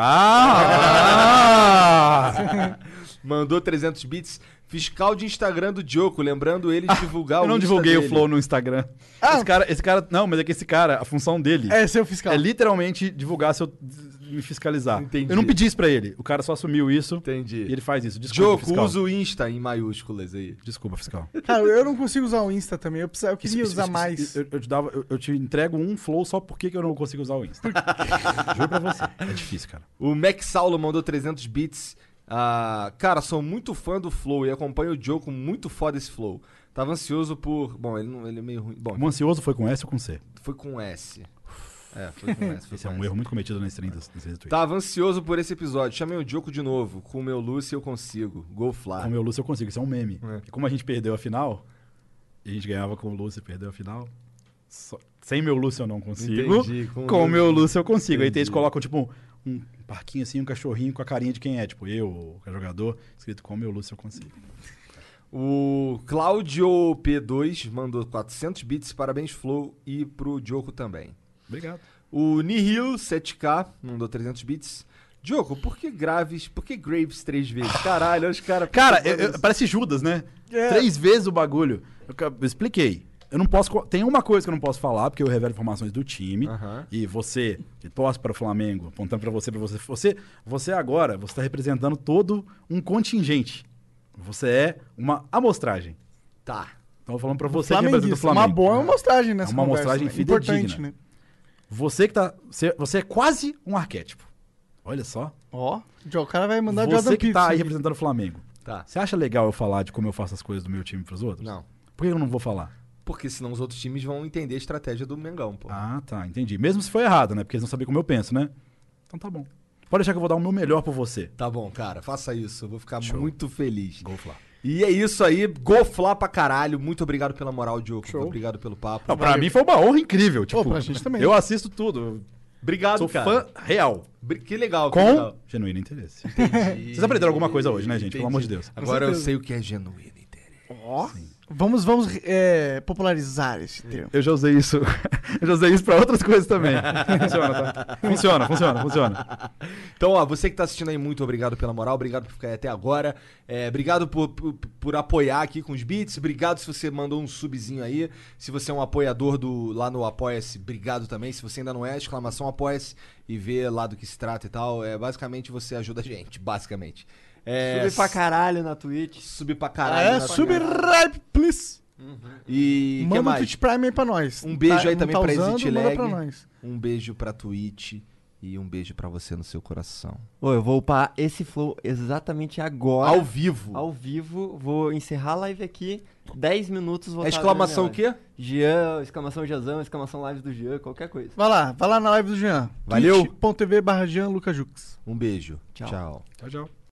B: Mandou 300 bits. Fiscal de Instagram do Joko, lembrando ele de divulgar o
D: Eu não
B: Insta
D: divulguei
B: dele.
D: o Flow no Instagram. Esse cara... Não, mas é que esse cara, a função dele...
C: É ser o fiscal.
D: É literalmente divulgar se eu me fiscalizar.
B: Entendi.
D: Eu não pedi isso pra ele. O cara só assumiu isso.
B: Entendi.
D: E ele faz isso. Desculpa,
B: Joko,
D: fiscal.
B: usa o Insta em maiúsculas aí.
D: Desculpa, fiscal.
C: Cara, eu não consigo usar o Insta também. Eu queria usar mais.
D: Eu te entrego um Flow só porque que eu não consigo usar o Insta. Juro pra você. É difícil, cara.
B: O Max Saulo mandou 300 bits. Cara, sou muito fã do Flow e acompanho o Joko, muito foda esse Flow. Tava ansioso por... Bom, ele é meio ruim. Bom,
D: O ansioso foi com S ou com C?
B: foi com S. Foi com S.
D: Esse é um erro muito cometido na stream das Twitch.
B: Tava ansioso por esse episódio. Chamei o Joko de novo. Com o meu Lúcio eu consigo. Go Fly.
D: Com o meu Lúcio eu consigo. Isso é um meme. E como a gente perdeu a final, e a gente ganhava com o Lúcio e perdeu a final... Sem meu Lúcio eu não consigo.
B: Entendi,
D: com o meu Lúcio eu consigo. Entendi. Aí eles colocam, tipo, um parquinho assim, um cachorrinho com a carinha de quem é. Tipo, eu, o jogador, escrito com o meu Lúcio eu consigo.
B: O Claudio P2 mandou 400 bits, parabéns Flow e pro Diogo também.
D: Obrigado.
B: O Nihil 7K mandou 300 bits. Diogo, por que Graves 3 vezes? Caralho, os caras...
D: Cara, parece Judas, né? 3 vezes o bagulho. Eu expliquei. Eu não posso... Tem uma coisa que eu não posso falar, porque eu revelo informações do time. E você, que torce para o Flamengo, apontando para você, você agora, você tá representando todo um contingente. Você é uma amostragem.
B: Tá.
D: Então, falando pra você que representa o Flamengo.
C: Uma boa amostragem nessa
D: Uma
C: conversa,
D: amostragem
C: né?
D: fidedigna.
C: Importante, né?
D: Você que tá... Você é quase um arquétipo. Olha só.
C: Ó, o cara vai mandar
D: Você
C: Jordan
D: que tá aí
C: Peterson.
D: representando o Flamengo.
B: Tá.
D: Você acha legal eu falar de como eu faço as coisas do meu time pros outros?
B: Não.
D: Por que eu não vou falar?
B: Porque senão os outros times vão entender a estratégia do Mengão, pô.
D: Ah, tá. Entendi. Mesmo se for errado, né? Porque eles não sabem como eu penso, né? Então tá bom. Pode deixar que eu vou dar o meu melhor por você.
B: Tá bom, cara. Faça isso. Eu vou ficar
D: Show.
B: muito feliz.
D: Goflar.
B: E é isso aí. Goflar pra caralho. Muito obrigado pela moral, Diogo.
C: Show.
B: Obrigado pelo papo.
D: Não, pra mim foi uma honra incrível. Tipo,
C: pra gente também.
D: Eu assisto tudo.
B: Obrigado,
D: Sou
B: cara.
D: fã real.
B: Que legal. Que
D: Com
B: legal.
D: genuíno interesse. Vocês aprenderam alguma coisa hoje, né, gente? Pelo amor de Deus.
B: Agora eu sei o que é genuíno interesse.
C: Ó, vamos popularizar esse termo.
D: Eu já usei isso. Eu já usei isso pra outras coisas também. Funciona, tá? Funciona.
B: Então, ó, você que tá assistindo aí, muito obrigado pela moral, obrigado por ficar aí até agora. Obrigado por apoiar aqui com os beats. Obrigado se você mandou um subzinho aí. Se você é um apoiador lá no Apoia-se, obrigado também. Se você ainda não é, exclamação Apoia-se e vê lá do que se trata e tal. Basicamente você ajuda a gente, basicamente.
E: Subir pra caralho na Twitch.
B: Subir pra caralho.
C: Subscribe, please.
B: E que
C: Manda o
B: mais?
C: Twitch Prime aí pra nós.
B: Um beijo aí também pra
C: usando,
B: Exit
C: manda
B: Lag.
C: pra nós.
B: Um beijo pra Twitch. E um beijo pra você no seu coração.
E: Ô, eu vou upar esse flow exatamente agora.
B: Ao vivo.
E: Ao vivo. Vou encerrar a live aqui. 10 minutos. Vou
B: Exclamação o quê?
E: Jean, exclamação Jazão, exclamação live do Jean, qualquer coisa.
C: Vai lá na live do Jean.
B: Valeu.
C: twitch.tv/Jean Lucas Jux.
B: Um beijo.
E: Tchau.
B: Tchau.
D: Tchau.